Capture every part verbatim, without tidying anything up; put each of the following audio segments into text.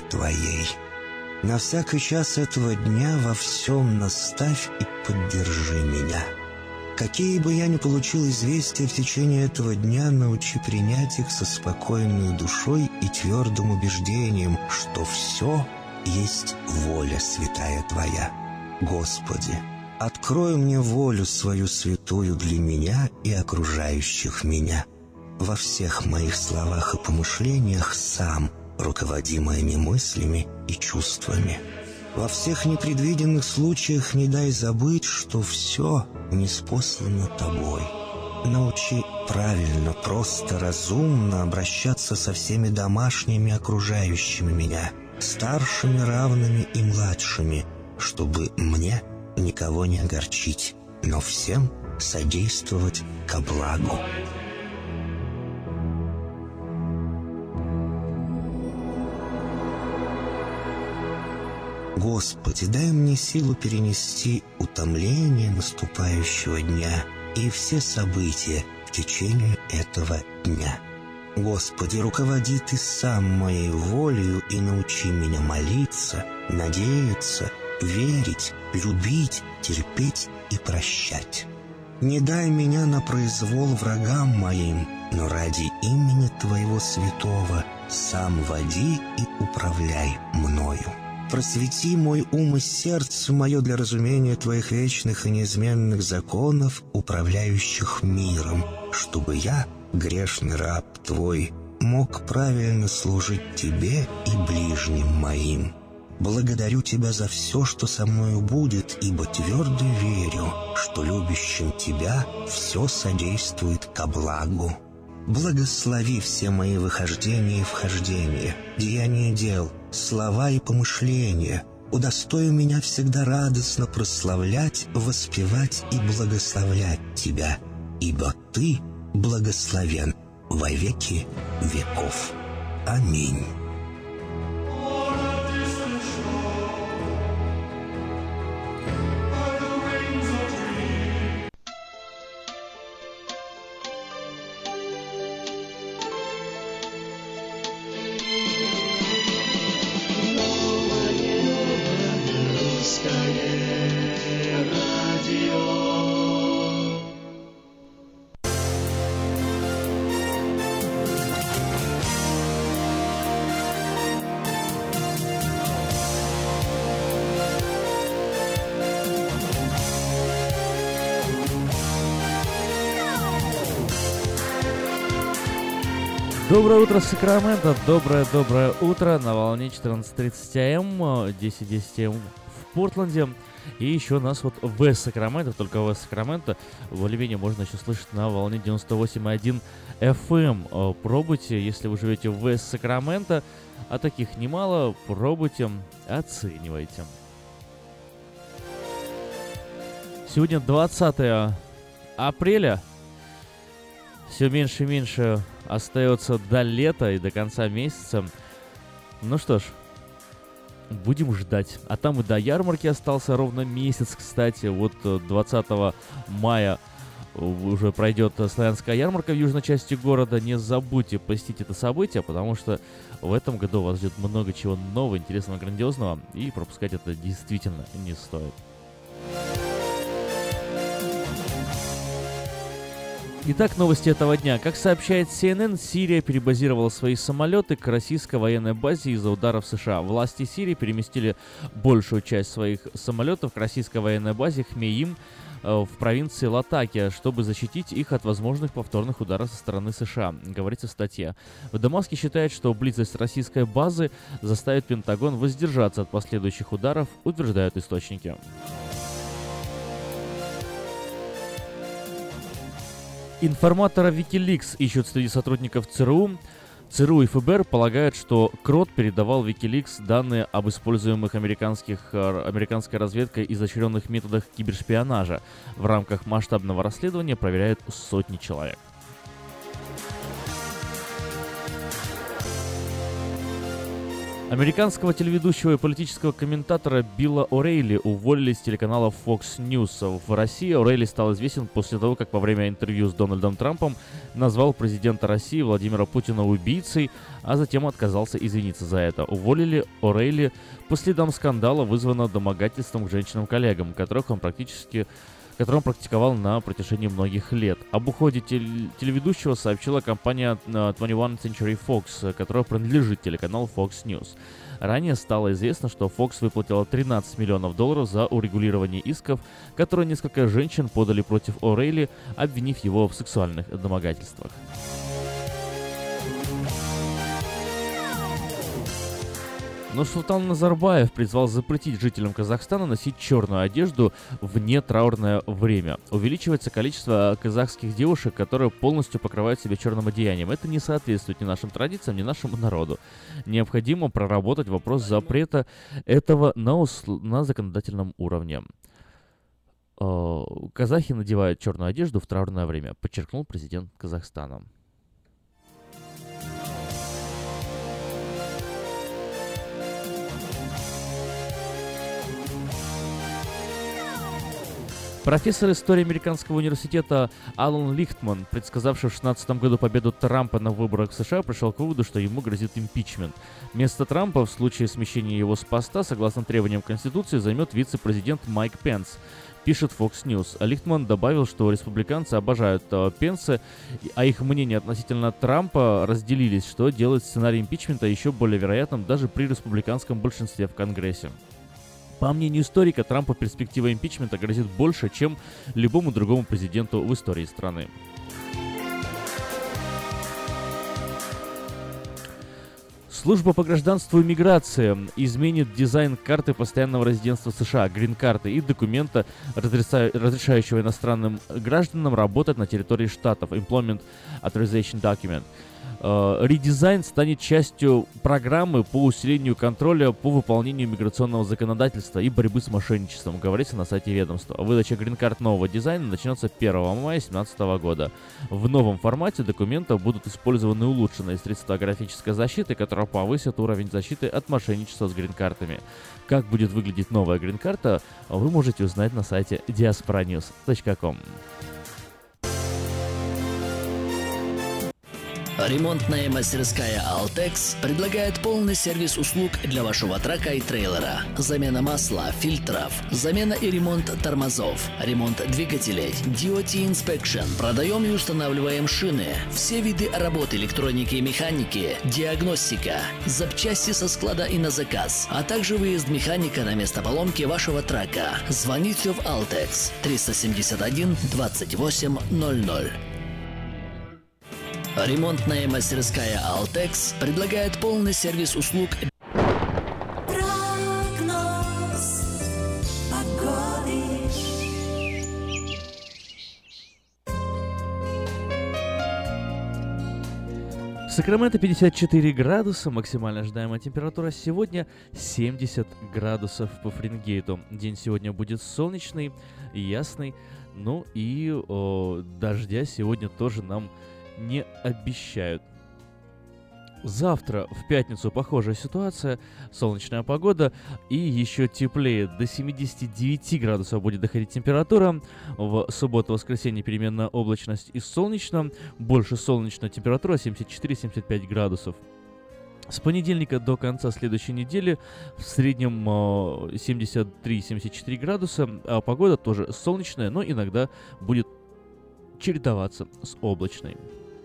Твоей. На всякий час этого дня во всем наставь и поддержи меня. Какие бы я ни получил известия в течение этого дня, научи принять их со спокойной душой и твердым убеждением, что все есть воля святая Твоя. Господи, открой мне волю свою святую для меня и окружающих меня. Во всех моих словах и помышлениях сам руководи моими мыслями и чувствами. Во всех непредвиденных случаях не дай забыть, что все ниспослано Тобой. Научи правильно, просто, разумно обращаться со всеми домашними, окружающими меня, старшими, равными и младшими, чтобы мне никого не огорчить, но всем содействовать ко благу. Господи, дай мне силу перенести утомление наступающего дня и все события в течение этого дня. Господи, руководи Ты сам моей волею и научи меня молиться, надеяться, верить, любить, терпеть и прощать. Не дай меня на произвол врагам моим, но ради имени Твоего святого сам води и управляй мною. Просвети мой ум и сердце мое для разумения Твоих вечных и неизменных законов, управляющих миром, чтобы я, грешный раб Твой, мог правильно служить Тебе и ближним моим. Благодарю Тебя за все, что со мною будет, ибо твердо верю, что любящим Тебя все содействует ко благу. Благослови все мои выхождения и вхождения, деяния дел, слова и помышления. Удостой меня всегда радостно прославлять, воспевать и благословлять Тебя, ибо Ты благословен во веки веков. Аминь. Доброе утро, Сакраменто, доброе-доброе утро на волне четырнадцать тридцать АМ, десять десять АМ в Портленде. И еще нас вот в Сакраменто, только в Сакраменто, более-менее можно еще слышать на волне девяносто восемь и один эф эм. Пробуйте, если вы живете в Сакраменто, а таких немало, пробуйте, оценивайте. Сегодня двадцатое апреля, все меньше и меньше остается до лета и до конца месяца. Ну что ж, будем ждать. А там и до ярмарки остался ровно месяц, кстати. Вот двадцатого мая уже пройдет славянская ярмарка в южной части города. Не забудьте посетить это событие, потому что в этом году вас ждет много чего нового, интересного, грандиозного. И пропускать это действительно не стоит. Итак, новости этого дня. Как сообщает си эн эн, Сирия перебазировала свои самолеты к российской военной базе из-за ударов США. Власти Сирии переместили большую часть своих самолетов к российской военной базе Хмейим в провинции Латакия, чтобы защитить их от возможных повторных ударов со стороны США, говорится в статье. В Дамаске считают, что близость российской базы заставит Пентагон воздержаться от последующих ударов, утверждают источники. Информатора WikiLeaks ищут среди сотрудников ЦРУ. ЦРУ и эф бэ эр полагают, что Крот передавал WikiLeaks данные об используемых американских, американской разведкой изощренных методах кибершпионажа. В рамках масштабного расследования проверяют сотни человек. Американского телеведущего и политического комментатора Билла О'Рейли уволили с телеканала Fox News. В России О'Рейли стал известен после того, как во время интервью с Дональдом Трампом назвал президента России Владимира Путина убийцей, а затем отказался извиниться за это. Уволили О'Рейли по следам скандала, вызванного домогательством к женщинам-коллегам, которых он практически который он практиковал на протяжении многих лет. Об уходе тел- телеведущего сообщила компания двадцать один Century Fox, которая принадлежит телеканалу Fox News. Ранее стало известно, что Fox выплатила тринадцать миллионов долларов за урегулирование исков, которые несколько женщин подали против О'Рейли, обвинив его в сексуальных домогательствах. Но Султан Назарбаев призвал запретить жителям Казахстана носить черную одежду в нетраурное время. Увеличивается количество казахских девушек, которые полностью покрывают себя черным одеянием. Это не соответствует ни нашим традициям, ни нашему народу. Необходимо проработать вопрос запрета этого на, усл- на законодательном уровне. Казахи надевают черную одежду в траурное время, подчеркнул президент Казахстана. Профессор истории американского университета Алан Лихтман, предсказавший в две тысячи шестнадцатом году победу Трампа на выборах в США, пришел к выводу, что ему грозит импичмент. Место Трампа в случае смещения его с поста, согласно требованиям Конституции, займет вице-президент Майк Пенс, пишет Fox News. А Лихтман добавил, что республиканцы обожают э, Пенса, а их мнения относительно Трампа разделились, что делает сценарий импичмента еще более вероятным даже при республиканском большинстве в Конгрессе. По мнению историка, Трампу перспектива импичмента грозит больше, чем любому другому президенту в истории страны. Служба по гражданству и миграции изменит дизайн карты постоянного резидентства США, грин-карты и документа, разрешающего иностранным гражданам работать на территории штатов, Employment Authorization Document. Редизайн станет частью программы по усилению контроля по выполнению миграционного законодательства и борьбы с мошенничеством, говорится на сайте ведомства. Выдача грин-карт нового дизайна начнется первого мая две тысячи семнадцатого года. В новом формате документа будут использованы улучшенные средства графической защиты, которые повысят уровень защиты от мошенничества с грин-картами. Как будет выглядеть новая грин-карта, вы можете узнать на сайте диаспора ньюс точка ком. Ремонтная мастерская Altex предлагает полный сервис услуг для вашего трака и трейлера. Замена масла, фильтров, замена и ремонт тормозов, ремонт двигателей, ди о ти Inspection. Продаем и устанавливаем шины, все виды работ электроники и механики, диагностика, запчасти со склада и на заказ, а также выезд механика на место поломки вашего трака. Звоните в Altex триста семьдесят один двадцать восемь ноль ноль. Ремонтная мастерская Altex предлагает полный сервис услуг. Прогноз погоды. Сакраменто пятьдесят четыре градуса, максимально ожидаемая температура сегодня семьдесят градусов по Фаренгейту. День сегодня будет солнечный, ясный, ну и о, дождя сегодня тоже нам не обещают. Завтра, в пятницу, похожая ситуация, солнечная погода и еще теплее, до семьдесят девять градусов будет доходить температура. В субботу-воскресенье переменная облачность и солнечно, больше солнечная температура семьдесят четыре - семьдесят пять градусов. С понедельника до конца следующей недели в среднем семьдесят три - семьдесят четыре градуса, а погода тоже солнечная, но иногда будет чередоваться с облачной.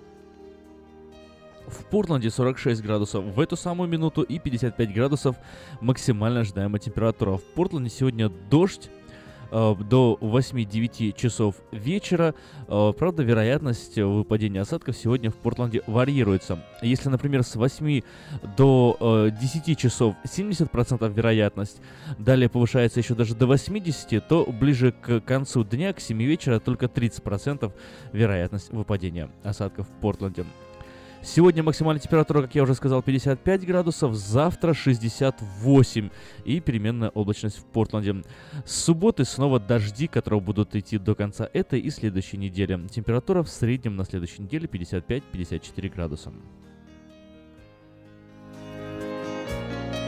В Портленде сорок шесть градусов в эту самую минуту и пятьдесят пять градусов максимально ожидаемая температура. В Портленде сегодня дождь э, до восьми-девяти часов вечера. Э, правда, вероятность выпадения осадков сегодня в Портленде варьируется. Если, например, с восьми до э, десяти часов семьдесят процентов вероятность, далее повышается еще даже до восьмидесяти, то ближе к концу дня, к семи вечера, только тридцать процентов вероятность выпадения осадков в Портленде. Сегодня максимальная температура, как я уже сказал, пятьдесят пять градусов, завтра шестьдесят восемь и переменная облачность в Портленде. С субботы снова дожди, которые будут идти до конца этой и следующей недели. Температура в среднем на следующей неделе пятьдесят пять - пятьдесят четыре градуса.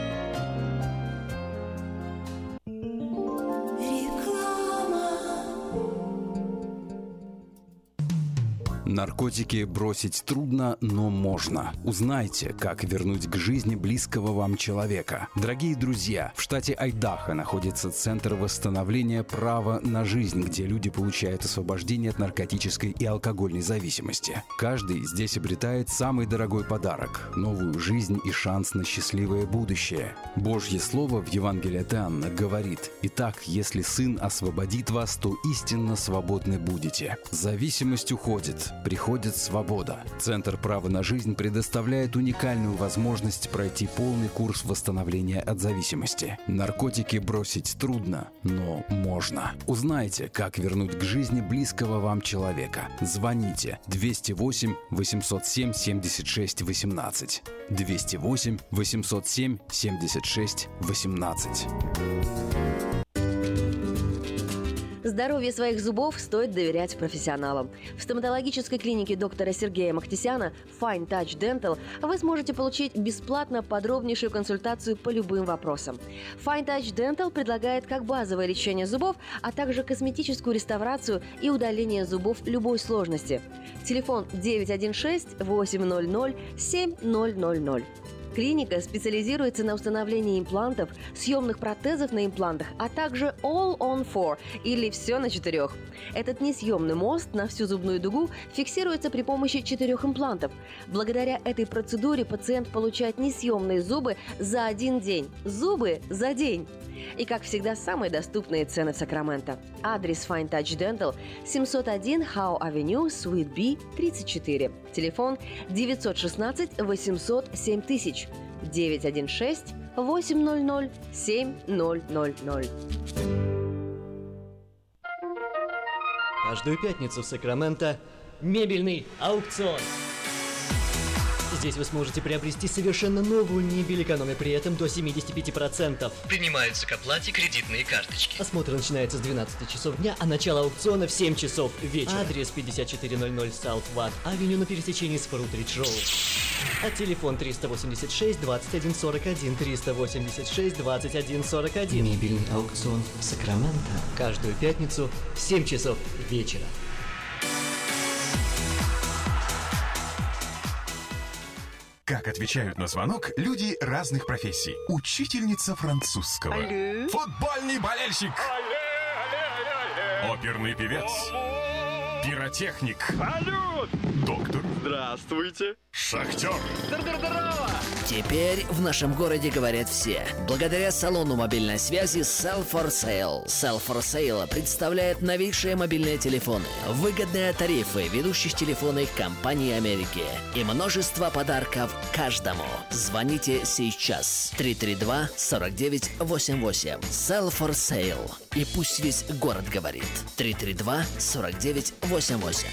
Наркотики бросить трудно, но можно. Узнайте, как вернуть к жизни близкого вам человека. Дорогие друзья, в штате Айдахо находится Центр восстановления права на жизнь, где люди получают освобождение от наркотической и алкогольной зависимости. Каждый здесь обретает самый дорогой подарок – новую жизнь и шанс на счастливое будущее. Божье слово в Евангелии от Иоанна говорит: «Итак, если Сын освободит вас, то истинно свободны будете». Зависимость уходит. Приходит свобода. Центр права на жизнь предоставляет уникальную возможность пройти полный курс восстановления от зависимости. Наркотики бросить трудно, но можно. Узнайте, как вернуть к жизни близкого вам человека. Звоните двести восемь восемьсот семь семьдесят шесть восемнадцать. двести восемь восемьсот семь семьдесят шесть восемнадцать. Здоровье своих зубов стоит доверять профессионалам. В стоматологической клинике доктора Сергея Махтисяна Fine Touch Dental вы сможете получить бесплатно подробнейшую консультацию по любым вопросам. Fine Touch Dental предлагает как базовое лечение зубов, а также косметическую реставрацию и удаление зубов любой сложности. Телефон девять один шесть восемь ноль ноль семь ноль ноль ноль. Клиника специализируется на установлении имплантов, съемных протезов на имплантах, а также All on Four или все на четырех. Этот несъемный мост на всю зубную дугу фиксируется при помощи четырех имплантов. Благодаря этой процедуре пациент получает несъемные зубы за один день. Зубы за день! И, как всегда, самые доступные цены в Сакраменто. Адрес Fine Touch Dental семьсот один Howe Avenue, Suite B, тридцать четыре. Телефон девятьсот шестнадцать восемьсот семь тысяч. девять один шесть восемь ноль ноль семь ноль ноль ноль. Каждую пятницу в Сакраменто мебельный аукцион. Здесь вы сможете приобрести совершенно новую мебель, экономя при этом до семьдесят пять процентов. Принимаются к оплате кредитные карточки. Осмотр начинается с двенадцати часов дня, а начало аукциона в семь часов вечера. Адрес пятьдесят четыре ноль ноль South Watt Avenue на пересечении с Фрутридж Роуд. А телефон триста восемьдесят шесть двадцать один сорок один, триста восемьдесят шесть двадцать один сорок один. Мебельный аукцион в Сакраменто. Каждую пятницу в семь часов вечера. Как отвечают на звонок люди разных профессий. Учительница французского. Алле. Футбольный болельщик. Алле, алле, алле. Оперный певец. Алло. Пиротехник. Салют. Доктор. Здравствуйте. Шахтер. Здорово. Теперь в нашем городе говорят все. Благодаря салону мобильной связи Sell for Sale. Sell for Sale представляет новейшие мобильные телефоны, выгодные тарифы ведущих телефонных компаний Америки и множество подарков каждому. Звоните сейчас. три три два сорок девять восемьдесят восемь. Sell for Sale. И пусть весь город говорит. три три два сорок девять восемьдесят восемь.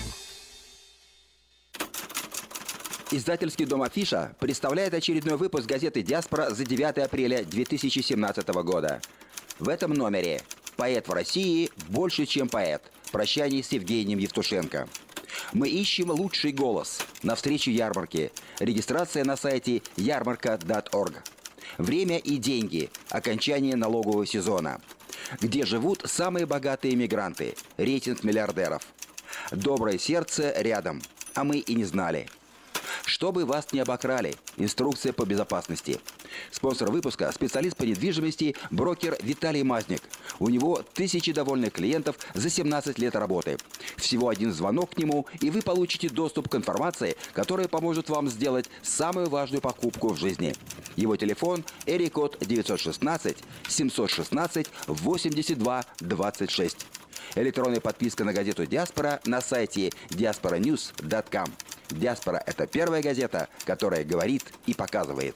Издательский дом «Афиша» представляет очередной выпуск газеты «Диаспора» за девятое апреля две тысячи семнадцатого года. В этом номере «Поэт в России больше, чем поэт. Прощание с Евгением Евтушенко». Мы ищем лучший голос. Навстречу ярмарке. Регистрация на сайте ярмарка точка орг. Время и деньги. Окончание налогового сезона. Где живут самые богатые мигранты. Рейтинг миллиардеров. Доброе сердце рядом. А мы и не знали. Чтобы вас не обокрали. Инструкция по безопасности. Спонсор выпуска – специалист по недвижимости, брокер Виталий Мазник. У него тысячи довольных клиентов за семнадцать лет работы. Всего один звонок к нему, и вы получите доступ к информации, которая поможет вам сделать самую важную покупку в жизни. Его телефон – эрикод девятьсот шестнадцать семьсот шестнадцать восемьдесят два двадцать шесть. Электронная подписка на газету «Диаспора» на сайте диаспора ньюс точка ком. «Диаспора» — это первая газета, которая говорит и показывает.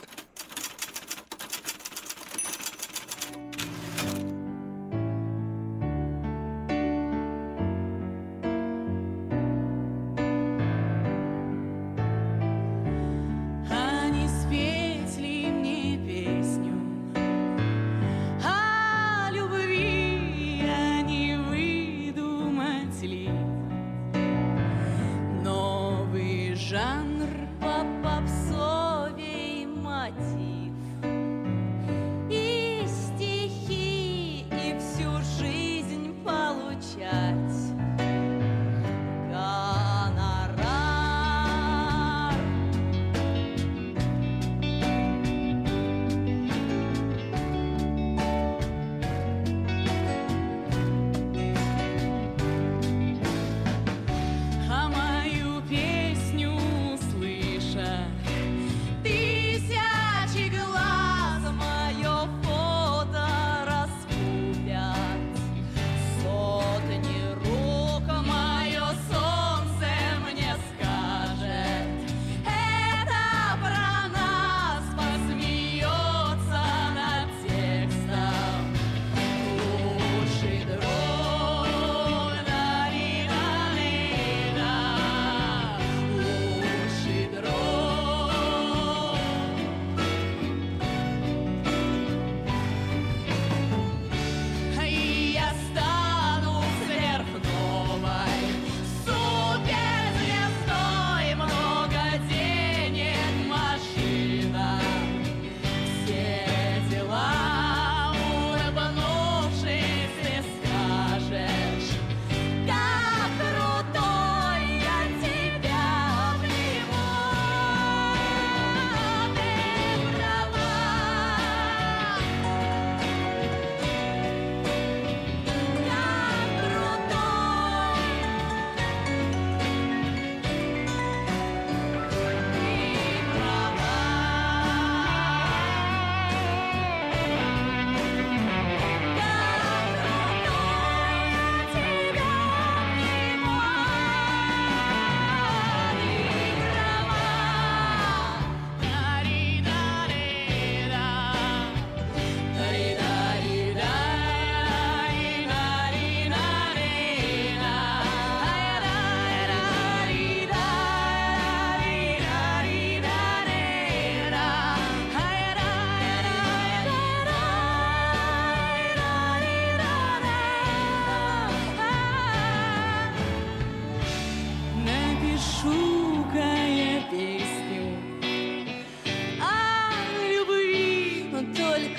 А не спеть ли мне песню о любви, а не выдумать ли новый жанр по попсовей мать?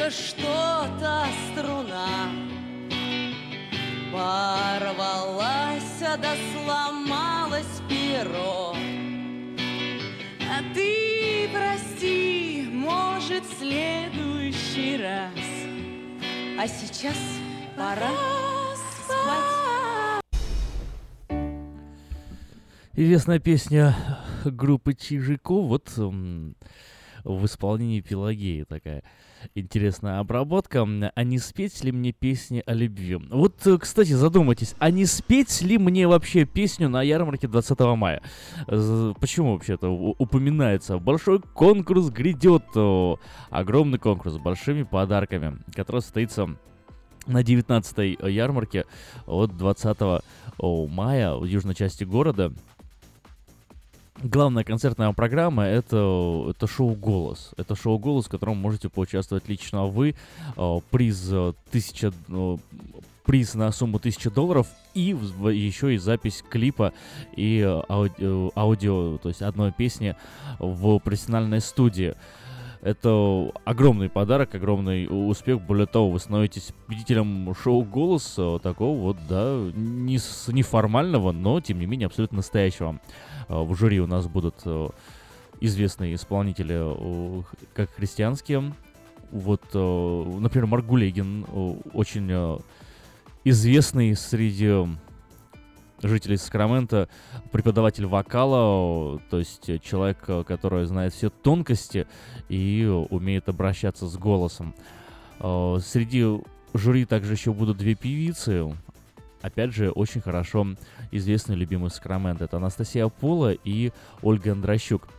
будто что-то струна порвалась, да сломалось перо. А ты прости, может, в следующий раз. А сейчас пора спать. Известная песня группы Чижиков, вот м, в исполнении Пелагеи такая интересная обработка. А не спеть ли мне песни о любви? Вот, кстати, задумайтесь, а не спеть ли мне вообще песню на ярмарке двадцатого мая? Почему вообще-то упоминается? Большой конкурс грядет, огромный конкурс с большими подарками, который состоится на девятнадцатой ярмарке от двадцатого мая в южной части города. Главная концертная программа это, это шоу «Голос». Это шоу «Голос», в котором можете поучаствовать лично вы. Приз, тысяча, приз на сумму тысяча долларов и еще и запись клипа и аудио, аудио, то есть одной песни в профессиональной студии. Это огромный подарок, огромный успех. Более того, вы становитесь победителем шоу «Голос», такого вот, да, не с неформального, но, тем не менее, абсолютно настоящего. В жюри у нас будут известные исполнители, как христианские. Вот, например, Марк Гулегин, очень известный среди жителей Сакрамента преподаватель вокала, то есть человек, который знает все тонкости и умеет обращаться с голосом. Среди жюри также еще будут две певицы, опять же, очень хорошо известные, любимые Сакрамента. Это Анастасия Пола и Ольга Андрощук.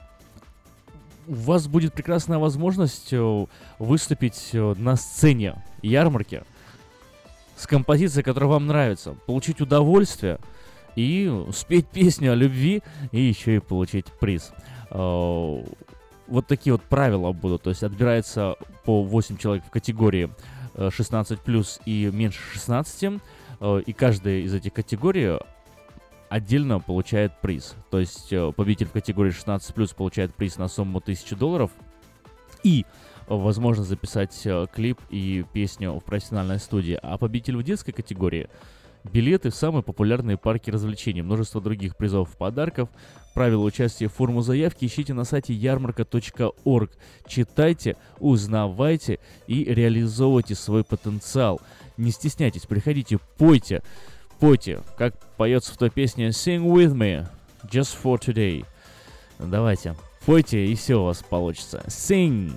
У вас будет прекрасная возможность выступить на сцене ярмарки с композицией, которая вам нравится, получить удовольствие и спеть песню о любви и еще и получить приз. Вот такие вот правила будут. То есть отбирается по восемь человек в категории шестнадцать плюс и меньше шестнадцати, и каждая из этих категорий отдельно получает приз. То есть победитель в категории шестнадцать плюс получает приз на сумму тысяча долларов и возможно записать клип и песню в профессиональной студии. А победитель в детской категории — билеты в самые популярные парки развлечений, множество других призов и подарков. Правила участия, форму заявки ищите на сайте ярмарка точка орг. Читайте, узнавайте и реализовывайте свой потенциал. Не стесняйтесь, приходите, пойте, пойте, как поется в той песне «Sing with me, just for today». Давайте, пойте, и все у вас получится. Sing!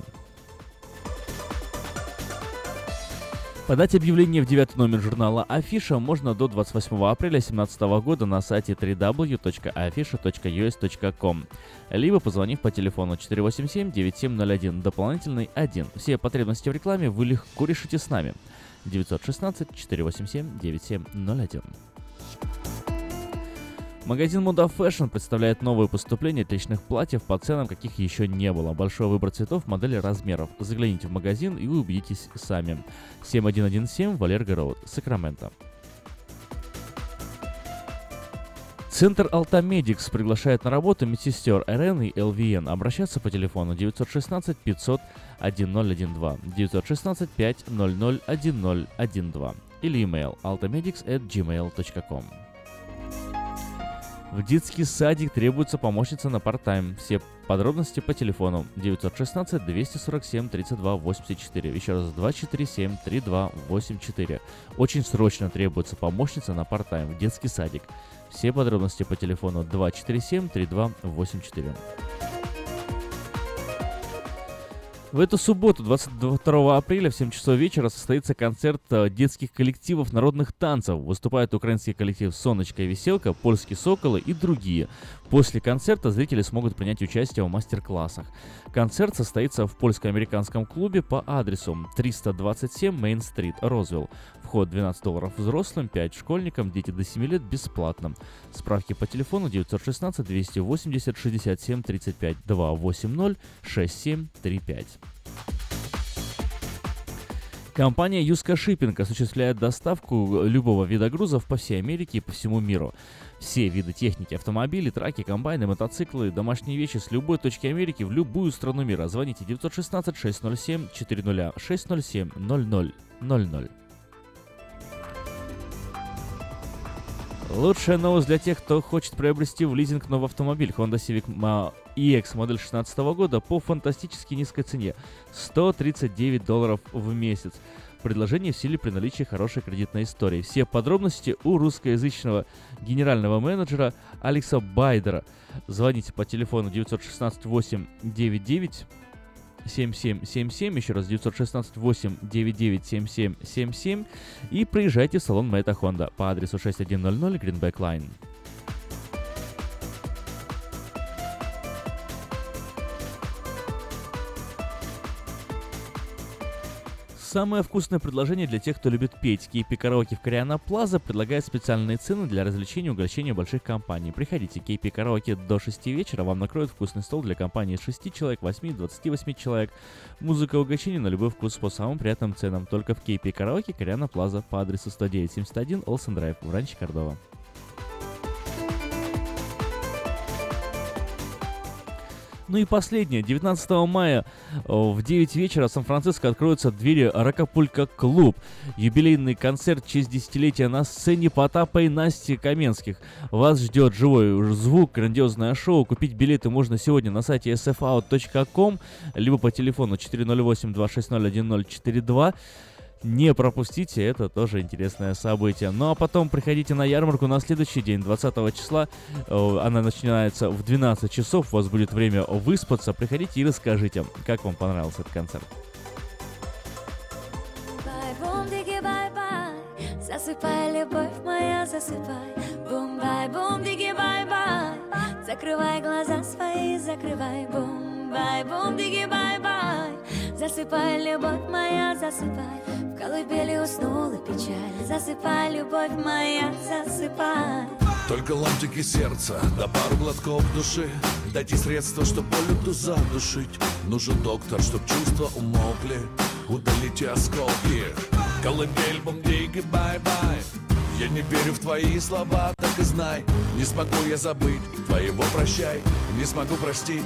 Подать объявление в девятый номер журнала «Афиша» можно до двадцать восьмого апреля две тысячи семнадцатого года на сайте дабл ю дабл ю дабл ю точка афиша точка ю эс точка ком, либо позвонив по телефону четыре восемь семь девять семь ноль один, дополнительный один. Все потребности в рекламе вы легко решите с нами. девять один шесть четыре восемь семь девять семь ноль один. Магазин Moda Fashion представляет новые поступления отличных платьев по ценам, каких еще не было. Большой выбор цветов, моделей, размеров. Загляните в магазин и вы убедитесь сами. семь один один семь Валерго Роуд, Сакраменто. Центр Алтамедикс приглашает на работу медсестер эр эн и эл ви эн. Обращаться по телефону девять один шесть пятьсот ноль один два, девять один шесть пять ноль ноль один ноль один два или email altamedics at gmail точка ком. В детский садик требуется помощница на парт-тайм. Все подробности по телефону девять один шесть двести сорок семь тридцать два восемьдесят четыре. Еще раз, два четыре семь три два восемь четыре. Очень срочно требуется помощница на парт-тайм в детский садик. Все подробности по телефону два четыре семь три два восемь четыре. В эту субботу, двадцать второго апреля, в семь часов вечера, состоится концерт детских коллективов народных танцев. Выступает украинский коллектив «Соночка и Веселка», «Польские соколы» и другие. После концерта зрители смогут принять участие в мастер-классах. Концерт состоится в польско-американском клубе по адресу триста двадцать семь Мейн-стрит, Розвилл. Вход двенадцать долларов взрослым, пять школьникам, дети до семи лет бесплатно. Справки по телефону девять один шесть двести восемьдесят шестьдесят семь тридцать пять два восемь ноль шесть семь три пять. Компания Юска Шиппинг осуществляет доставку любого вида грузов по всей Америке и по всему миру. Все виды техники, автомобили, траки, комбайны, мотоциклы, домашние вещи с любой точки Америки в любую страну мира. Звоните девять один шесть шесть ноль семь четыре ноль шесть ноль семь ноль ноль ноль ноль. Лучшая новость для тех, кто хочет приобрести в лизинг новый автомобиль Honda Civic и экс модель шестнадцатого года по фантастически низкой цене – сто тридцать девять долларов в месяц. Предложение в силе при наличии хорошей кредитной истории. Все подробности у русскоязычного генерального менеджера Алекса Байдера. Звоните по телефону девять один шесть восемь девять девять семь семь семь семь, еще раз девять один шесть восемь девять девять семь семь семь семь, и приезжайте в салон Мэйта Honda по адресу шесть тысяч сто Greenback Line. Самое вкусное предложение для тех, кто любит петь. кей пи Караоке в Кориана Плаза предлагает специальные цены для развлечения и угощения больших компаний. Приходите, кей пи Караоке до шести вечера, вам накроют вкусный стол для компании из шести человек, восьми, двадцати восьми человек. Музыка и угощение на любой вкус по самым приятным ценам. Только в кей пи Караоке Кориана Плаза по адресу сто девять семьдесят один Олсен Драйв в Ранчо Кордова. Ну и последнее. девятнадцатого мая в девять вечера в Сан-Франциско откроются двери Рокапулько Клуб. Юбилейный концерт в честь десятилетия на сцене Потапа и Насти Каменских. Вас ждет живой звук, грандиозное шоу. Купить билеты можно сегодня на сайте эс эф аут точка ком, либо по телефону четыре ноль восемь два шесть ноль один ноль четыре два. Не пропустите, это тоже интересное событие. Ну а потом приходите на ярмарку на следующий день, двадцатого числа. Она начинается в двенадцать часов, у вас будет время выспаться. Приходите и расскажите, как вам понравился этот концерт. Засыпай, любовь моя, засыпай. Бум-бай, бум-диги-бай-бай. Закрывай глаза свои, закрывай. Бум-бай, бум-диги-бай-бай. Засыпай, любовь моя, засыпай. В колыбели уснула печаль. Засыпай, любовь моя, засыпай. Только ломтики сердца, да пару глотков души. Дайте средства, чтоб боль эту задушить. Нужен доктор, чтоб чувства умолкли. Удалите осколки. Колыбель, бум-диги, бай-бай. Я не верю в твои слова, так и знай. Не смогу я забыть твоего прощай. Не смогу простить.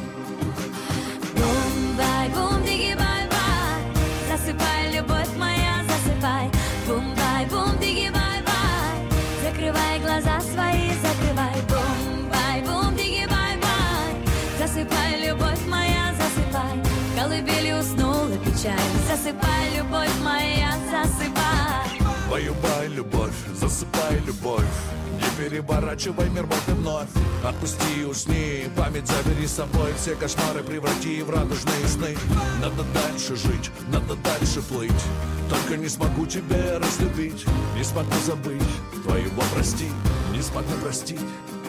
Бум-бай, бум-диги-бай-бай. Засыпай, любовь моя, засыпай. Бум-бай, бум-диги-бай-бай. Закрывай глаза свои, закрывай. Бум-бай, бум-диги-бай-бай. Засыпай, любовь моя, засыпай. В колыбели уснула печаль. Засыпай, любовь моя, засыпай. Баю-бай, любовь, засыпай, любовь. Не переворачивай мир вот и вновь. Отпусти, усни, память забери с собой. Все кошмары преврати в радужные сны. Надо дальше жить, надо дальше плыть. Только не смогу тебя разлюбить. Не смогу забыть твоего прости. Не смогу простить.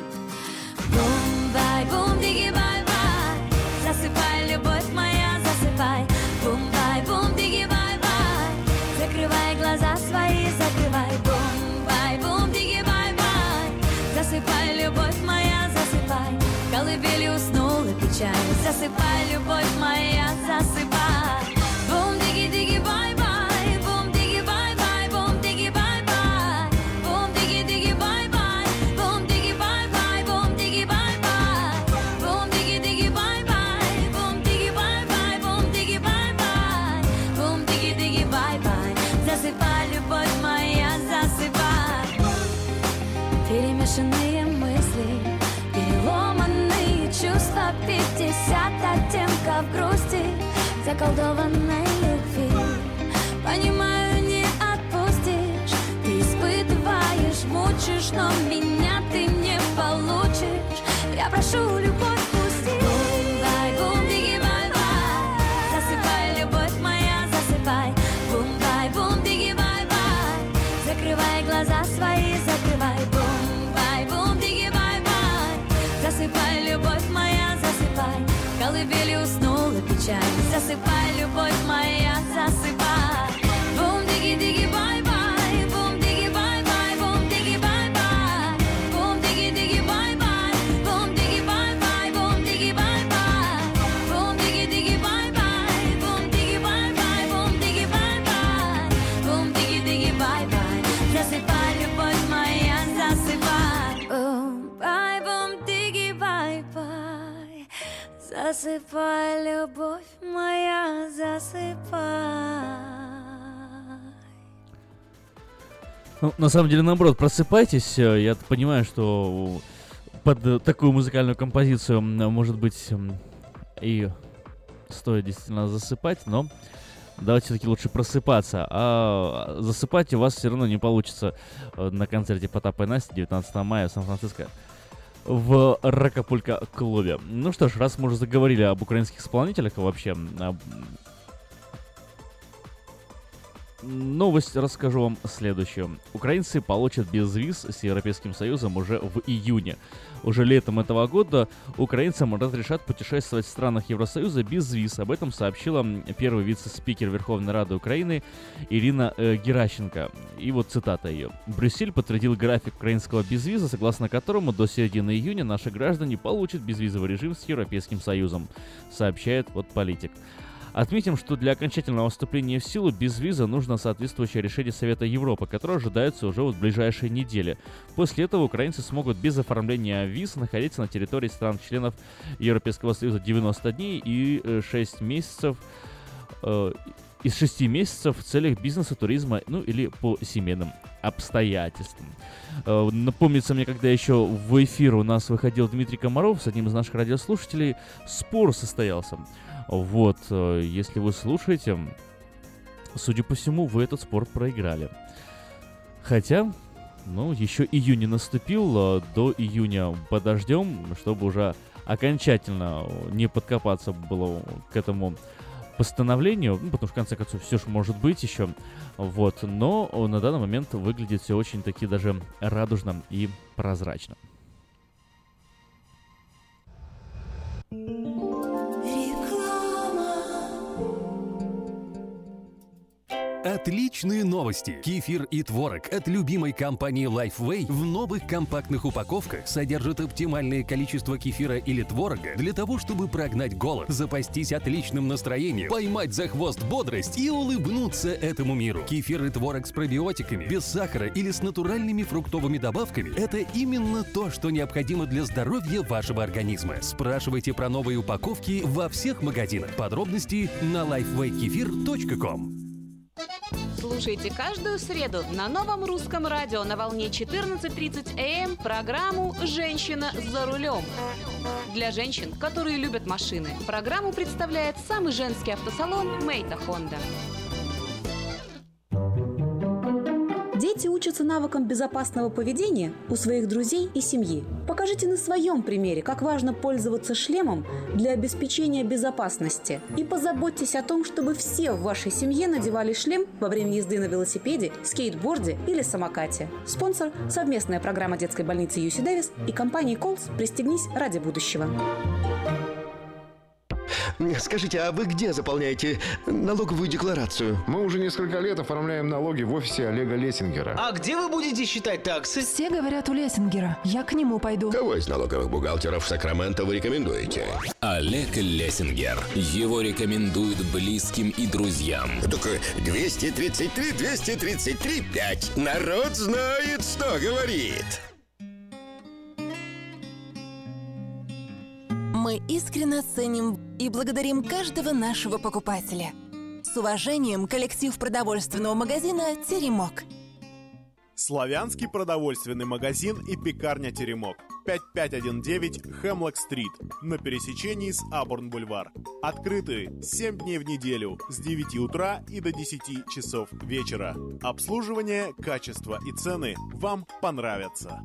Бум-бай, бум-диги-бай-бай. Засыпай, любовь моя, засыпай. Бум-бай, бум-диги-бай-бай. Закрывай глаза свои, закрывай. Бум-бай, бум-диги-бай-бай. Засыпай, любовь моя, засыпай. В колыбели уснула печаль. Засыпай, любовь моя, засыпай. Бум-диги-диги-бай-бай. Бум-диги-бай-бай, бум-диги-бай-бай. Бум-диги-диги-бай-бай. Бум-диги-бай-бай, бум-диги-бай-бай. Бум-диги-диги-бай-бай. Бум-диги-бай-бай, бум-диги-бай-бай. Бум-диги-диги-бай-бай. Засыпай, любовь моя, засыпай. Перемешанные мысли, переломанные чувства, пятьдесят оттенков грусти, заколдованной любви. Понимаю, не отпустишь, ты испытываешь, мучишь, но меня ты не получишь. Я прошу, любовь, пусти. Бум-бай, бум-диги-бай-бай. Засыпай, любовь моя, засыпай. Бум-бай, бум-диги-бай-бай. Закрывай глаза свои, закрывай. Бум-бай, бум-диги-бай-бай. Засыпай, любовь моя, засыпай. В колыбели уснула печаль. Засыпай, любовь моя. Ну, на самом деле, наоборот, просыпайтесь. Я понимаю, что под такую музыкальную композицию, может быть, и стоит действительно засыпать, но давайте все-таки лучше просыпаться. А засыпать у вас все равно не получится на концерте Потапа и Насти девятнадцатого мая в Сан-Франциско в Ракапулько-клубе. Ну что ж, раз мы уже заговорили об украинских исполнителях вообще, об... новость расскажу вам следующую. Украинцы получат безвиз с Европейским Союзом уже в июне. Уже летом этого года украинцам разрешат путешествовать в странах Евросоюза без виз. Об этом сообщила первый вице-спикер Верховной Рады Украины Ирина э, Геращенко. И вот цитата ее. «Брюссель подтвердил график украинского безвиза, согласно которому до середины июня наши граждане получат безвизовый режим с Европейским Союзом», сообщает вот политик. Отметим, что для окончательного вступления в силу без виза нужно соответствующее решение Совета Европы, которое ожидается уже вот в ближайшие недели. После этого украинцы смогут без оформления виз находиться на территории стран-членов Европейского Союза девяносто дней и шесть месяцев, э, из шести месяцев в целях бизнеса, туризма, ну или по семейным обстоятельствам. Э, напомнится мне, когда еще в эфир у нас выходил Дмитрий Комаров с одним из наших радиослушателей, спор состоялся. Вот, если вы слушаете, судя по всему, вы этот спор проиграли. Хотя, ну, еще июнь не наступил, до июня подождем, чтобы уже окончательно не подкопаться было к этому постановлению, ну, потому что, в конце концов, все же может быть еще. Вот, но на данный момент выглядит все очень-таки даже радужно и прозрачно. Отличные новости! Кефир и творог от любимой компании Lifeway в новых компактных упаковках содержат оптимальное количество кефира или творога для того, чтобы прогнать голод, запастись отличным настроением, поймать за хвост бодрость и улыбнуться этому миру. Кефир и творог с пробиотиками, без сахара или с натуральными фруктовыми добавками – это именно то, что необходимо для здоровья вашего организма. Спрашивайте про новые упаковки во всех магазинах. Подробности на лайфвей кефир точка ком. Слушайте каждую среду на новом русском радио на волне четырнадцать тридцать эй эм программу «Женщина за рулем». Для женщин, которые любят машины, программу представляет самый женский автосалон «Мейта Хонда». Дети учатся навыкам безопасного поведения у своих друзей и семьи. Покажите на своем примере, как важно пользоваться шлемом для обеспечения безопасности. И позаботьтесь о том, чтобы все в вашей семье надевали шлем во время езды на велосипеде, скейтборде или самокате. Спонсор – совместная программа детской больницы Ю Си Дэвис и компании Колс «Пристегнись ради будущего». Скажите, а вы где заполняете налоговую декларацию? Мы уже несколько лет оформляем налоги в офисе Олега Лессингера. А где вы будете считать таксы? Все говорят у Лессингера. Я к нему пойду. Кого из налоговых бухгалтеров Сакраменто вы рекомендуете? Олег Лессингер. Его рекомендуют близким и друзьям. Так двести тридцать три, двести тридцать три, пять. Народ знает, что говорит. Мы искренне ценим и благодарим каждого нашего покупателя. С уважением, коллектив продовольственного магазина «Теремок». Славянский продовольственный магазин и пекарня «Теремок». пять пять один девять Хемлок-стрит на пересечении с Абурн-бульвар. Открыты семь дней в неделю с девяти утра и до десяти часов вечера. Обслуживание, качество и цены вам понравятся.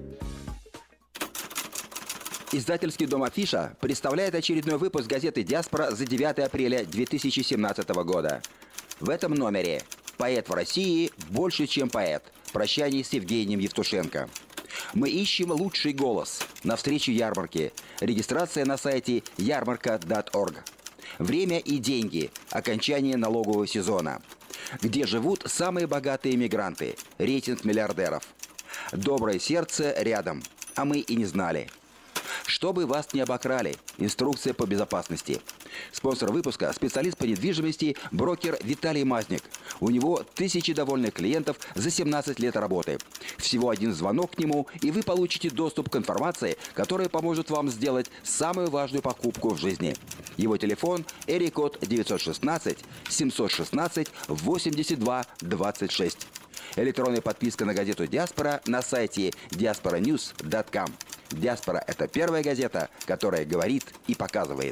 Издательский дом «Афиша» представляет очередной выпуск газеты «Диаспора» за девятое апреля две тысячи семнадцатого года. В этом номере «Поэт в России больше, чем поэт. Прощание с Евгением Евтушенко». Мы ищем лучший голос. На встрече ярмарки. Регистрация на сайте ярмарка точка орг. Время и деньги. Окончание налогового сезона. Где живут самые богатые мигранты. Рейтинг миллиардеров. Доброе сердце рядом. А мы и не знали. Чтобы вас не обокрали. Инструкция по безопасности. Спонсор выпуска – специалист по недвижимости, брокер Виталий Мазник. У него тысячи довольных клиентов за семнадцать лет работы. Всего один звонок к нему, и вы получите доступ к информации, которая поможет вам сделать самую важную покупку в жизни. Его телефон – эрикод девятьсот шестнадцать семьсот шестнадцать восемьдесят два двадцать шесть. Электронная подписка на газету «Диаспора» на сайте диаспора ньюс точка ком. «Диаспора» – это первая газета, которая говорит и показывает.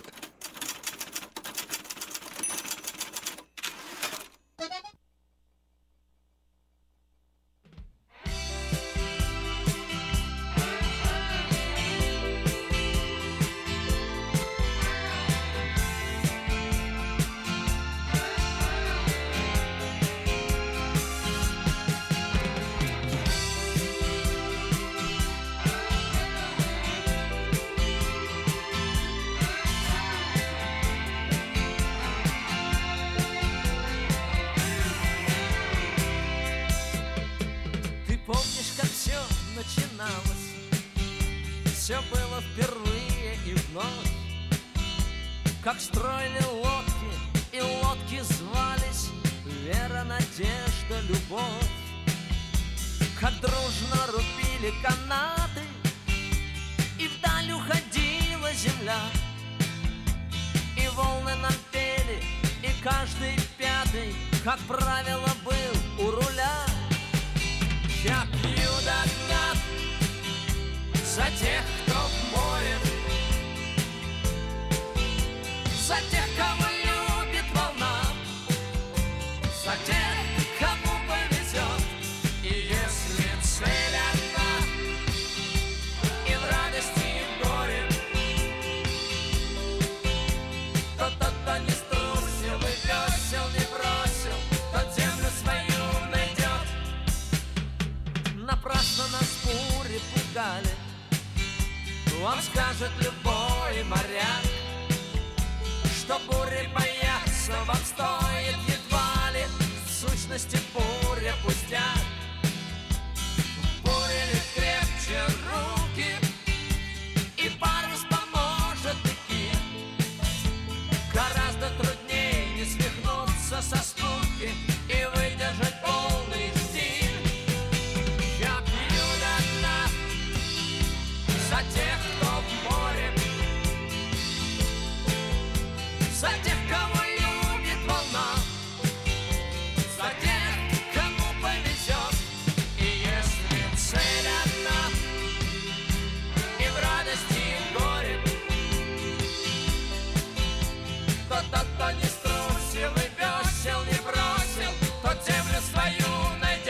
Все было впервые и вновь, как строили лодки, и лодки звались вера, надежда, любовь. Как дружно рубили канаты, и вдаль уходила земля, и волны нам пели, и каждый пятый, как правило, был у руля. Я пью до дна за тех, кто в море, за тех, кого любит волна, за тех, кому повезет. И если цель одна, и в радости, и в горе, то тот, кто не струсил и весел не бросил, тот землю свою найдет. Напрасно нас бури пугали, вам скажет любой моряк, что бури бояться вам стоит едва ли, в сущности буря пустяк. В буре лишь крепче руки, и парус поможет идти. Гораздо труднее не свихнуться со скуки и выдержать полный стиль. Я пью до дна за тех, кто в море, за тех, кого любит волна, за тех, кому повезет. И если цель одна, и в радости, и в горе, то тот, кто не струсил и весел не бросил, тот землю свою найдет.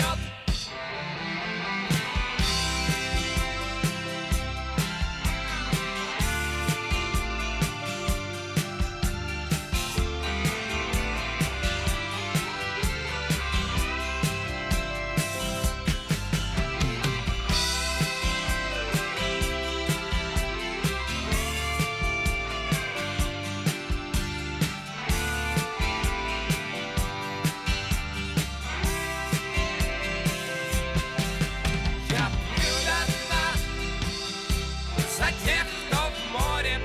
Я пью до дна за тех, кто в море,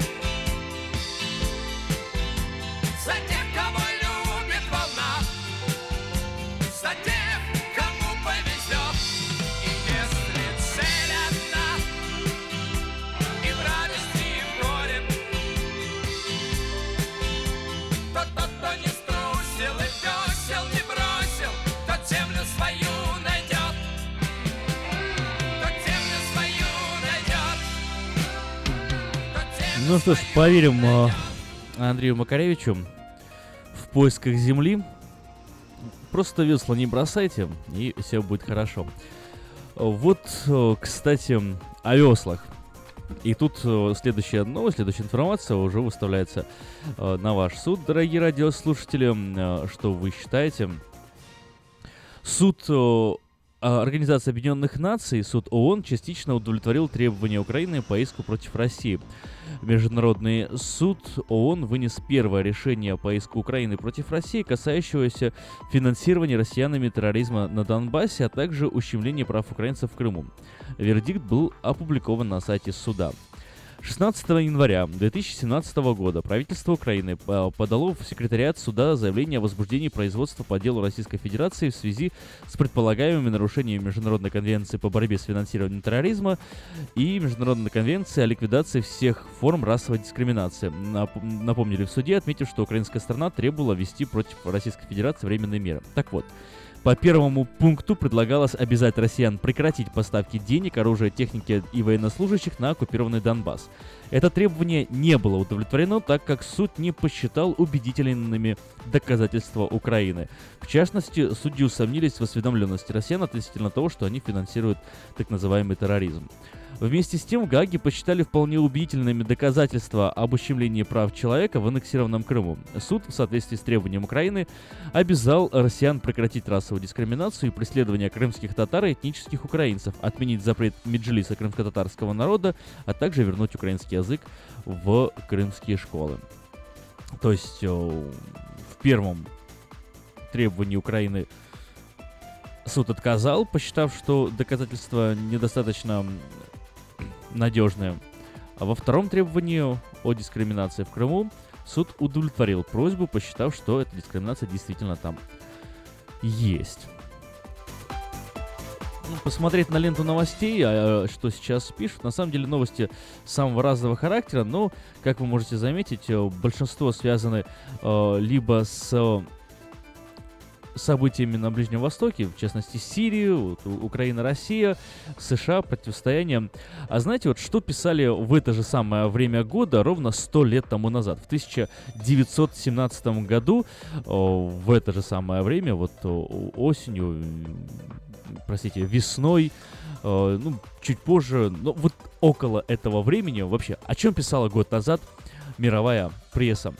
за тех, кого любит волна, за тех, кому повезет. И если цель одна, и в радости, и в горе, то тот, кто не струсил и весел не бросил, тот землю свою найдет. Тот землю свою найдет. Тот землю Ну что ж, поверим э, Андрею Макаревичу в поисках земли. Просто весла не бросайте, и все будет хорошо. Вот, э, кстати, о веслах. И тут э, следующая новость, следующая информация уже выставляется э, на ваш суд, дорогие радиослушатели. Э, что вы считаете? Суд э, Организации Объединенных Наций, суд ООН, частично удовлетворил требования Украины по иску против России. Международный суд ООН вынес первое решение по иску Украины против России, касающегося финансирования россиянами терроризма на Донбассе, а также ущемления прав украинцев в Крыму. Вердикт был опубликован на сайте суда. шестнадцатого января две тысячи семнадцатого года правительство Украины подало в секретариат суда заявление о возбуждении производства по делу Российской Федерации в связи с предполагаемыми нарушениями Международной конвенции по борьбе с финансированием терроризма и Международной конвенции о ликвидации всех форм расовой дискриминации. Напомнили в суде, отметив, что украинская сторона требовала ввести против Российской Федерации временные меры. Так вот, по первому пункту предлагалось обязать россиян прекратить поставки денег, оружия, техники и военнослужащих на оккупированный Донбасс. Это требование не было удовлетворено, так как суд не посчитал убедительными доказательства Украины. В частности, судьи усомнились в осведомленности россиян относительно того, что они финансируют так называемый терроризм. Вместе с тем в Гааге посчитали вполне убедительными доказательства об ущемлении прав человека в аннексированном Крыму. Суд, в соответствии с требованием Украины, обязал россиян прекратить расовую дискриминацию и преследование крымских татар и этнических украинцев, отменить запрет меджлиса крымско-татарского народа, а также вернуть украинский язык в крымские школы. То есть в первом требовании Украины суд отказал, посчитав, что доказательства недостаточно надежные. А во втором требовании о дискриминации в Крыму суд удовлетворил просьбу, посчитав, что эта дискриминация действительно там есть. Ну, посмотреть на ленту новостей, а, что сейчас пишут. На самом деле новости самого разного характера, но, как вы можете заметить, большинство связаны э, либо с событиями на Ближнем Востоке, в частности Сирию, Украина, Россия, США, противостояние. А знаете, вот что писали в это же самое время года, ровно сто лет тому назад, в тысяча девятьсот семнадцатом году, в это же самое время, вот осенью, простите, весной, ну, чуть позже, но вот около этого времени вообще, о чем писала год назад мировая пресса?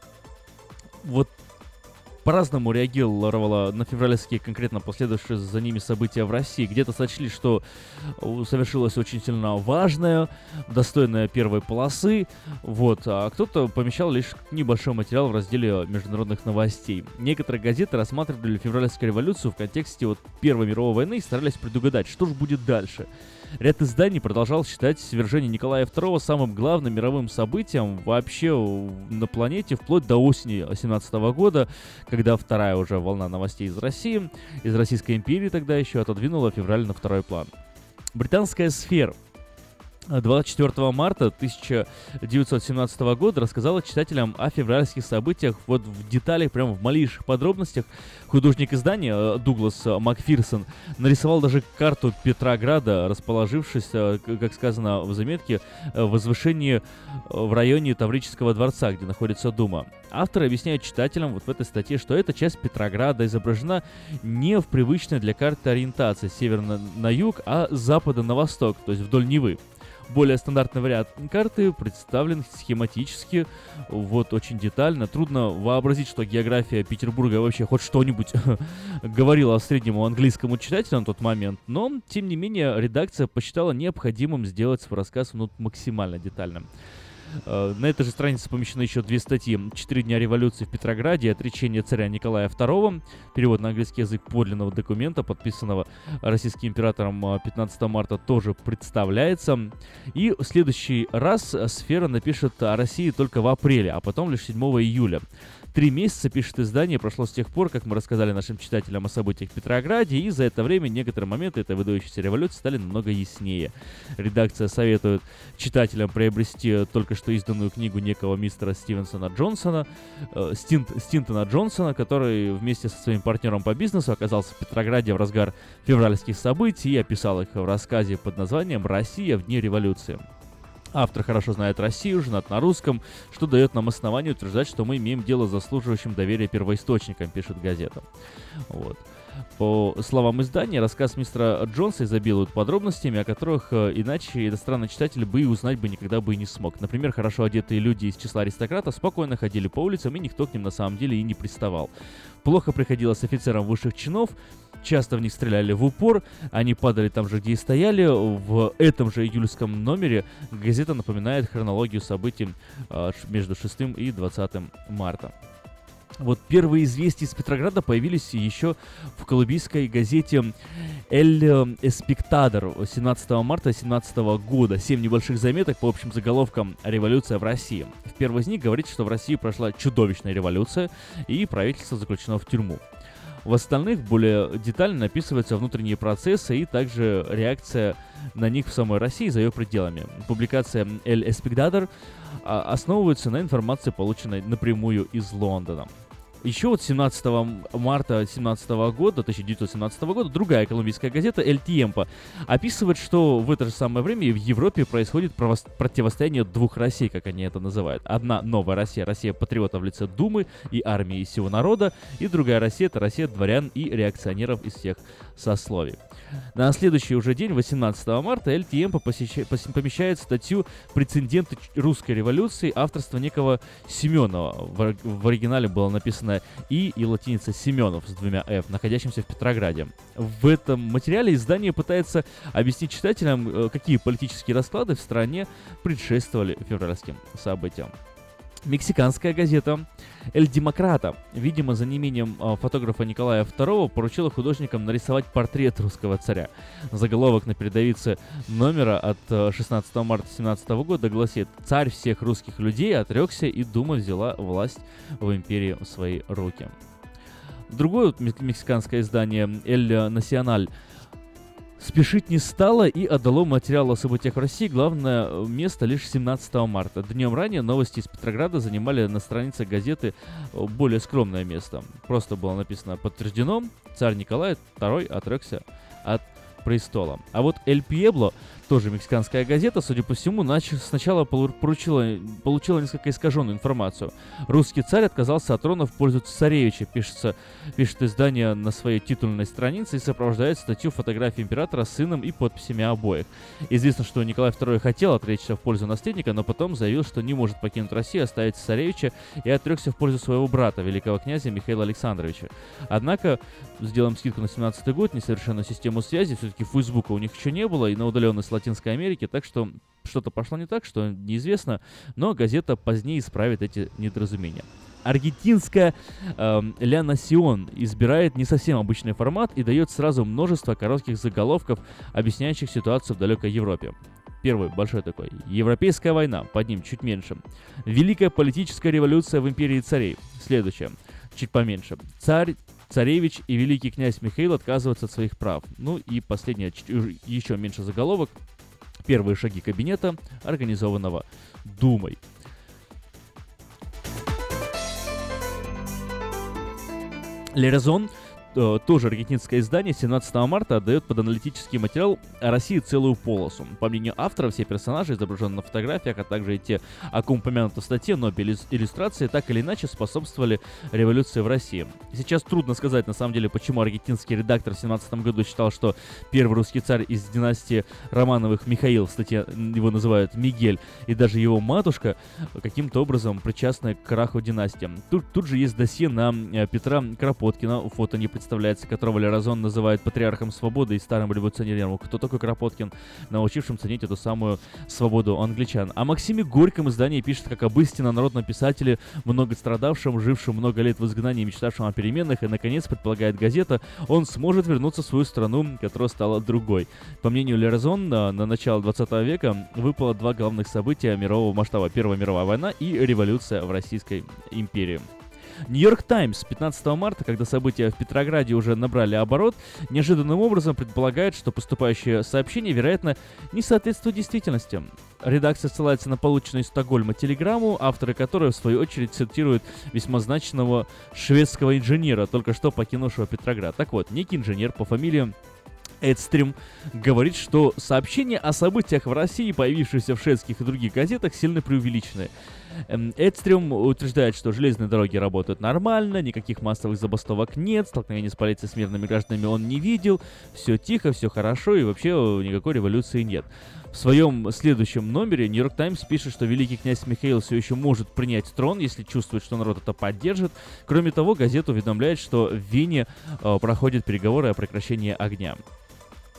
Вот по-разному реагировала на февральские, конкретно последовавшие за ними события в России. Где-то сочли, что совершилось очень сильно важное, достойное первой полосы, вот, а кто-то помещал лишь небольшой материал в разделе международных новостей. Некоторые газеты рассматривали февральскую революцию в контексте вот Первой мировой войны и старались предугадать, что же будет дальше. Ряд изданий продолжал считать свержение Николая второго самым главным мировым событием вообще на планете вплоть до осени семнадцатого года, когда вторая уже волна новостей из России, из Российской империи тогда еще отодвинула февраль на второй план. Британская «Сфера» двадцать четвёртого марта тысяча девятьсот семнадцатого года рассказала читателям о февральских событиях вот в деталях, прямо в малейших подробностях. Художник издания Дуглас Макферсон нарисовал даже карту Петрограда, расположившись, как сказано в заметке, в возвышении в районе Таврического дворца, где находится Дума. Авторы объясняют читателям вот в этой статье, что эта часть Петрограда изображена не в привычной для карты ориентации с севера на, на юг, а с запада на восток, то есть вдоль Невы. Более стандартный вариант карты представлен схематически, вот, очень детально. Трудно вообразить, что география Петербурга вообще хоть что-нибудь говорила среднему английскому читателю на тот момент, но, тем не менее, редакция посчитала необходимым сделать свой рассказ ну, максимально детальным. На этой же странице помещены еще две статьи. «Четыре дня революции в Петрограде» и «Отречение царя Николая второго». Перевод на английский язык подлинного документа, подписанного российским императором пятнадцатого марта, тоже представляется. И в следующий раз «Сфера» напишет о России только в апреле, а потом лишь седьмого июля. Три месяца, пишет издание, прошло с тех пор, как мы рассказали нашим читателям о событиях в Петрограде, и за это время некоторые моменты этой выдающейся революции стали намного яснее. Редакция советует читателям приобрести только что изданную книгу некого мистера Стивенсона Джонсона, э, Стинт, Стинтона Джонсона, который вместе со своим партнером по бизнесу оказался в Петрограде в разгар февральских событий и описал их в рассказе под названием «Россия в дни революции». Автор хорошо знает Россию, женат на русском, что дает нам основание утверждать, что мы имеем дело с заслуживающим доверия первоисточником, пишет газета. Вот. По словам издания, рассказ мистера Джонса изобилует подробностями, о которых э, иначе иностранный читатель бы и узнать бы никогда бы и не смог. Например, хорошо одетые люди из числа аристократов спокойно ходили по улицам, и никто к ним на самом деле и не приставал. Плохо приходилось офицерам высших чинов, часто в них стреляли в упор, они падали там же, где и стояли. В этом же июльском номере газета напоминает хронологию событий э, между шестым и двадцатым марта. Вот первые известия из Петрограда появились еще в колумбийской газете «Эль Эспектадор» семнадцатого марта семнадцатого года. Семь небольших заметок по общим заголовкам «Революция в России». В первой из них говорится, что в России прошла чудовищная революция и правительство заключено в тюрьму. В остальных более детально описываются внутренние процессы и также реакция на них в самой России за ее пределами. Публикация «Эль Эспектадор» основывается на информации, полученной напрямую из Лондона. Еще вот семнадцатого марта семнадцатого года, тысяча девятьсот семнадцатого года, другая колумбийская газета «Эль Тиемпо» описывает, что в это же самое время в Европе происходит противостояние двух Россий, как они это называют. Одна новая Россия, Россия патриотов в лице Думы и армии из всего народа, и другая Россия — это Россия дворян и реакционеров из всех сословий. На следующий уже день, восемнадцатого марта, «Эль Тиемпо» посеща... помещает статью «Прецеденты русской революции» авторства некого Семенова. В, в оригинале было написано «И» и латиница «Семенов» с двумя «Ф», находящимся в Петрограде. В этом материале издание пытается объяснить читателям, какие политические расклады в стране предшествовали февральским событиям. Мексиканская газета «Эль Демократа», видимо, за неимением э, фотографа Николая второго, поручила художникам нарисовать портрет русского царя. Заголовок на передовице номера от э, шестнадцатого марта семнадцатого года гласит: «Царь всех русских людей отрекся, и Дума взяла власть в империи в свои руки». Другое мексиканское издание «Эль Националь» спешить не стало и отдало материал о событиях в России главное место лишь семнадцатого марта. Днем ранее новости из Петрограда занимали на странице газеты более скромное место. Просто было написано: «Подтверждено, царь Николай второй отрекся от престола». А вот «Эль Пьебло», тоже мексиканская газета, судя по всему, нач... сначала поручила... получила несколько искаженную информацию. Русский царь отказался от трона в пользу царевича, пишется... пишет издание на своей титульной странице и сопровождает статью фотографии императора с сыном и подписями обоих. Известно, что Николай второй хотел отречься в пользу наследника, но потом заявил, что не может покинуть Россию, оставить царевича, и отрекся в пользу своего брата, великого князя Михаила Александровича. Однако, сделаем скидку на семнадцатый год, несовершенную систему связи, все-таки Фейсбука у них еще не было, и на удаленность Латинской Америки, так что что-то пошло не так, что неизвестно, но газета позднее исправит эти недоразумения. Аргентинская э, «Ля Насион» избирает не совсем обычный формат и дает сразу множество коротких заголовков, объясняющих ситуацию в далекой Европе. Первый, большой такой: «Европейская война», под ним чуть меньше. «Великая политическая революция в империи царей». Следующее, чуть поменьше: «Царь, царевич и великий князь Михаил отказываются от своих прав». Ну и последнее, еще меньше заголовок: «Первые шаги кабинета, организованного Думой». «Ле Резон», тоже аргентинское издание, семнадцатого марта отдает под аналитический материал о России целую полосу. По мнению автора, все персонажи, изображенные на фотографиях, а также и те, о ком упомянуто в статье, но без иллюстрации, так или иначе способствовали революции в России. Сейчас трудно сказать, на самом деле, почему аргентинский редактор в семнадцатом году считал, что первый русский царь из династии Романовых Михаил, в статье его называют Мигель, и даже его матушка каким-то образом причастны к краху династии. Тут, тут же есть досье на Петра Кропоткина, фото не представляется, которого Ле Резон называет патриархом свободы и старым революционером. Кто такой Кропоткин, научившим ценить эту самую свободу англичан? О Максиме Горьком издание пишет как об истинно народном писателе, много страдавшем, жившем много лет в изгнании, мечтавшем о переменах, и, наконец, предполагает газета, он сможет вернуться в свою страну, которая стала другой. По мнению Ле Резон, на, на начало двадцатого века выпало два главных события мирового масштаба: Первая мировая война и революция в Российской империи. Нью-Йорк Таймс пятнадцатого марта, когда события в Петрограде уже набрали оборот, неожиданным образом предполагает, что поступающее сообщение, вероятно, не соответствует действительности. Редакция ссылается на полученную из Стокгольма телеграмму, авторы которой, в свою очередь, цитируют весьма значимого шведского инженера, только что покинувшего Петроград. Так вот, некий инженер по фамилии Эдстрем говорит, что сообщения о событиях в России, появившиеся в шведских и других газетах, сильно преувеличены. Эдстрем утверждает, что железные дороги работают нормально, никаких массовых забастовок нет, столкновений с полицией с мирными гражданами он не видел, все тихо, все хорошо и вообще никакой революции нет. В своем следующем номере Нью-Йорк Таймс пишет, что великий князь Михаил все еще может принять трон, если чувствует, что народ это поддержит. Кроме того, газета уведомляет, что в Вене э, проходят переговоры о прекращении огня.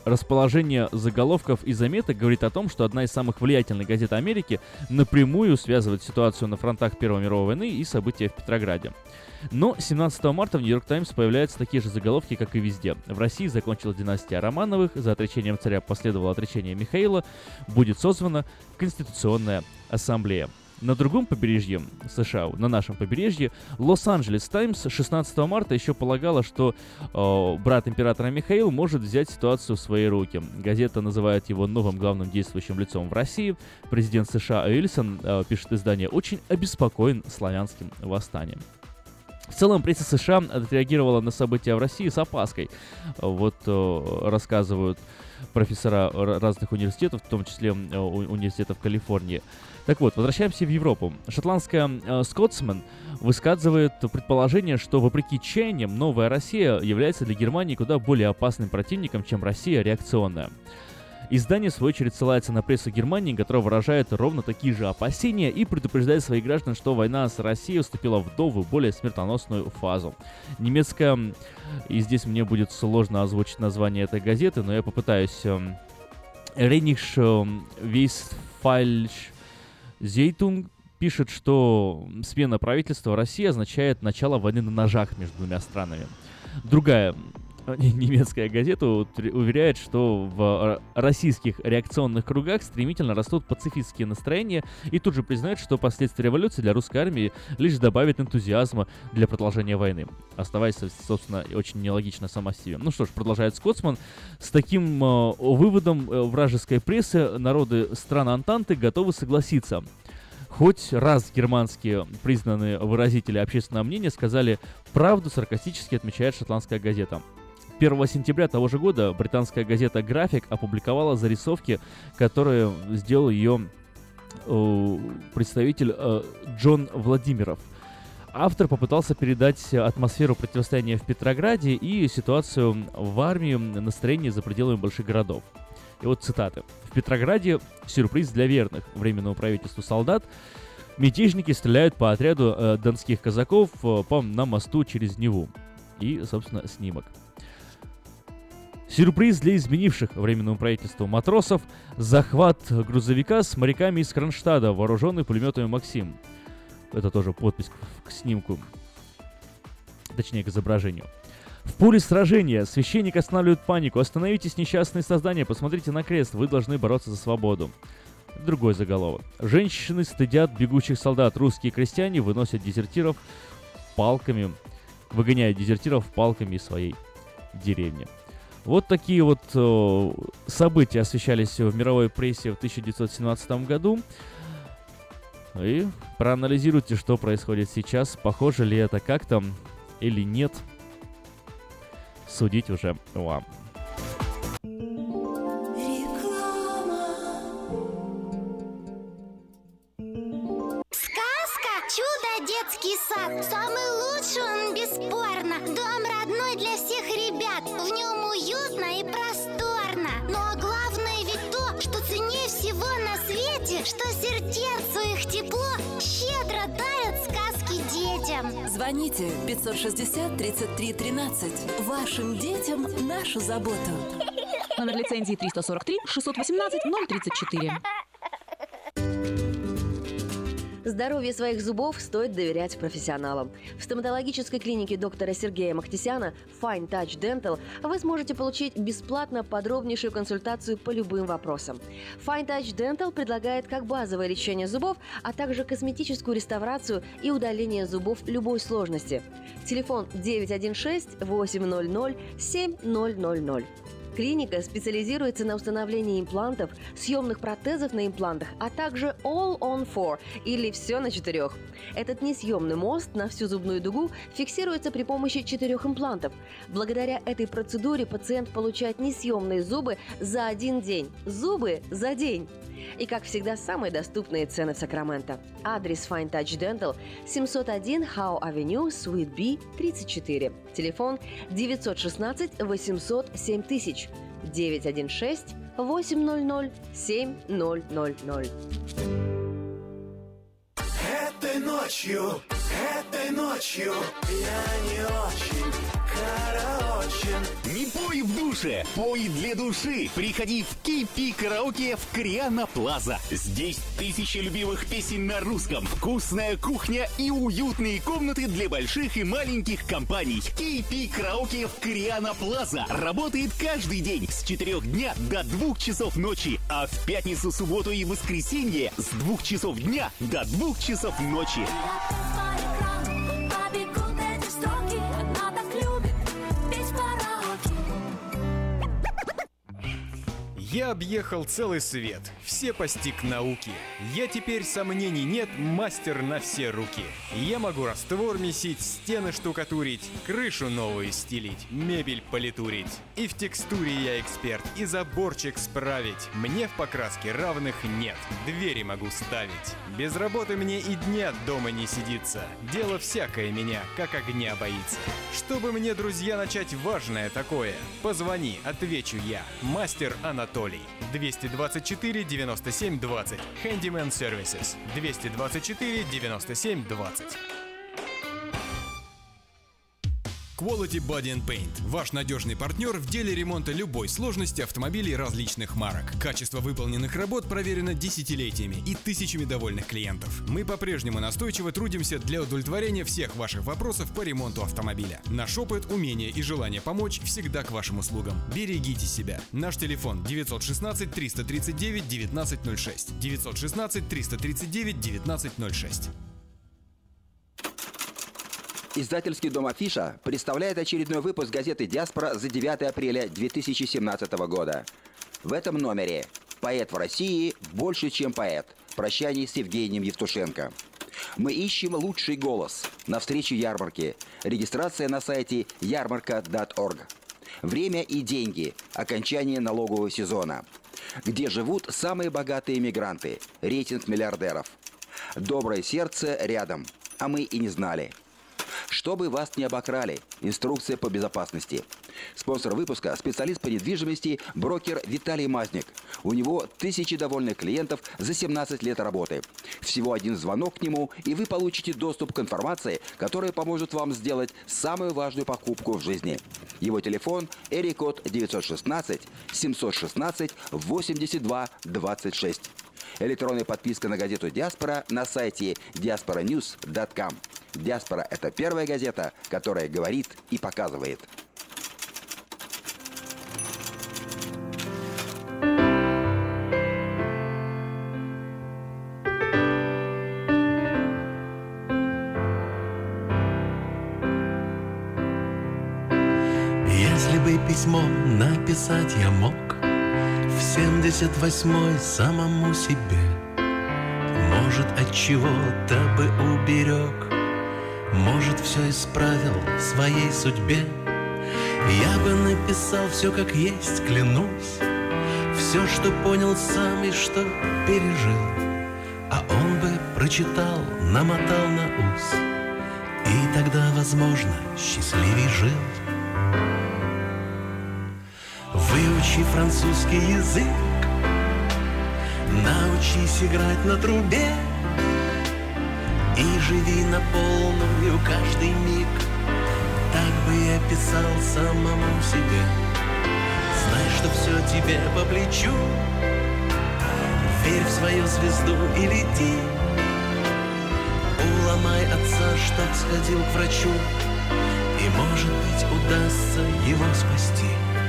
расположение заголовков и заметок говорит о том, что одна из самых влиятельных газет Америки напрямую связывает ситуацию на фронтах Первой мировой войны и события в Петрограде. Но семнадцатого марта в «Нью-Йорк Таймс» появляются такие же заголовки, как и везде. В России закончилась династия Романовых, за отречением царя последовало отречение Михаила, будет созвана Конституционная ассамблея. На другом побережье США, на нашем побережье, Лос-Анджелес Таймс шестнадцатого марта еще полагала, что э, брат императора Михаил может взять ситуацию в свои руки. Газета называет его новым главным действующим лицом в России. Президент США Уильсон, э, пишет издание, очень обеспокоен славянским восстанием. В целом, пресса США отреагировала на события в России с опаской. Вот э, рассказывают профессора разных университетов, в том числе э, университета в Калифорнии. Так вот, возвращаемся в Европу. Шотландская э, «Скотсмен» высказывает предположение, что, вопреки чаяниям, новая Россия является для Германии куда более опасным противником, чем Россия реакционная. Издание, в свою очередь, ссылается на прессу Германии, которая выражает ровно такие же опасения и предупреждает своих граждан, что война с Россией вступила в новую, более смертоносную фазу. Немецкая, и здесь мне будет сложно озвучить название этой газеты, но я попытаюсь. Рейниш Вестфальш Зейтунг пишет, что смена правительства России означает начало войны на ножах между двумя странами. Другая немецкая газета уверяет, что в российских реакционных кругах стремительно растут пацифистские настроения, и тут же признает, что последствия революции для русской армии лишь добавят энтузиазма для продолжения войны, оставаясь, собственно, очень нелогично сама себе. Ну что ж, продолжает Скотсман, с таким э, выводом вражеской прессы народы стран Антанты готовы согласиться. Хоть раз германские признанные выразители общественного мнения сказали правду, саркастически отмечает шотландская газета. первого сентября того же года британская газета «График» опубликовала зарисовки, которые сделал ее э, представитель э, Джон Владимиров. Автор попытался передать атмосферу противостояния в Петрограде и ситуацию в армии, настроение за пределами больших городов. И вот цитаты. «В Петрограде сюрприз для верных Временному правительству солдат. Мятежники стреляют по отряду э, донских казаков э, по, на мосту через Неву». И, собственно, снимок. Сюрприз для изменивших Временному правительству матросов. Захват грузовика с моряками из Кронштадта, вооруженный пулеметами «Максим». Это тоже подпись к, к снимку. Точнее, к изображению. В поле сражения священник останавливает панику. Остановитесь, несчастные создания, посмотрите на крест, вы должны бороться за свободу. Другой заголовок. Женщины стыдят бегущих солдат. Русские крестьяне выносят дезертиров палками, выгоняют дезертиров палками из своей деревни. Вот такие вот о, события освещались в мировой прессе в тысяча девятьсот семнадцатом году. И проанализируйте, что происходит сейчас. Похоже ли это как-то или нет. Судить уже вам. Сказка «Чудо детский сад». Самый лучший он, бесспорно. Дом родной для всех ребят. В нем уютно и просторно. Но главное ведь то, что ценнее всего на свете, что сердцу их тепло щедро дарят сказки детям. Звоните пятьсот шестьдесят тридцать три тринадцать. Вашим детям нашу заботу. Номер лицензии триста сорок три шестьсот восемнадцать ноль тридцать четыре. Здоровье своих зубов стоит доверять профессионалам. В стоматологической клинике доктора Сергея Махтисяна Fine Touch Dental вы сможете получить бесплатно подробнейшую консультацию по любым вопросам. Fine Touch Dental предлагает как базовое лечение зубов, а также косметическую реставрацию и удаление зубов любой сложности. Телефон девять один шесть восемь ноль ноль семь ноль ноль ноль. Клиника специализируется на установлении имплантов, съемных протезов на имплантах, а также All on Four или все на четырех. Этот несъемный мост на всю зубную дугу фиксируется при помощи четырех имплантов. Благодаря этой процедуре пациент получает несъемные зубы за один день. Зубы за день! И, как всегда, самые доступные цены в Сакраменто. Адрес Fine Touch Dental семьсот один Howe Avenue, Suite B, тридцать четыре. Телефон девять один шесть восемьсот семь тысяч. девять один шесть восемь ноль ноль семь ноль ноль ноль. Этой ночью, этой ночью я не очень, короче. Не будь Пой в душе, пой для души. Приходи в кей пи Караоке в Кориана Плаза. Здесь тысячи любимых песен на русском, вкусная кухня и уютные комнаты для больших и маленьких компаний. кей пи Караоке в Кориана Плаза работает каждый день с четырёх дня до двух часов ночи, а в пятницу, субботу и воскресенье с двух часов дня до двух часов ночи. Я объехал целый свет, все постиг науки. Я теперь, сомнений нет, мастер на все руки. Я могу раствор месить, стены штукатурить, крышу новую стелить, мебель политурить. И в текстуре я эксперт, и заборчик справить. Мне в покраске равных нет, двери могу ставить. Без работы мне и дня дома не сидится. Дело всякое меня, как огня боится. Чтобы мне, друзья, начать важное такое, позвони, отвечу я, мастер Анатолий. двести двадцать четыре девяносто семь двадцать. Handyman Services. двести двадцать четыре девяносто семь двадцать. Quality Body and Paint. Ваш надежный партнер в деле ремонта любой сложности автомобилей различных марок. Качество выполненных работ проверено десятилетиями и тысячами довольных клиентов. Мы по-прежнему настойчиво трудимся для удовлетворения всех ваших вопросов по ремонту автомобиля. Наш опыт, умение и желание помочь всегда к вашим услугам. Берегите себя. Наш телефон девятьсот шестнадцать триста тридцать девять девятнадцать ноль шесть. девятьсот шестнадцать триста тридцать девять девятнадцать ноль шесть. Издательский дом «Афиша» представляет очередной выпуск газеты «Диаспора» за девятое апреля две тысячи семнадцатого года. В этом номере «Поэт в России больше, чем поэт. Прощание с Евгением Евтушенко». Мы ищем лучший голос. Навстречу ярмарке. Регистрация на сайте ярмарка точка орг. Время и деньги. Окончание налогового сезона. Где живут самые богатые мигранты. Рейтинг миллиардеров. Доброе сердце рядом. А мы и не знали. Чтобы вас не обокрали. Инструкция по безопасности. Спонсор выпуска – специалист по недвижимости, брокер Виталий Мазник. У него тысячи довольных клиентов за семнадцать лет работы. Всего один звонок к нему, и вы получите доступ к информации, которая поможет вам сделать самую важную покупку в жизни. Его телефон – эрикод девятьсот шестнадцать семьсот шестнадцать восемьдесят два двадцать шесть. Электронная подписка на газету «Диаспора» на сайте диаспора ньюс точка ком. «Диаспора» — это первая газета, которая говорит и показывает. Если бы письмо написать я мог в семьдесят восьмой самому себе, может, от чего-то бы уберег, может, все исправил в своей судьбе. Я бы написал все как есть, клянусь, все, что понял сам и что пережил, а он бы прочитал, намотал на ус, и тогда, возможно, счастливей жил. Выучи французский язык, научись играть на трубе и живи на полную каждый миг. Так бы я писал самому себе. Знай, что все тебе по плечу. Верь в свою звезду и лети. Уломай отца, чтоб сходил к врачу, и, может быть, удастся его спасти.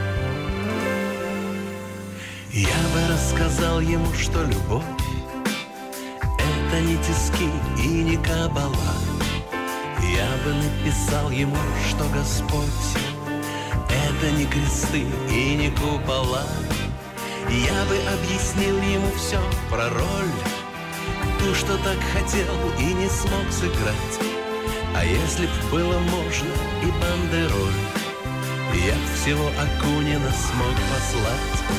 Я бы рассказал ему, что любовь — это не тиски и не кабала. Я бы написал ему, что Господь — это не кресты и не купола. Я бы объяснил ему все про роль, ту, что так хотел и не смог сыграть. А если б было можно и бандероль, я б всего Акунина смог послать.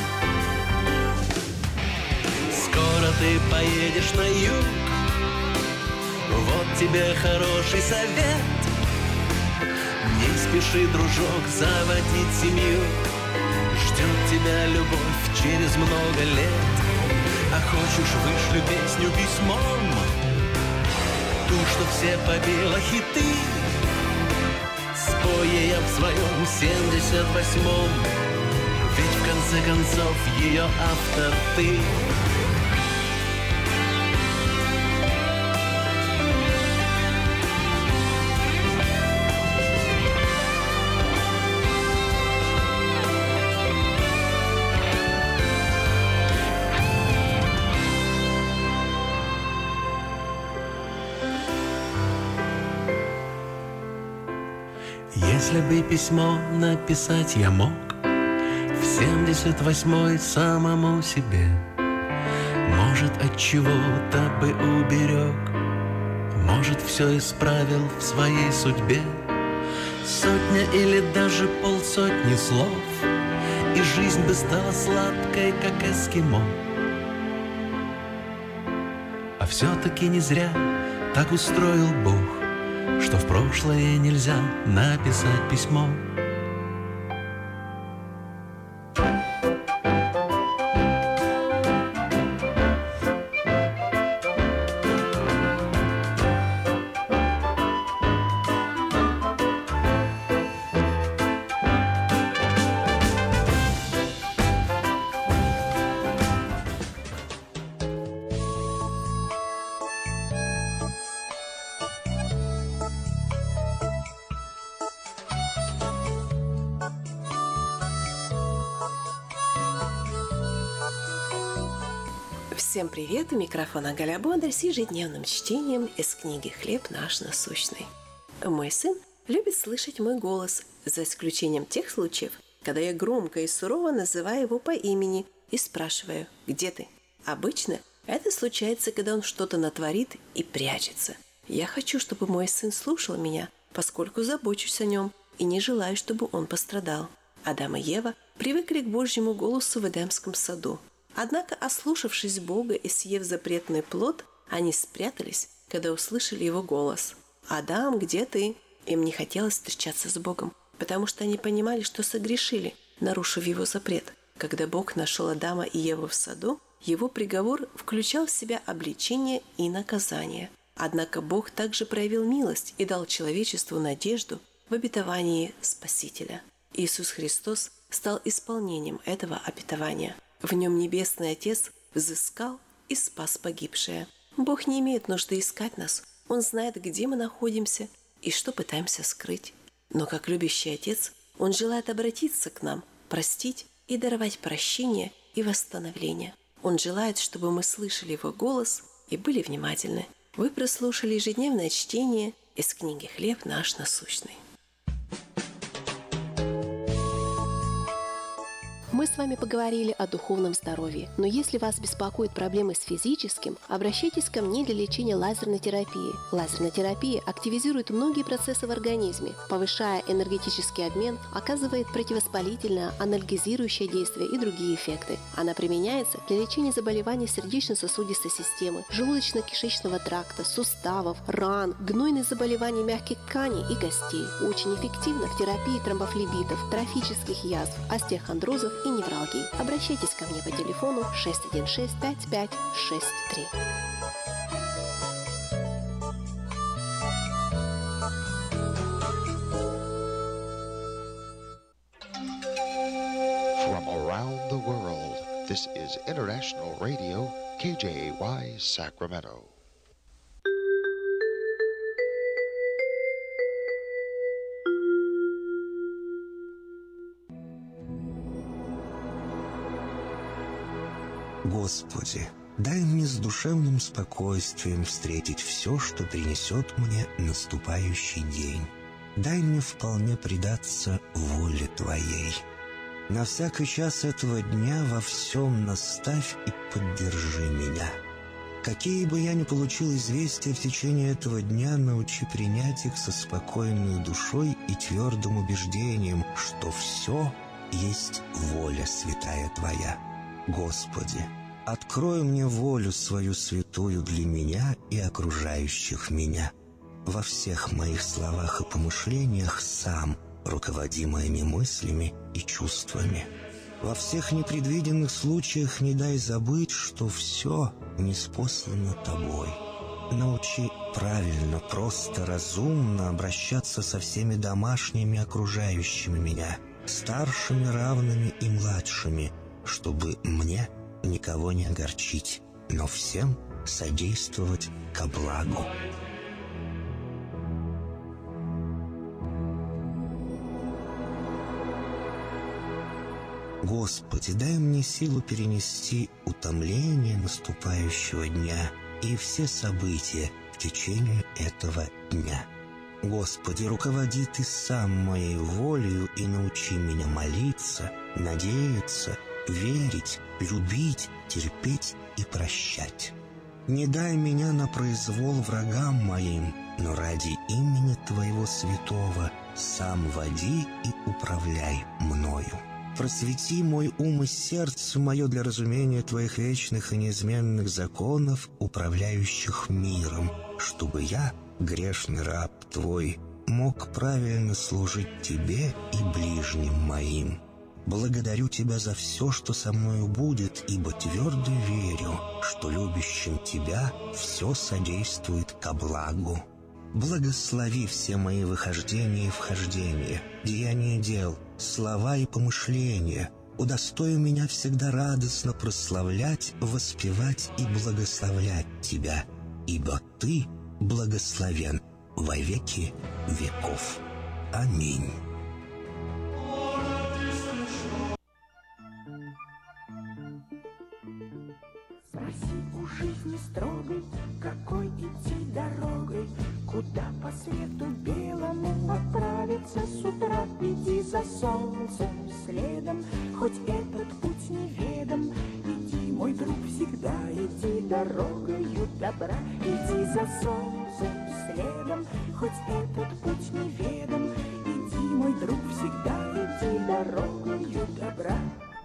Скоро ты поедешь на юг, вот тебе хороший совет. Не спеши, дружок, заводить семью, ждет тебя любовь через много лет. А хочешь, вышлю песню письмом, ту, что все побила хиты. С покое я в своем семьдесят восьмом. Ведь в конце концов ее автор ты. Если бы письмо написать я мог в семьдесят восьмой самому себе, может, от чего-то бы уберег, может, все исправил в своей судьбе. Сотня или даже полсотни слов, и жизнь бы стала сладкой, как эскимо. А все-таки не зря так устроил Бог, что в прошлое нельзя написать письмо. Всем привет! У микрофона Галя Бондарь с ежедневным чтением из книги «Хлеб наш насущный». Мой сын любит слышать мой голос, за исключением тех случаев, когда я громко и сурово называю его по имени и спрашиваю: «Где ты?». Обычно это случается, когда он что-то натворит и прячется. Я хочу, чтобы мой сын слушал меня, поскольку забочусь о нем и не желаю, чтобы он пострадал. Адам и Ева привыкли к Божьему голосу в Эдемском саду. Однако, ослушавшись Бога и съев запретный плод, они спрятались, когда услышали его голос. «Адам, где ты?» Им не хотелось встречаться с Богом, потому что они понимали, что согрешили, нарушив его запрет. Когда Бог нашел Адама и Еву в саду, его приговор включал в себя обличение и наказание. Однако Бог также проявил милость и дал человечеству надежду в обетовании Спасителя. Иисус Христос стал исполнением этого обетования. В нем Небесный Отец взыскал и спас погибшее. Бог не имеет нужды искать нас. Он знает, где мы находимся и что пытаемся скрыть. Но как любящий Отец, Он желает обратиться к нам, простить и даровать прощение и восстановление. Он желает, чтобы мы слышали Его голос и были внимательны. Вы прослушали ежедневное чтение из книги «Хлеб наш насущный». Мы с вами поговорили о духовном здоровье, но если вас беспокоят проблемы с физическим, обращайтесь ко мне для лечения лазерной терапии. Лазерная терапия активизирует многие процессы в организме, повышая энергетический обмен, оказывает противовоспалительное, анальгезирующее действие и другие эффекты. Она применяется для лечения заболеваний сердечно-сосудистой системы, желудочно-кишечного тракта, суставов, ран, гнойных заболеваний мягких тканей и костей. Очень эффективно в терапии тромбофлебитов, трофических язв, остеохондрозов и невралгии. Обращайтесь ко мне по телефону шесть один шесть пять пять шесть три. From around the world, this is International Radio, K J A Y, Sacramento. Господи, дай мне с душевным спокойствием встретить все, что принесет мне наступающий день. Дай мне вполне предаться воле Твоей. На всякий час этого дня во всем наставь и поддержи меня. Какие бы я ни получил известия в течение этого дня, научи принять их со спокойной душой и твердым убеждением, что все есть воля святая Твоя. Господи, открой мне волю свою святую для меня и окружающих меня. Во всех моих словах и помышлениях сам, руководи моими мыслями и чувствами. Во всех непредвиденных случаях не дай забыть, что все ниспослано Тобой. научи правильно, просто, разумно обращаться со всеми домашними, окружающими меня, старшими, равными и младшими, чтобы мне никого не огорчить, но всем содействовать ко благу. Господи, дай мне силу перенести утомление наступающего дня и все события в течение этого дня. Господи, руководи Ты сам моей волею и научи меня молиться, надеяться, верить, любить, терпеть и прощать. Не дай меня на произвол врагам моим, но ради имени Твоего святого сам води и управляй мною. Просвети мой ум и сердце мое для разумения Твоих вечных и неизменных законов, управляющих миром, чтобы я, грешный раб Твой, мог правильно служить Тебе и ближним моим. Благодарю Тебя за все, что со мною будет, ибо твердо верю, что любящим Тебя все содействует ко благу. Благослови все мои выхождения и вхождения, деяния дел, слова и помышления. Удостой меня всегда радостно прославлять, воспевать и благословлять Тебя, ибо Ты благословен во веки веков. Аминь. Спроси у жизни строгой, какой идти дорогой, куда по свету белому отправиться с утра. Иди за солнцем следом, хоть этот путь неведом. Иди, мой друг, всегда иди дорогою добра. Иди за солнцем следом, хоть этот путь неведом. Иди, мой друг, всегда иди дорогою добра.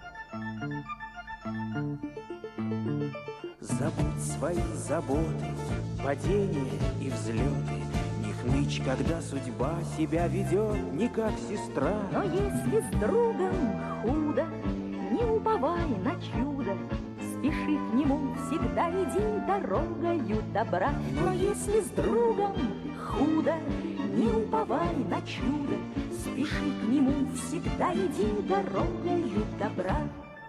Забудь свои заботы, падения и взлеты. Не хнычь, когда судьба себя ведет не как сестра. Но если с другом худо, не уповай на чудо. Спеши к нему, всегда иди дорогою добра. Но если с другом худо, не уповай на чудо. Спеши к нему, всегда иди дорогою добра.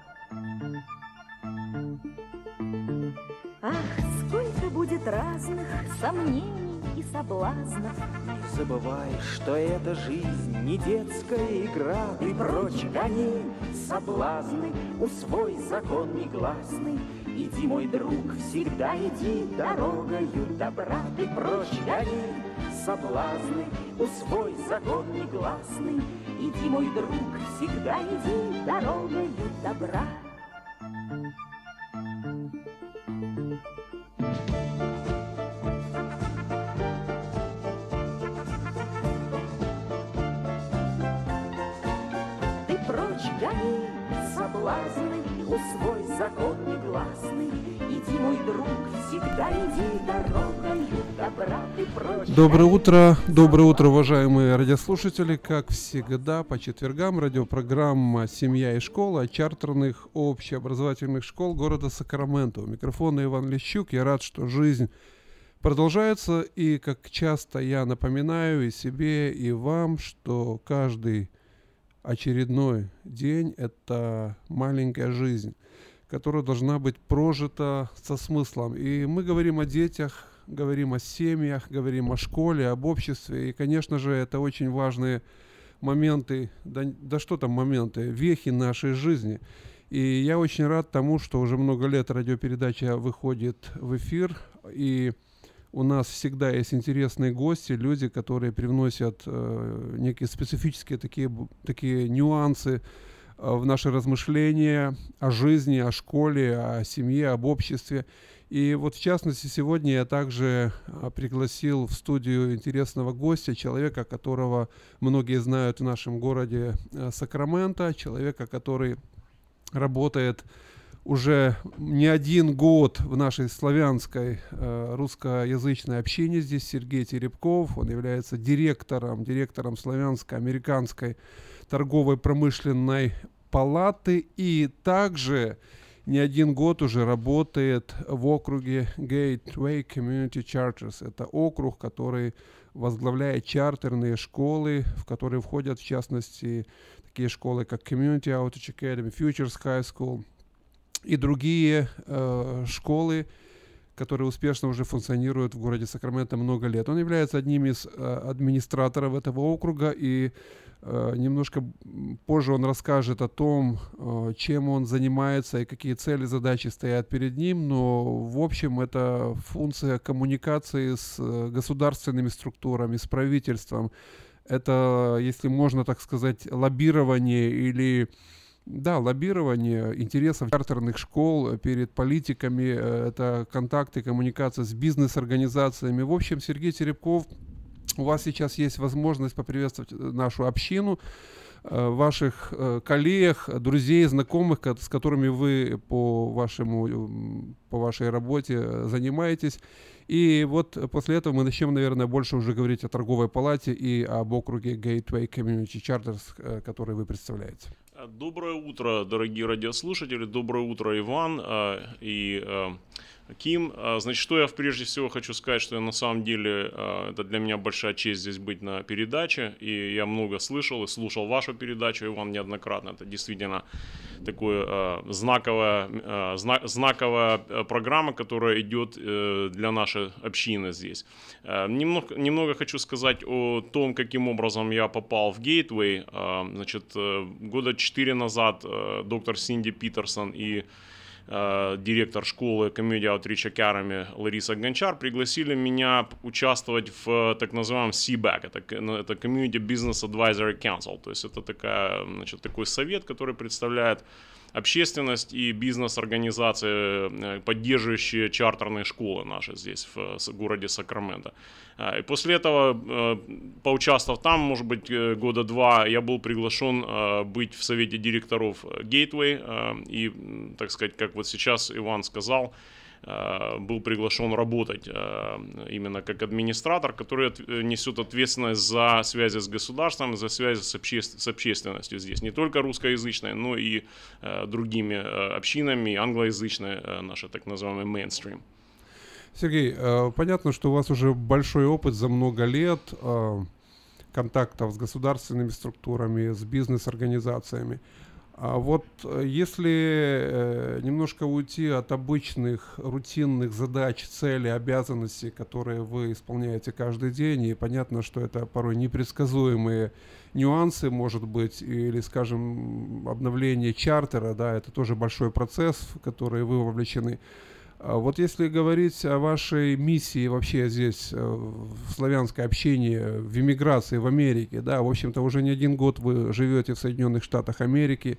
Ах, сколько будет разных сомнений и соблазнов. Не забывай, что эта жизнь не детская игра. И прочь гони соблазны, усвой закон негласный. Иди, мой друг, всегда иди дорогою добра. И прочь гони соблазны, усвой закон негласный. Иди, мой друг, всегда иди дорогою добра. Ты прочь гони соблазны, усвой закон негласный. Иди, мой друг, всегда иди дорогою добра. Ты прочь. Доброе утро, доброе утро, уважаемые радиослушатели. Как всегда, по четвергам радиопрограмма «Семья и школа» чартерных общеобразовательных школ города Сакраменто. У микрофона Иван Лещук. Я рад, что жизнь продолжается. И, как часто я напоминаю и себе, и вам, что каждый очередной день – это маленькая жизнь, которая должна быть прожита со смыслом. И мы говорим о детях, говорим о семьях, говорим о школе, об обществе. И, конечно же, это очень важные моменты, да, да что там моменты, вехи нашей жизни. И я очень рад тому, что уже много лет радиопередача выходит в эфир. И у нас всегда есть интересные гости, люди, которые привносят э, некие специфические такие, такие нюансы э, в наши размышления о жизни, о школе, о семье, об обществе. И вот в частности сегодня я также э, пригласил в студию интересного гостя, человека, которого многие знают в нашем городе э, Сакраменто, человека, который работает уже не один год в нашей славянской э, русскоязычной общине. Здесь Сергей Теребков, он является директором, директором славянско-американской торговой промышленной палаты и также не один год уже работает в округе Gateway Community Charters. Это округ, который возглавляет чартерные школы, в которые входят, в частности, такие школы, как Community Outreach Academy, Futures High School и другие э, школы, которые успешно уже функционируют в городе Сакраменто много лет. Он является одним из э, администраторов этого округа, и э, немножко позже он расскажет о том, э, чем он занимается и какие цели, задачи стоят перед ним, но в общем это функция коммуникации с э, государственными структурами, с правительством. Это, если можно так сказать, лоббирование или... Да, лоббирование интересов чартерных школ перед политиками, это контакты, коммуникация с бизнес-организациями. В общем, Сергей Теребков, у вас сейчас есть возможность поприветствовать нашу общину, ваших коллег, друзей, знакомых, с которыми вы по вашему, по вашей работе занимаетесь. И вот после этого мы начнем, наверное, больше уже говорить о торговой палате и об округе Gateway Community Charters, который вы представляете. Доброе утро, дорогие радиослушатели, доброе утро, Иван э, и э, Ким. Значит, что я прежде всего хочу сказать, что я на самом деле, э, это для меня большая честь здесь быть на передаче, и я много слышал и слушал вашу передачу, Иван, неоднократно. Это действительно такая э, знаковая, э, зна- знаковая программа, которая идет э, для нашей общины здесь. Э, немного, немного хочу сказать о том, каким образом я попал в Gateway. Э, значит, э, года четыре назад э, доктор Синди Питерсон и э, директор школы Community Outreach Academy Лариса Гончар пригласили меня участвовать в так называемом си бэк, это, это Community Business Advisory Council, то есть это такая, значит, такой совет, который представляет общественность и бизнес-организации, поддерживающие чартерные школы наши здесь, в городе Сакраменто. И после этого, поучаствовав там, может быть, года два, я был приглашен быть в совете директоров Gateway. И, так сказать, как вот сейчас Иван сказал, был приглашен работать именно как администратор, который несет ответственность за связи с государством, за связи с, обще... с общественностью здесь. Не только русскоязычной, но и другими общинами, англоязычной, наши так называемый мейнстрим. Сергей, понятно, что у вас уже большой опыт за много лет контактов с государственными структурами, с бизнес-организациями. А вот если немножко уйти от обычных рутинных задач, целей, обязанностей, которые вы исполняете каждый день, и понятно, что это порой непредсказуемые нюансы, может быть, или, скажем, обновление чартера, да, это тоже большой процесс, в который вы вовлечены. Вот если говорить о вашей миссии вообще здесь, в славянской общине, в эмиграции в Америке, да, в общем-то, уже не один год вы живете в Соединенных Штатах Америки,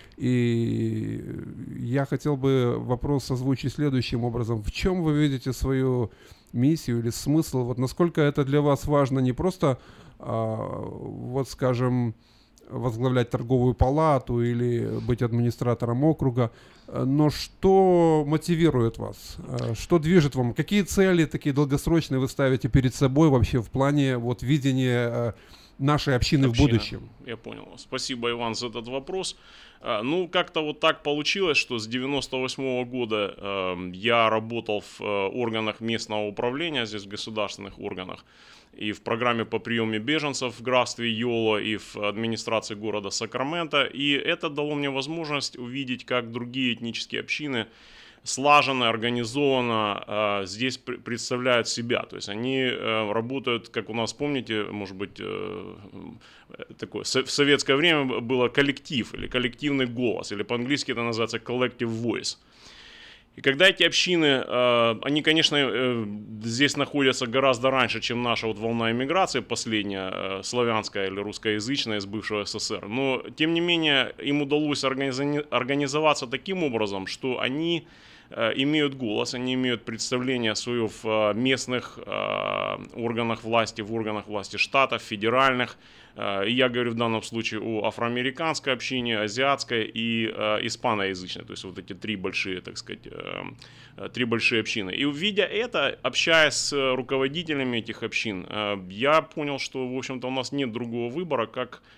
и я хотел бы вопрос озвучить следующим образом. В чем вы видите свою миссию или смысл? Вот насколько это для вас важно не просто, а, вот скажем, возглавлять торговую палату или быть администратором округа, но что мотивирует вас? Что движет вам? Какие цели такие долгосрочные вы ставите перед собой вообще в плане вот видения нашей общины Община. в будущем? Я понял. Спасибо, Иван, за этот вопрос. Ну, как-то вот так получилось, что с девяносто восьмого года э, я работал в э, органах местного управления, здесь в государственных органах, и в программе по приему беженцев в графстве Йола, и в администрации города Сакраменто. И это дало мне возможность увидеть, как другие этнические общины слаженно, организованно э, здесь пр- представляют себя. То есть они э, работают, как у нас, помните, может быть, э, такое, со- в советское время было коллектив или коллективный голос, или по-английски это называется collective voice. И когда эти общины, э, они, конечно, э, здесь находятся гораздо раньше, чем наша вот волна иммиграции последняя, э, славянская или русскоязычная из бывшего СССР, но, тем не менее, им удалось организ- организоваться таким образом, что они э, имеют голос, они имеют представление свое в э, местных э, органах власти, в органах власти штатов, федеральных. И я говорю в данном случае о афроамериканской общине, азиатской и э, испаноязычной, то есть вот эти три большие, так сказать, э, три большие общины. И увидя это, общаясь с руководителями этих общин, э, я понял, что, в общем-то, у нас нет другого выбора, как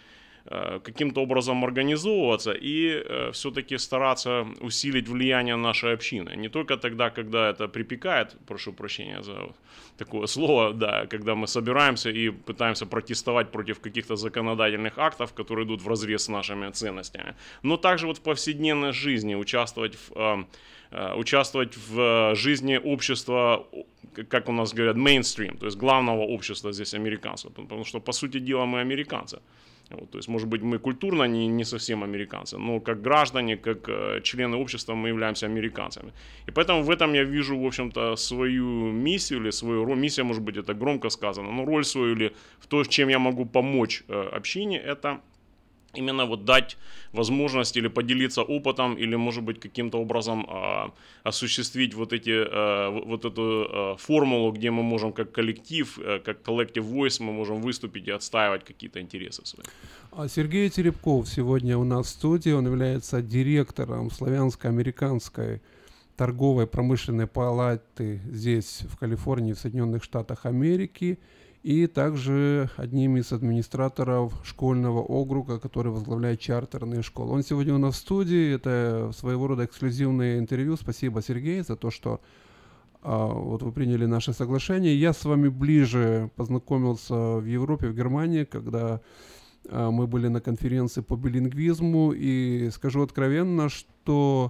каким-то образом организовываться и все-таки стараться усилить влияние нашей общины. Не только тогда, когда это припекает, прошу прощения за такое слово, да, когда мы собираемся и пытаемся протестовать против каких-то законодательных актов, которые идут вразрез с нашими ценностями, но также вот в повседневной жизни участвовать в, участвовать в жизни общества, как у нас говорят, mainstream, то есть главного общества здесь американцев, потому что, по сути дела, мы американцы. Вот, то есть, может быть, мы культурно не, не совсем американцы, но как граждане, как э, члены общества мы являемся американцами. И поэтому в этом я вижу, в общем-то, свою миссию или свою роль. Миссия, может быть, это громко сказано, но роль свою или в то, чем я могу помочь э, общине, это именно вот дать возможность или поделиться опытом, или, может быть, каким-то образом э, осуществить вот, эти, э, вот эту э, формулу, где мы можем как коллектив, э, как collective voice, мы можем выступить и отстаивать какие-то интересы свои. Сергей Теребков сегодня у нас в студии. Он является директором славянско-американской торговой промышленной палаты здесь, в Калифорнии, в Соединенных Штатах Америки. И также одним из администраторов школьного округа, который возглавляет чартерные школы. Он сегодня у нас в студии. Это своего рода эксклюзивное интервью. Спасибо, Сергей, за то, что а, вот вы приняли наше соглашение. Я с вами ближе познакомился в Европе, в Германии, когда а, мы были на конференции по билингвизму. И скажу откровенно, что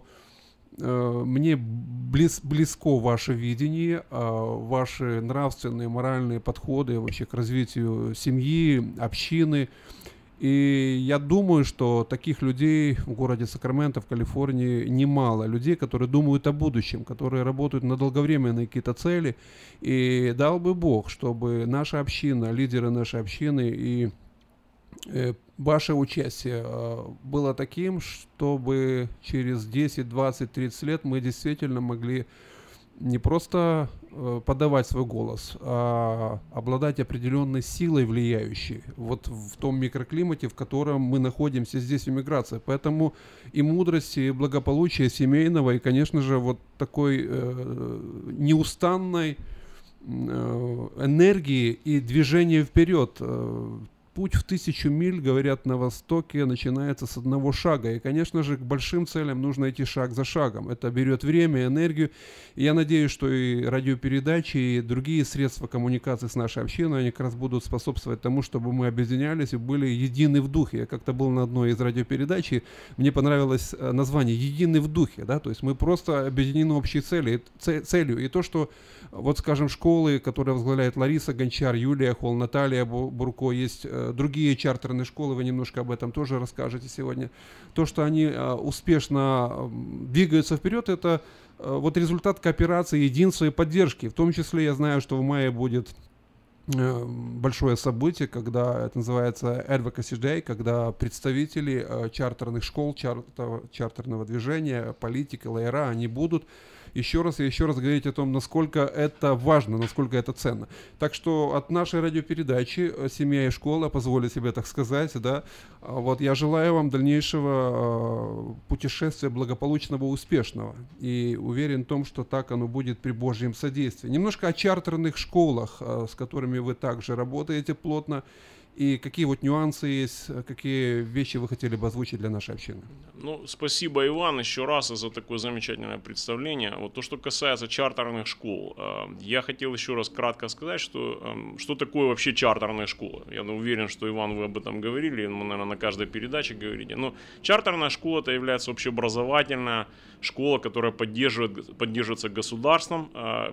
мне близ, близко ваше видение, ваши нравственные, моральные подходы вообще к развитию семьи, общины. И я думаю, что таких людей в городе Сакраменто, в Калифорнии немало. Людей, которые думают о будущем, которые работают на долговременные какие-то цели. И дал бы Бог, чтобы наша община, лидеры нашей общины и ваше участие было таким, чтобы через десять, двадцать, тридцать лет мы действительно могли не просто подавать свой голос, а обладать определенной силой влияющей вот в том микроклимате, в котором мы находимся здесь в эмиграции. Поэтому и мудрость, и благополучие семейного, и, конечно же, вот такой э, неустанной э, энергии и движения вперед. Путь в тысячу миль, говорят, на Востоке начинается с одного шага. И, конечно же, к большим целям нужно идти шаг за шагом. Это берет время, энергию. И я надеюсь, что и радиопередачи, и другие средства коммуникации с нашей общиной, они как раз будут способствовать тому, чтобы мы объединялись и были едины в духе. Я как-то был на одной из радиопередач, и мне понравилось название «Едины в духе». Да? То есть мы просто объединены общей цели, целью. И то, что, вот скажем, школы, которые возглавляет Лариса Гончар, Юлия Холл, Наталья Бурко, есть другие чартерные школы, вы немножко об этом тоже расскажете сегодня. То, что они а, успешно а, двигаются вперед, это а, вот результат кооперации, единства и поддержки. В том числе я знаю, что в мае будет а, большое событие, когда это называется Advocacy Day, когда представители а, чартерных школ, чартер, чартерного движения, политики, лоера, они будут еще раз и еще раз говорить о том, насколько это важно, насколько это ценно. Так что от нашей радиопередачи «Семья и школа», позволю себе так сказать, да, вот я желаю вам дальнейшего путешествия благополучного, успешного. И уверен в том, что так оно будет при Божьем содействии. Немножко о чартерных школах, с которыми вы также работаете плотно. И какие вот нюансы есть, какие вещи вы хотели бы озвучить для нашей общины? Ну, спасибо, Иван, еще раз за такое замечательное представление. Вот то, что касается чартерных школ, я хотел еще раз кратко сказать, что, что такое вообще чартерная школа. Я уверен, что, Иван, вы об этом говорили, мы, наверное, на каждой передаче говорите. Но чартерная школа — это является общеобразовательная школа, которая поддерживает, поддерживается государством.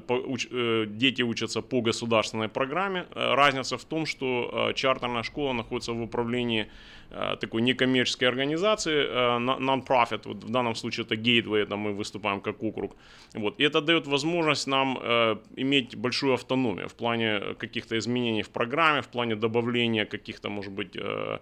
Дети учатся по государственной программе. Разница в том, что чартерная школа находится в управлении такой некоммерческой организации, non-profit, вот в данном случае это Gateway, это мы выступаем как округ. Вот. И это дает возможность нам э, иметь большую автономию в плане каких-то изменений в программе, в плане добавления каких-то, может быть, э,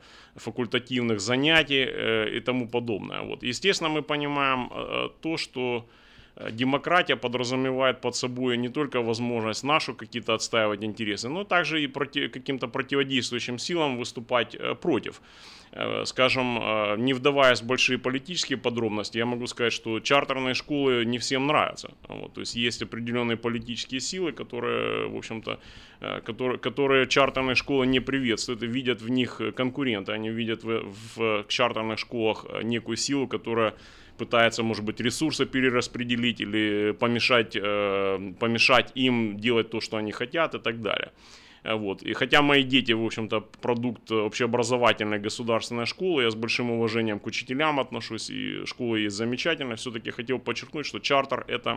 факультативных занятий э, и тому подобное. Вот. Естественно, мы понимаем э, то, что демократия подразумевает под собой не только возможность нашу какие-то отстаивать интересы, но также и проти, каким-то противодействующим силам выступать против. Скажем, не вдаваясь в большие политические подробности, я могу сказать, что чартерные школы не всем нравятся. Вот, то есть есть определенные политические силы, которые, в общем-то, которые, которые чартерные школы не приветствуют и видят в них конкурента. Они видят в, в чартерных школах некую силу, которая пытается, может быть, ресурсы перераспределить или помешать, э, помешать им делать то, что они хотят и так далее. Вот. И хотя мои дети, в общем-то, продукт общеобразовательной государственной школы, я с большим уважением к учителям отношусь, и школа есть замечательная, все-таки хотел подчеркнуть, что чартер — это...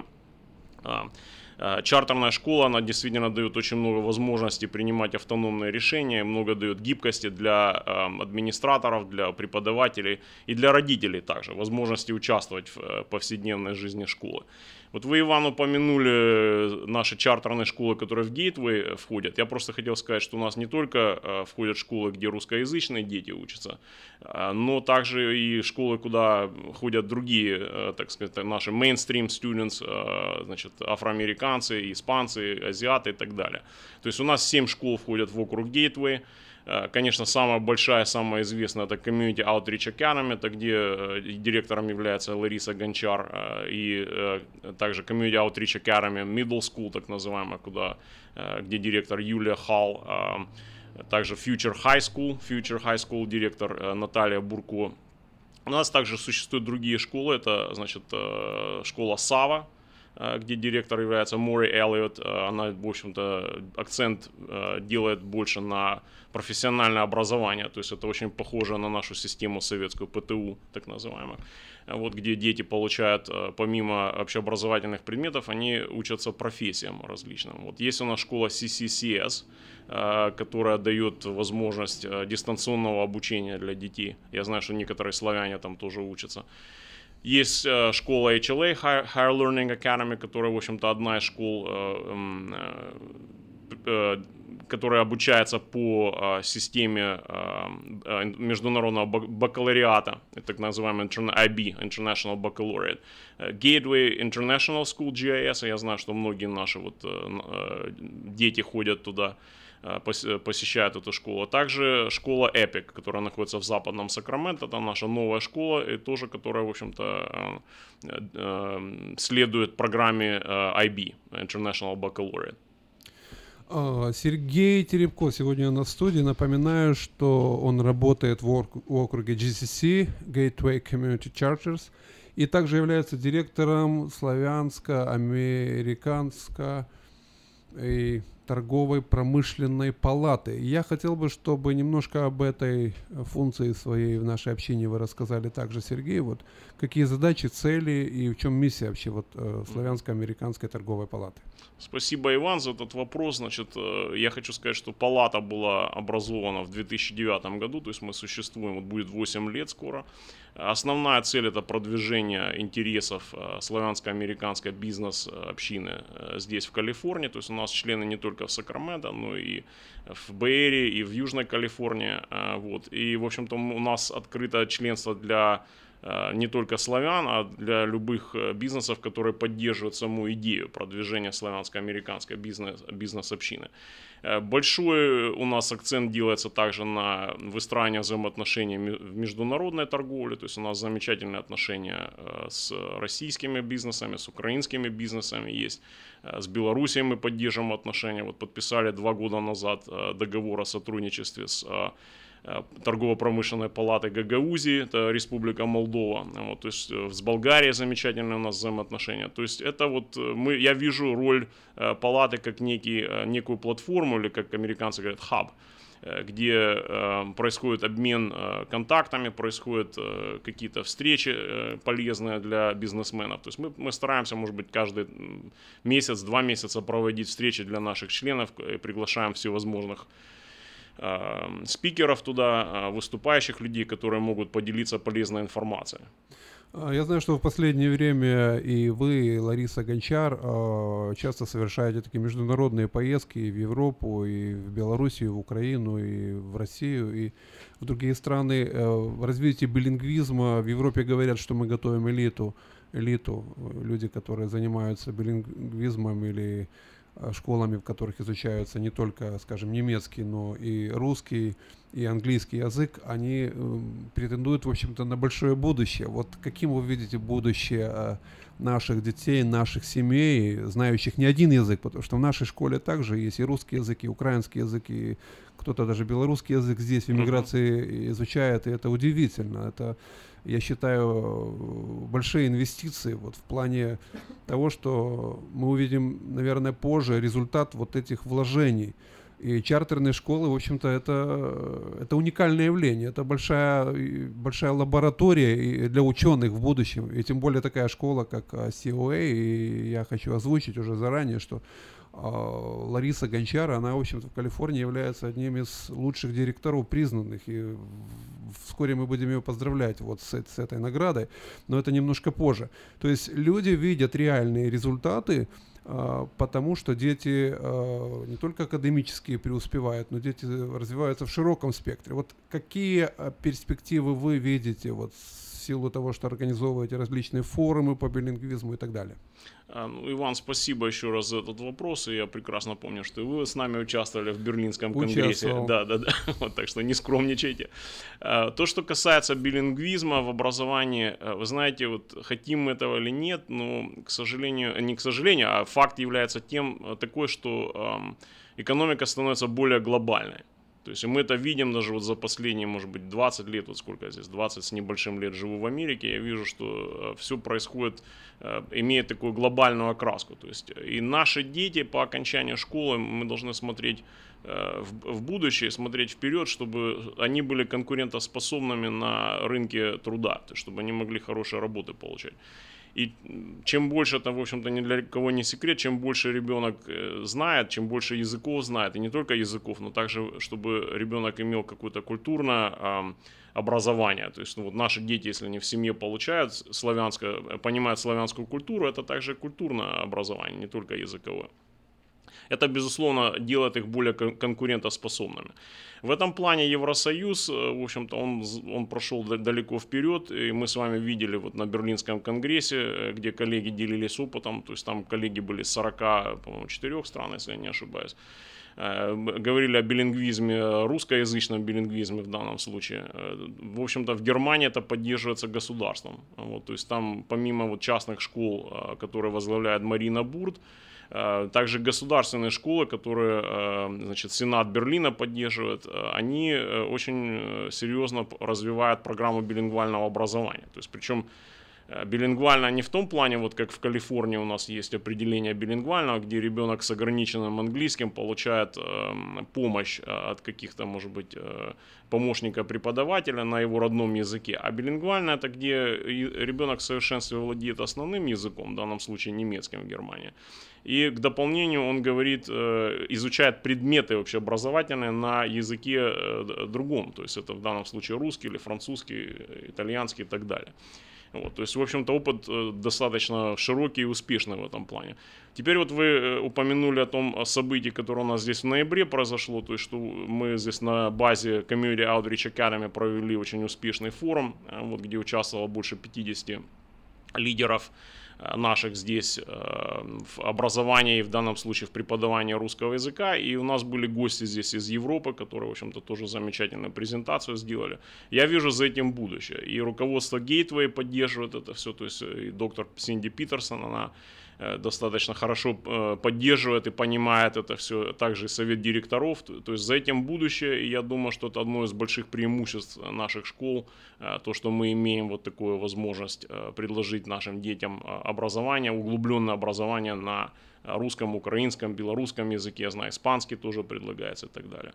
А, чартерная школа, она действительно дает очень много возможностей принимать автономные решения, много дает гибкости для э, администраторов, для преподавателей и для родителей также, возможности участвовать в э, повседневной жизни школы. Вот вы, Иван, упомянули наши чартерные школы, которые в Гейтвей входят. Я просто хотел сказать, что у нас не только э, входят школы, где русскоязычные дети учатся, э, но также и школы, куда ходят другие, э, так сказать, наши mainstream students, э, значит, афроамериканцы, испанцы, азиаты и так далее. То есть у нас семь школ входят в округ Гейтвей. Конечно, самая большая, самая известная — это Community Outreach Academy, это где директором является Лариса Гончар, и также Community Outreach Academy Middle School, так называемая, куда, где директор Юлия Халл, также Future High School, Future High School директор Наталья Бурко. У нас также существуют другие школы, это, значит, школа Сава, где директор является Мори Эллиот. Она, в общем-то, акцент делает больше на профессиональное образование, то есть это очень похоже на нашу систему советскую ПТУ, так называемую, вот, где дети получают, помимо общеобразовательных предметов, они учатся профессиям различным. Вот есть у нас школа си си си эс, которая дает возможность дистанционного обучения для детей. Я знаю, что некоторые славяне там тоже учатся. Есть э, школа эйч эл эй, Higher Learning Academy, которая, в общем-то, одна из школ, э, э, э, которая обучается по э, системе э, международного бакалавриата, так называемый ай би, International Baccalaureate. Gateway International School, джи ай эс, я знаю, что многие наши вот, э, дети ходят туда, посещают эту школу. Также школа Epic, которая находится в западном Сакраменто, это наша новая школа, и тоже, которая, в общем-то, следует программе ай би, International Baccalaureate. Сергей Теремко сегодня на студии. Напоминаю, что он работает в округе джи си си, Gateway Community Charters, и также является директором славянско-американско и торговой промышленной палаты. Я хотел бы, чтобы немножко об этой функции своей в нашей общине вы рассказали также, Сергей. Вот какие задачи, цели и в чем миссия вообще вот э, славянско-американской торговой палаты? Спасибо, Иван, за этот вопрос. Значит, я хочу сказать, что палата была образована в две тысячи девятом году, то есть мы существуем, вот будет восемь лет скоро. Основная цель — это продвижение интересов славянско-американской бизнес-общины здесь, в Калифорнии. То есть у нас члены не только в Сакраменто, но и в Бэй-Эре, и в Южной Калифорнии. Вот. И, в общем-то, у нас открыто членство для не только славян, а для любых бизнесов, которые поддерживают саму идею продвижения славянско-американской бизнес, бизнес-общины. Большой у нас акцент делается также на выстраивание взаимоотношений в международной торговле. То есть у нас замечательные отношения с российскими бизнесами, с украинскими бизнесами есть. С Белоруссией мы поддерживаем отношения. Вот подписали два года назад договор о сотрудничестве с торгово-промышленной палатой Гагаузии, это Республика Молдова, вот, то есть с Болгарией замечательные у нас взаимоотношения. То есть это вот мы, я вижу роль палаты как некий, некую платформу, или как американцы говорят, хаб, где э, происходит обмен э, контактами, происходят э, какие-то встречи э, полезные для бизнесменов. То есть мы, мы стараемся, может быть, каждый месяц, два месяца проводить встречи для наших членов, приглашаем всевозможных спикеров туда, выступающих людей, которые могут поделиться полезной информацией. Я знаю, что в последнее время и вы, и Лариса Гончар, часто совершаете такие международные поездки и в Европу, и в Белоруссию, и в Украину, и в Россию, и в другие страны. В развитии билингвизма в Европе говорят, что мы готовим элиту, элиту, люди, которые занимаются билингвизмом или школами, в которых изучаются не только, скажем, немецкий, но и русский, и английский язык, они э, претендуют, в общем-то, на большое будущее. Вот каким вы видите будущее э, наших детей, наших семей, знающих не один язык, потому что в нашей школе также есть и русский язык, и украинский язык, и кто-то даже белорусский язык здесь в эмиграции изучает, и это удивительно. Это, я считаю, большие инвестиции вот в плане того, что мы увидим, наверное, позже результат вот этих вложений. И чартерные школы, в общем-то, это, это уникальное явление, это большая, большая лаборатория для ученых в будущем, и тем более такая школа, как си о эй, и я хочу озвучить уже заранее, что Лариса Гончара, она, в общем-то, в Калифорнии является одним из лучших директоров признанных, и вскоре мы будем ее поздравлять вот с, с этой наградой, но это немножко позже. То есть люди видят реальные результаты, потому что дети не только академически преуспевают, но дети развиваются в широком спектре. Вот какие перспективы вы видите вот в силу того, что организовываете различные форумы по билингвизму и так далее? Ну, Иван, спасибо еще раз за этот вопрос. И я прекрасно помню, что и вы с нами участвовали в Берлинском конгрессе. Участвовал. Да, да, да. Вот, так что не скромничайте. То, что касается билингвизма в образовании, вы знаете, вот хотим мы этого или нет, но, к сожалению, не к сожалению, а факт является тем такой, что экономика становится более глобальной. То есть мы это видим даже вот за последние, может быть, двадцать лет, вот сколько я здесь, двадцать с небольшим лет живу в Америке, я вижу, что все происходит, имеет такую глобальную окраску. То есть и наши дети по окончании школы, мы должны смотреть в будущее, смотреть вперед, чтобы они были конкурентоспособными на рынке труда, то есть чтобы они могли хорошие работы получать. И чем больше, это, в общем-то, ни для кого не секрет, чем больше ребенок знает, чем больше языков знает, и не только языков, но также, чтобы ребенок имел какое-то культурное э, образование. То есть ну, вот наши дети, если они в семье получают славянское, понимают славянскую культуру, это также культурное образование, не только языковое. Это, безусловно, делает их более конкурентоспособными. В этом плане Евросоюз, в общем-то, он, он прошел далеко вперед, и мы с вами видели вот на Берлинском конгрессе, где коллеги делились опытом, то есть там коллеги были с сорока, по-моему, четырёх стран, если я не ошибаюсь. Говорили о билингвизме, русскоязычном билингвизме в данном случае. В общем-то, в Германии это поддерживается государством. Вот, то есть там, помимо вот частных школ, которые возглавляет Марина Бурд, также государственные школы, которые, значит, Сенат Берлина поддерживает, они очень серьезно развивают программу билингвального образования. То есть, причем билингвально не в том плане, вот как в Калифорнии у нас есть определение билингвального, где ребенок с ограниченным английским получает э, помощь от каких-то, может быть, э, помощника преподавателя на его родном языке. А билингвально это где ребенок в совершенстве владеет основным языком, в данном случае немецким в Германии. И к дополнению он говорит, э, изучает предметы общеобразовательные на языке э, другом. То есть это в данном случае русский или французский, итальянский и так далее. Вот, то есть, в общем-то, опыт э, достаточно широкий и успешный в этом плане. Теперь вот вы э, упомянули о том событии, которое у нас здесь в ноябре произошло, то есть, что мы здесь на базе Community Outreach Academy провели очень успешный форум, э, вот, где участвовало больше пятидесяти лидеров э, наших здесь э, в образовании, в данном случае в преподавании русского языка, и у нас были гости здесь из Европы, которые, в общем-то, тоже замечательную презентацию сделали. Я вижу за этим будущее, и руководство Gateway поддерживает это все, то есть и доктор Синди Питерсон, она э, достаточно хорошо э, поддерживает и понимает это все, также и совет директоров, то, то есть за этим будущее, и я думаю, что это одно из больших преимуществ наших школ, э, то, что мы имеем вот такую возможность э, предложить нашим детям образование, углубленное образование на русском, украинском, белорусском языке, я знаю, испанский тоже предлагается и так далее.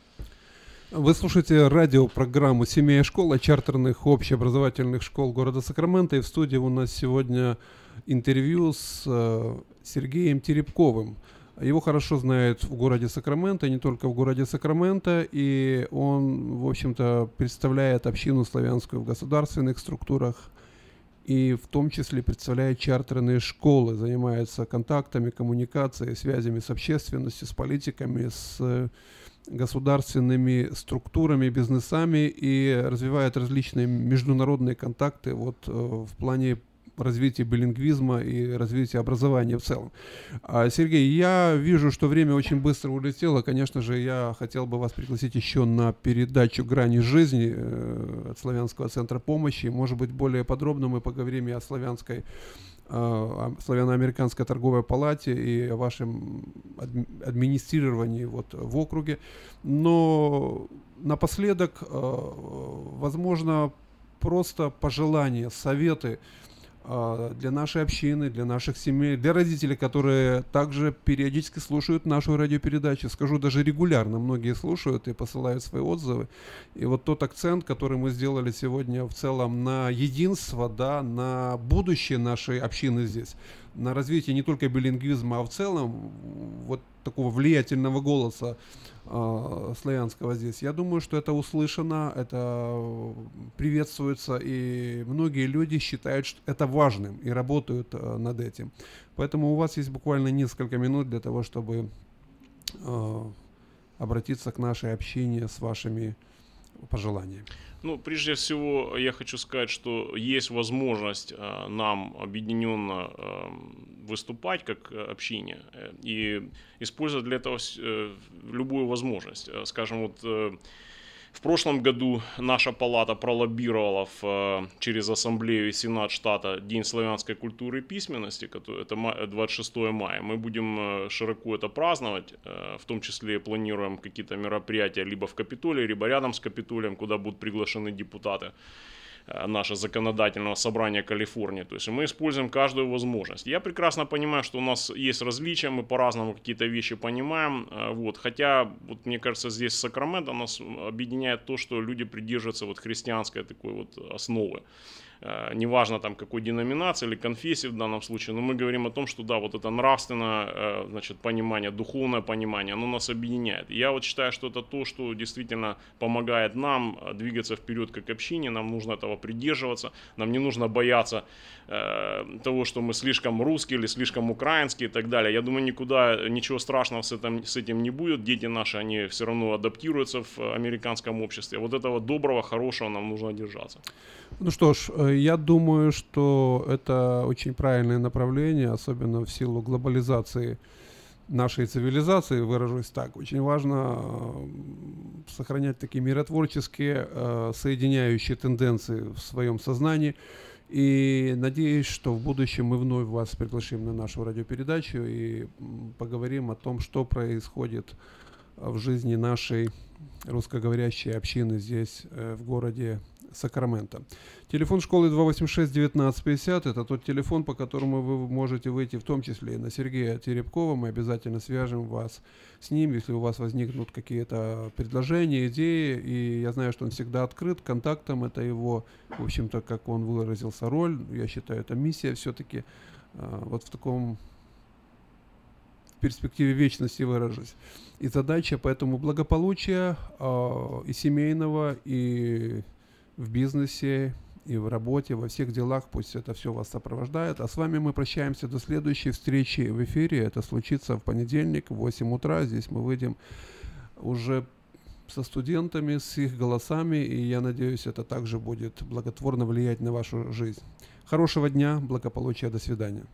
Вы слушаете радиопрограмму «Семья и школа» чартерных общеобразовательных школ города Сакраменто. И в студии у нас сегодня интервью с э, Сергеем Теребковым. Его хорошо знают в городе Сакраменто, не только в городе Сакраменто. И он, в общем-то, представляет общину славянскую в государственных структурах и в том числе представляет чартерные школы, занимается контактами, коммуникацией, связями с общественностью, с политиками, с государственными структурами, бизнесами и развивает различные международные контакты вот, в плане развития билингвизма и развития образования в целом. А, Сергей, я вижу, что время очень быстро улетело. Конечно же, я хотел бы вас пригласить еще на передачу «Грани жизни» э, от Славянского центра помощи. Может быть, более подробно мы поговорим и о славянской о славяно-американской торговой палате и о вашем администрировании вот в округе. Но напоследок, возможно, просто пожелания, советы для нашей общины, для наших семей, для родителей, которые также периодически слушают нашу радиопередачу. Скажу, даже регулярно многие слушают и посылают свои отзывы. И вот тот акцент, который мы сделали сегодня в целом на единство, да, на будущее нашей общины здесь, на развитие не только билингвизма, а в целом вот такого влиятельного голоса э, славянского здесь. Я думаю, что это услышано, это приветствуется, и многие люди считают, что это важным и работают э, над этим. Поэтому у вас есть буквально несколько минут для того, чтобы э, обратиться к нашей общине с вашими пожеланиями. Ну, прежде всего, я хочу сказать, что есть возможность э, нам объединенно э, выступать как общине э, и использовать для этого э, любую возможность. Э, скажем, вот э, в прошлом году наша палата пролоббировала в, э, через Ассамблею и Сенат штата День славянской культуры и письменности, это двадцать шестого мая. Мы будем э, широко это праздновать, э, в том числе планируем какие-то мероприятия либо в Капитолии, либо рядом с Капитолием, куда будут приглашены депутаты наше законодательного собрания Калифорнии. То есть мы используем каждую возможность. Я прекрасно понимаю, что у нас есть различия, мы по-разному какие-то вещи понимаем. Вот. Хотя, вот, мне кажется, здесь в Сакраменто нас объединяет то, что люди придерживаются вот христианской такой вот основы. Неважно там какой деноминации или конфессии в данном случае, но мы говорим о том, что да, вот это нравственное, значит, понимание, духовное понимание, оно нас объединяет. Я вот считаю, что это то, что действительно помогает нам двигаться вперед как общине, нам нужно этого придерживаться, нам не нужно бояться э, того, что мы слишком русские или слишком украинские и так далее. Я думаю, никуда, ничего страшного с этим, с этим не будет, дети наши, они все равно адаптируются в американском обществе. Вот этого доброго, хорошего нам нужно держаться. Ну что ж, я думаю, что это очень правильное направление, особенно в силу глобализации нашей цивилизации, выражусь так. Очень важно сохранять такие миротворческие, соединяющие тенденции в своем сознании. И надеюсь, что в будущем мы вновь вас пригласим на нашу радиопередачу и поговорим о том, что происходит в жизни нашей русскоговорящей общины здесь, в городе Сакраменто. Телефон школы два восемь шесть девятнадцать пятьдесят. Это тот телефон, по которому вы можете выйти в том числе и на Сергея Теребкова. Мы обязательно свяжем вас с ним, если у вас возникнут какие-то предложения, идеи. И я знаю, что он всегда открыт к контактам. Это его, в общем-то, как он выразился, роль. Я считаю, это миссия все-таки. Вот в таком перспективе вечности выражусь. И задача поэтому благополучия и семейного, и в бизнесе, и в работе, во всех делах, пусть это все вас сопровождает. А с вами мы прощаемся до следующей встречи в эфире. Это случится в понедельник в восемь утра. Здесь мы выйдем уже со студентами, с их голосами, и я надеюсь, это также будет благотворно влиять на вашу жизнь. Хорошего дня, благополучия, до свидания.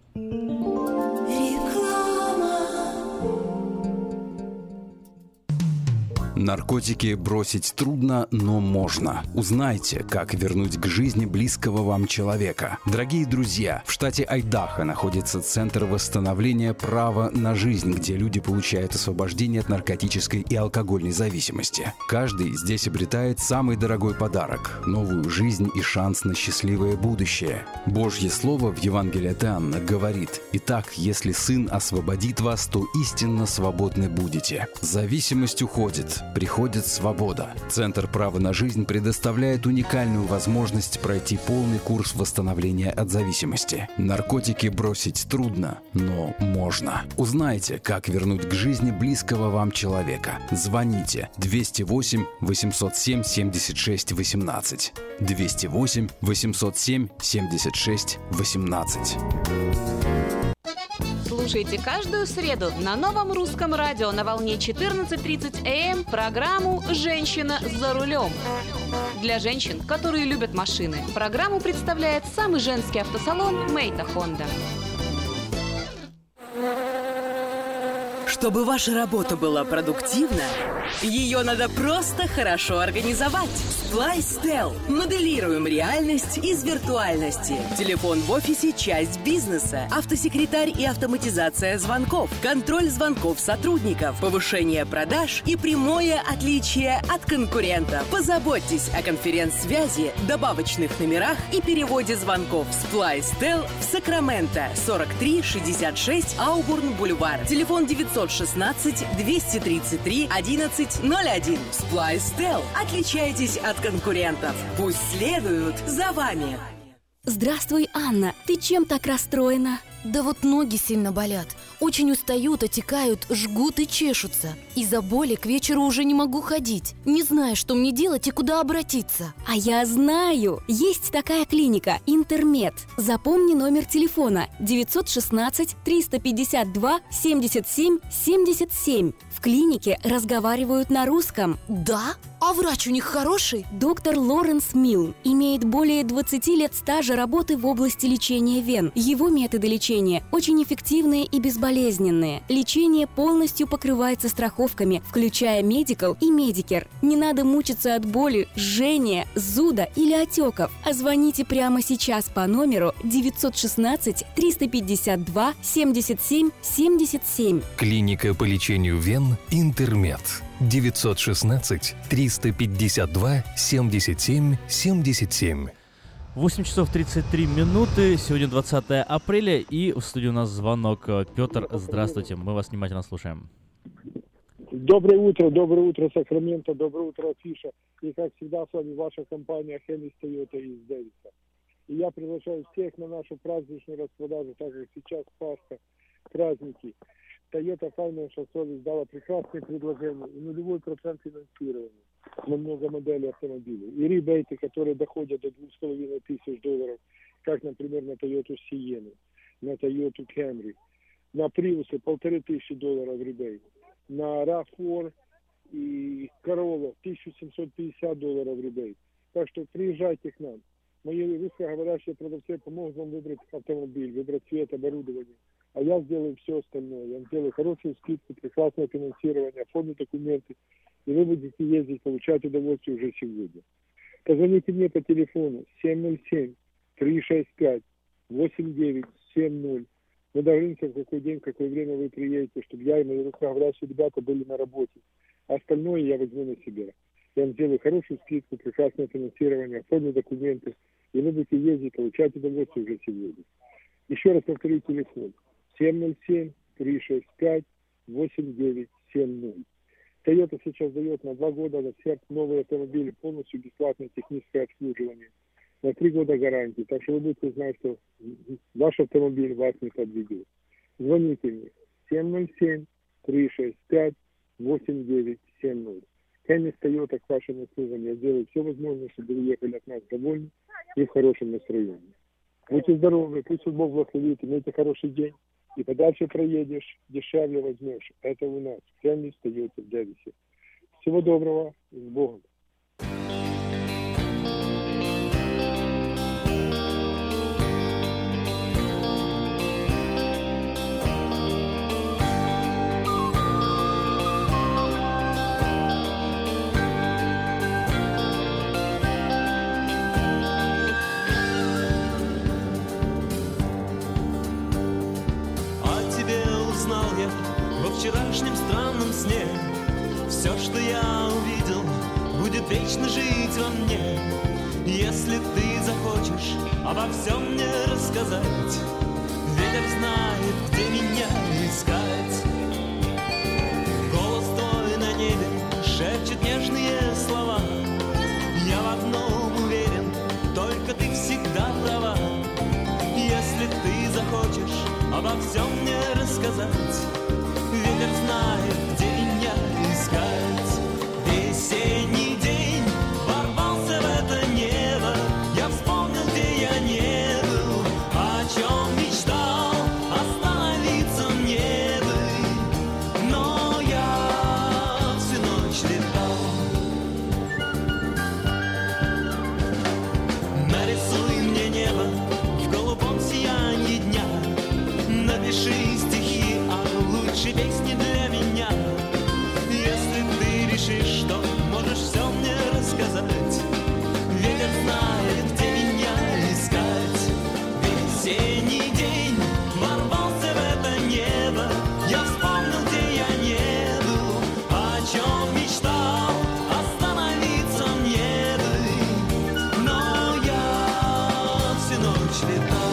Наркотики бросить трудно, но можно. Узнайте, как вернуть к жизни близкого вам человека. Дорогие друзья, в штате Айдахо находится Центр восстановления права на жизнь, где люди получают освобождение от наркотической и алкогольной зависимости. Каждый здесь обретает самый дорогой подарок – новую жизнь и шанс на счастливое будущее. Божье Слово в Евангелии от Иоанна говорит: «Итак, если Сын освободит вас, то истинно свободны будете». Зависимость уходит. приходит свобода. Центр права на жизнь предоставляет уникальную возможность пройти полный курс восстановления от зависимости. Наркотики бросить трудно, но можно. Узнайте, как вернуть к жизни близкого вам человека. Звоните двести восемь восемьсот семь семьдесят шесть восемнадцать. двести восемь восемьсот семь семьдесят шесть восемнадцать. Слушайте каждую среду на новом русском радио на волне четырнадцать тридцать эй эм программу «Женщина за рулем». Для женщин, которые любят машины, программу представляет самый женский автосалон «Мейта Хонда». Чтобы ваша работа была продуктивна, ее надо просто хорошо организовать. SplyceTel. Моделируем реальность из виртуальности. Телефон в офисе – часть бизнеса. Автосекретарь и автоматизация звонков. Контроль звонков сотрудников. Повышение продаж и прямое отличие от конкурентов. Позаботьтесь о конференц-связи, добавочных номерах и переводе звонков. SplyceTel в Сакраменто. сорок три шестьдесят шесть Аубурн Бульвар. Телефон девятьсот шестнадцать двести тридцать три одиннадцать ноль один. SplyceTel. Отличайтесь от конкурентов. Пусть следуют за вами. Здравствуй, Анна. Ты чем так расстроена? Да вот ноги сильно болят. Очень устают, отекают, жгут и чешутся. Из-за боли к вечеру уже не могу ходить. Не знаю, что мне делать и куда обратиться. А я знаю! Есть такая клиника «Интермед». Запомни номер телефона девятьсот шестнадцать триста пятьдесят два семьдесят семь семьдесят семь. В клинике разговаривают на русском. Да? А врач у них хороший? Доктор Лоренс Милн имеет более двадцать лет стажа работы в области лечения вен. Его методы лечения очень эффективные и безболезненные. Лечение полностью покрывается страховками, включая Medical и Medicare. Не надо мучиться от боли, жжения, зуда или отеков. А звоните прямо сейчас по номеру девятьсот шестнадцать триста пятьдесят два семьдесят семь семьдесят семь. Клиника по лечению вен «Интермед». девятьсот шестнадцать триста пятьдесят два семьдесят семь семьдесят семь. восемь часов тридцать три минуты, сегодня двадцатое апреля, и в студии у нас звонок. Петр, здравствуйте, мы вас внимательно слушаем. Доброе утро, доброе утро, Сакраменто, доброе утро, Афиша. И как всегда с вами ваша компания Хэмис Тойота из Дэвиса. И я приглашаю всех на нашу праздничную распродажу, так как сейчас Пасха, праздники. Toyota Financial Service дала прекрасные предложения и нулевой процент финансирования на много моделей автомобилей. И ребейты, которые доходят до двух с половиной тысяч долларов, как, например, на Toyota Sienna, на Toyota Camry, на Prius полторы тысячи долларов ребейт, на рав фор и Corolla тысяча семьсот пятьдесят долларов ребейт. Так что приезжайте к нам. Мои русскоговорящие продавцы помогут вам выбрать автомобиль, выбрать цвет, оборудование. А я сделаю все остальное. Я сделаю хорошую скидку, прекрасное финансирование, оформлю документы, и вы будете ездить, получать удовольствие уже сегодня. Позвоните мне по телефону семь ноль семь три шесть пять восемь девять семь ноль. Мы договоримся, в какой день, в какое время вы приедете, чтобы я и мои русскоговорящие ребята были на работе. А остальное я возьму на себя. Я вам сделаю хорошую скидку, прекрасное финансирование, оформлю документы, и вы будете ездить, получать удовольствие уже сегодня. Еще раз повторю телефон. семь ноль семь три шесть пять восемь девять семь ноль. Toyota сейчас дает на два года на все новые автомобили полностью бесплатное техническое обслуживание. На три года гарантии. Так что вы будете знать, что ваш автомобиль вас не подведет. Звоните мне. семь ноль семь три шесть пять восемь девять семь ноль. Хэмис Toyota к вашим услугам. Я сделаю все возможное, чтобы вы ехали от нас довольны и в хорошем настроении. Будьте здоровы, пусть Бог благословит, имейте хороший день. И подальше проедешь, дешевле возьмешь. Это у нас. Хэмис Toyota в Дэвисе. Всего доброго и с Богом. Во вчерашнем странном сне все, что я увидел, будет вечно жить во мне. Если ты захочешь обо всем мне рассказать, ветер знает, где меня искать. Голос твой на небе шепчет обо всем мне рассказать. Ветер знает, где меня искать. Весенний день ворвался в это небо. Я вспомнил, где я не был, о чем мечтал, остановиться мне бы. Но я всю ночь летал. Нарисуй мне небо в голубом сиянии дня. Напиши стихи, а лучше песни для меня. Если ты решишь, что можешь все мне рассказать. Ветер знает, где меня искать. Весенний день ворвался в это небо. Я вспомнил, где я не был, о чем мечтал, остановиться мне бы. Но я всю ночь летал.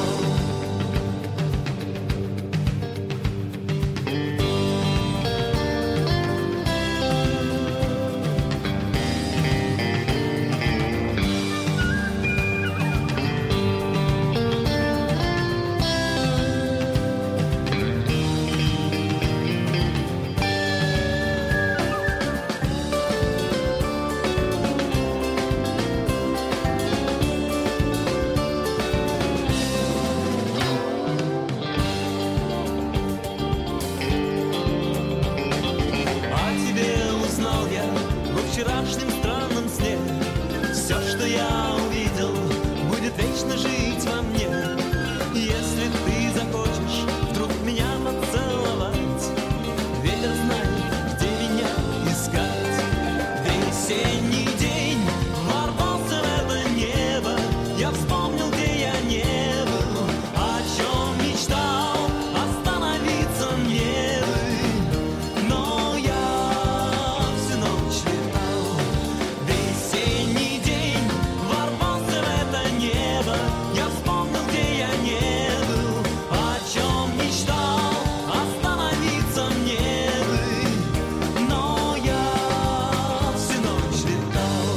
О тебе узнал я во вчерашнем странном сне. Все, что я увидел, будет вечно жить во мне. Если ты захочешь вдруг меня поцеловать, ветер знает, где меня искать. Весенний день ворвался в это небо. Я вспомнил, где я не был, о чем мечтал, остановиться мне бы. Но я всю ночь летал. Весенний день ворвался в это небо. Я вспомнил, где я не был, о чем мечтал, остановиться мне бы. Но я всю ночь летал.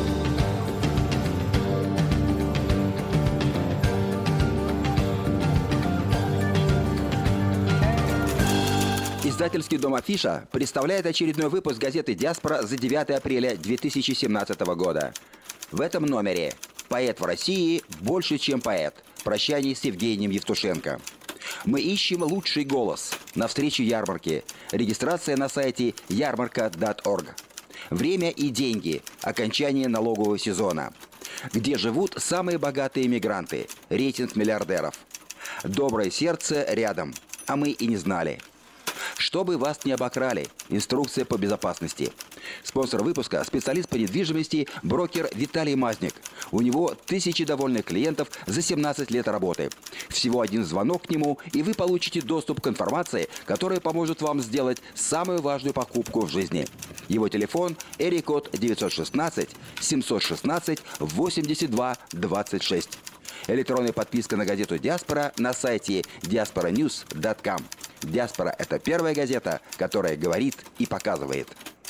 Издательский дом «Афиша» представляет очередной выпуск газеты «Диаспора» за девятое апреля две тысячи семнадцатого года. В этом номере «Поэт в России больше, чем поэт. Прощание с Евгением Евтушенко». Мы ищем лучший голос. Навстречу ярмарке. Регистрация на сайте ярмарка точка орг. Время и деньги. Окончание налогового сезона. Где живут самые богатые мигранты. Рейтинг миллиардеров. Доброе сердце рядом. А мы и не знали. Чтобы вас не обокрали. Инструкция по безопасности. Спонсор выпуска – специалист по недвижимости, брокер Виталий Мазник. У него тысячи довольных клиентов за семнадцать лет работы. Всего один звонок к нему, и вы получите доступ к информации, которая поможет вам сделать самую важную покупку в жизни. Его телефон – эрикод девятьсот шестнадцать семьсот шестнадцать восемьдесят два двадцать шесть. Электронная подписка на газету «Диаспора» на сайте диаспора ньюс точка ком. «Диаспора» — это первая газета, которая говорит и показывает.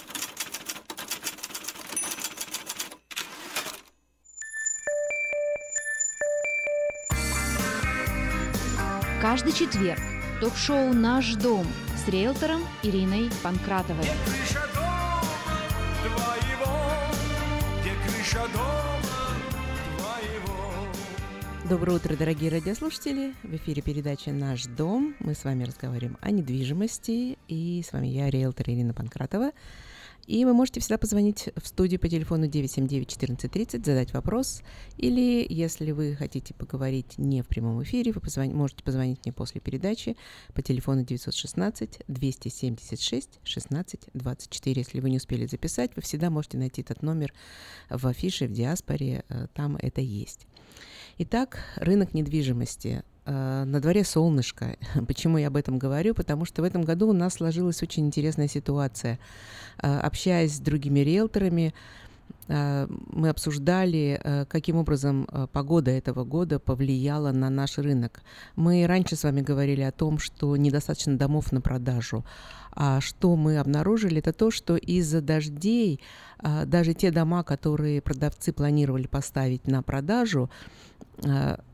Каждый четверг ток-шоу «Наш дом» с риэлтором Ириной Панкратовой. Доброе утро, дорогие радиослушатели. В эфире передача «Наш дом». Мы с вами разговариваем о недвижимости. И с вами я, риэлтор Ирина Панкратова. И вы можете всегда позвонить в студию по телефону девять семь девять четырнадцать тридцать, задать вопрос. Или, если вы хотите поговорить не в прямом эфире, вы позвон... можете позвонить мне после передачи по телефону девятьсот шестнадцать двести семьдесят шесть шестнадцать двадцать четыре. Если вы не успели записать, вы всегда можете найти этот номер в афише, в диаспоре. Там это есть. Итак, рынок недвижимости. На дворе солнышко. Почему я об этом говорю? Потому что в этом году у нас сложилась очень интересная ситуация. Общаясь с другими риэлторами, мы обсуждали, каким образом погода этого года повлияла на наш рынок. Мы раньше с вами говорили о том, что недостаточно домов на продажу. А что мы обнаружили, это то, что из-за дождей даже те дома, которые продавцы планировали поставить на продажу,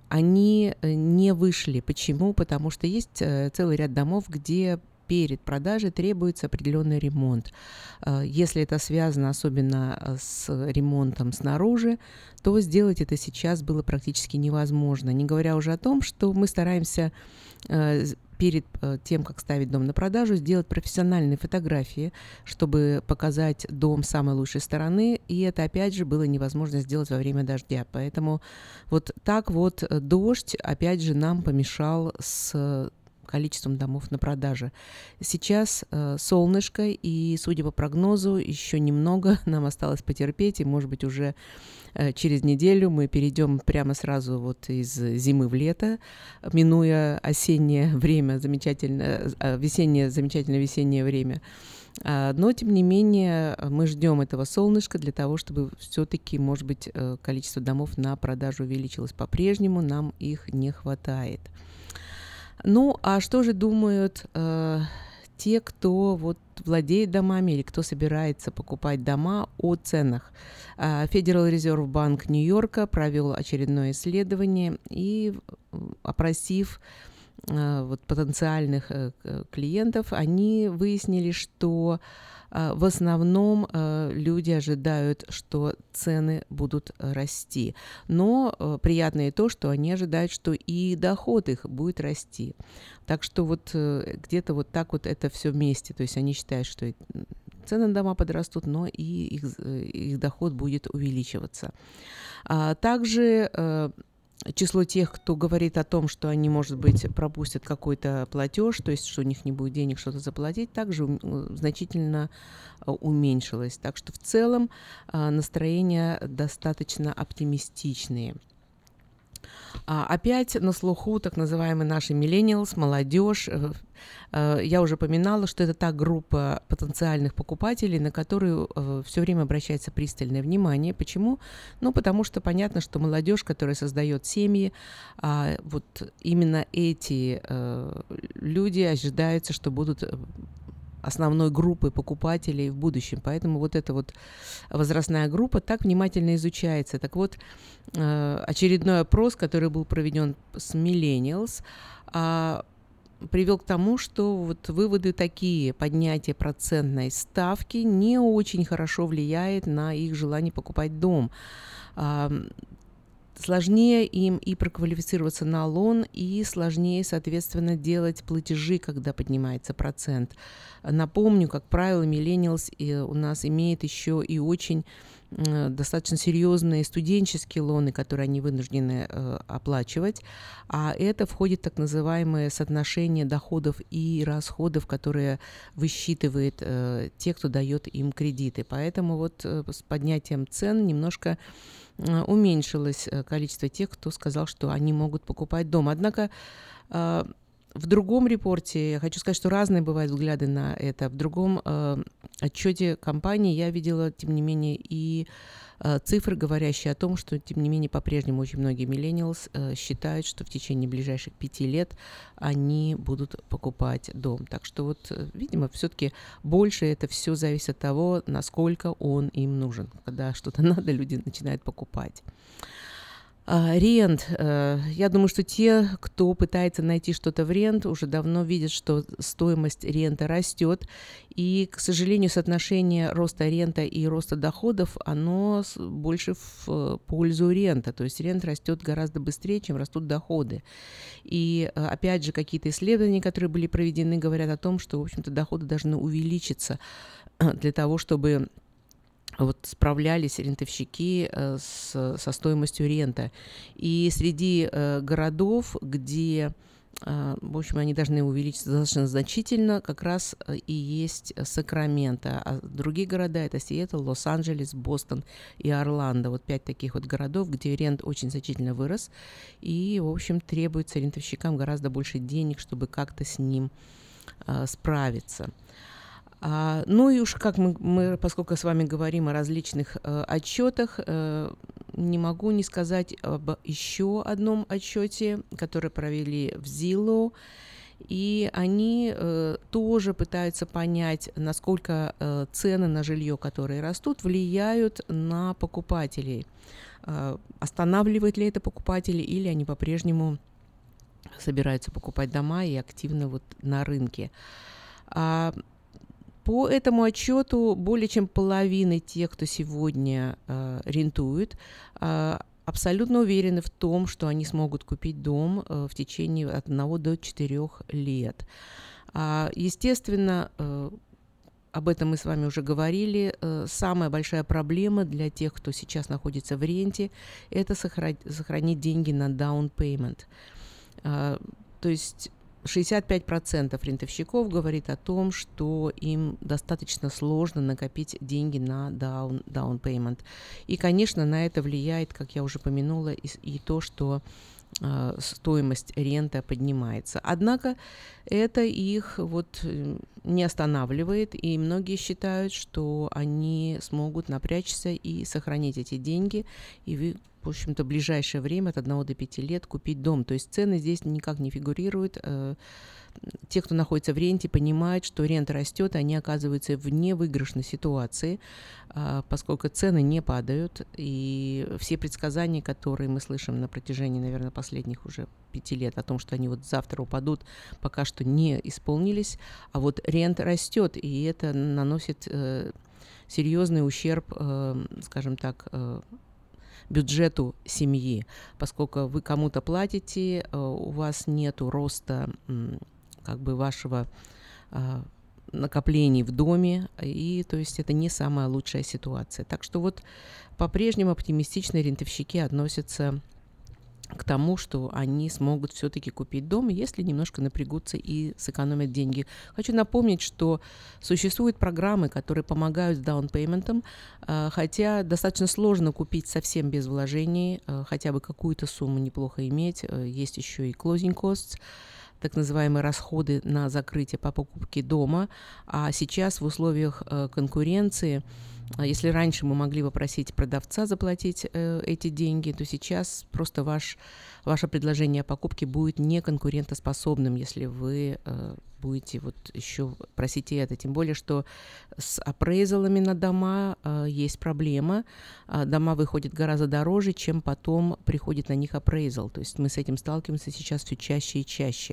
они не вышли. Почему? Потому что есть целый ряд домов, где перед продажей требуется определенный ремонт. Если это связано особенно с ремонтом снаружи, то сделать это сейчас было практически невозможно. Не говоря уже о том, что мы стараемся перед тем, как ставить дом на продажу, сделать профессиональные фотографии, чтобы показать дом с самой лучшей стороны, и это, опять же, было невозможно сделать во время дождя. Поэтому вот так вот дождь, опять же, нам помешал с количеством домов на продаже. Сейчас э, солнышко, и, судя по прогнозу, еще немного нам осталось потерпеть, и, может быть, уже э, через неделю мы перейдем прямо сразу вот из зимы в лето, минуя осеннее время, замечательное, э, весеннее, замечательное весеннее время. А, но, тем не менее, мы ждем этого солнышка для того, чтобы все-таки, может быть, э, количество домов на продажу увеличилось. По-прежнему нам их не хватает. Ну, а что же думают э, те, кто вот владеет домами или кто собирается покупать дома, о ценах? Э, Federal Reserve Bank Нью-Йорка провел очередное исследование и, опросив э, вот, потенциальных э, клиентов, они выяснили, что в основном люди ожидают, что цены будут расти. Но приятно и то, что они ожидают, что и доход их будет расти. Так что вот где-то вот так вот это все вместе. То есть они считают, что цены на дома подрастут, но и их, их доход будет увеличиваться. Также число тех, кто говорит о том, что они, может быть, пропустят какой-то платеж, то есть, что у них не будет денег что-то заплатить, также значительно уменьшилось. Так что в целом настроения достаточно оптимистичные. А опять на слуху так называемые наши millennials, молодежь. Я уже упоминала, что это та группа потенциальных покупателей, на которую все время обращается пристальное внимание. Почему? Ну, потому что понятно, что молодежь, которая создает семьи, вот именно эти люди ожидается, что будут основной группы покупателей в будущем. Поэтому вот эта вот возрастная группа так внимательно изучается. Так вот, очередной опрос, который был проведен с millennials, привел к тому, что вот выводы такие: поднятие процентной ставки не очень хорошо влияет на их желание покупать дом. Сложнее им и проквалифицироваться на лон, и сложнее, соответственно, делать платежи, когда поднимается процент. Напомню, как правило, millennials у нас имеет еще и очень достаточно серьезные студенческие лоны, которые они вынуждены э, оплачивать, а это входит в так называемое соотношение доходов и расходов, которые высчитывает э, те, кто дает им кредиты. Поэтому вот э, с поднятием цен немножко э, уменьшилось количество тех, кто сказал, что они могут покупать дом. Однако э, в другом репорте, я хочу сказать, что разные бывают взгляды на это. В другом э, отчете компании я видела, тем не менее, и э, цифры, говорящие о том, что, тем не менее, по-прежнему очень многие millennials э, считают, что в течение ближайших пяти лет они будут покупать дом. Так что вот, видимо, все-таки больше это все зависит от того, насколько он им нужен. Когда что-то надо, люди начинают покупать. Рент. Я думаю, что те, кто пытается найти что-то в рент, уже давно видят, что стоимость рента растет. И, к сожалению, соотношение роста рента и роста доходов, оно больше в пользу рента. То есть рент растет гораздо быстрее, чем растут доходы. И, опять же, какие-то исследования, которые были проведены, говорят о том, что, в общем-то, доходы должны увеличиться для того, чтобы вот справлялись рентовщики э, с, со стоимостью рента. И среди э, городов, где, э, в общем, они должны увеличиться достаточно значительно, как раз э, и есть Сакраменто. А другие города — это Сиэтл, Лос-Анджелес, Бостон и Орландо. Вот пять таких вот городов, где рент очень значительно вырос. И, в общем, требуется рентовщикам гораздо больше денег, чтобы как-то с ним э, справиться. А, ну и уж как мы, мы, поскольку с вами говорим о различных э, отчетах, э, не могу не сказать об еще одном отчете, который провели в Zillow, и они э, тоже пытаются понять, насколько э, цены на жилье, которые растут, влияют на покупателей. останавливает ли это покупателей, или они по-прежнему собираются покупать дома и активно вот на рынке. А по этому отчету более чем половина тех, кто сегодня э, рентует, э, абсолютно уверены в том, что они смогут купить дом э, в течение от одного до четырёх лет. А, естественно, э, об этом мы с вами уже говорили. Э, самая большая проблема для тех, кто сейчас находится в ренте, это сохранить, сохранить деньги на down payment. Э, то есть шестьдесят пять процентов рентовщиков говорит о том, что им достаточно сложно накопить деньги на down, down payment. И, конечно, на это влияет, как я уже упомянула, и, и то, что э, стоимость рента поднимается. Однако это их вот не останавливает, и многие считают, что они смогут напрячься и сохранить эти деньги, и вы, в общем-то, в ближайшее время от одного до пяти лет купить дом. То есть цены здесь никак не фигурируют. Те, кто находится в ренте, понимают, что рента растет, они оказываются в невыигрышной ситуации, поскольку цены не падают, и все предсказания, которые мы слышим на протяжении, наверное, последних уже пяти лет о том, что они вот завтра упадут, пока что не исполнились, а вот рента растет, и это наносит серьезный ущерб, скажем так, бюджету семьи, поскольку вы кому-то платите, у вас нету роста как бы вашего накоплений в доме, и то есть это не самая лучшая ситуация. Так что вот по-прежнему оптимистичные рентовщики относятся к тому, что они смогут все-таки купить дом, если немножко напрягутся и сэкономят деньги. Хочу напомнить, что существуют программы, которые помогают с даунпейментом, хотя достаточно сложно купить совсем без вложений, хотя бы какую-то сумму неплохо иметь. Есть еще и closing costs, так называемые расходы на закрытие по покупке дома. А сейчас в условиях конкуренции, если раньше мы могли попросить продавца заплатить э, эти деньги, то сейчас просто ваш, ваше предложение о покупке будет неконкурентоспособным, если вы э, будете вот еще просить и это. Тем более, что с апрейзалами на дома э, есть проблема. Э, дома выходят гораздо дороже, чем потом приходит на них апрейзал. То есть мы с этим сталкиваемся сейчас все чаще и чаще.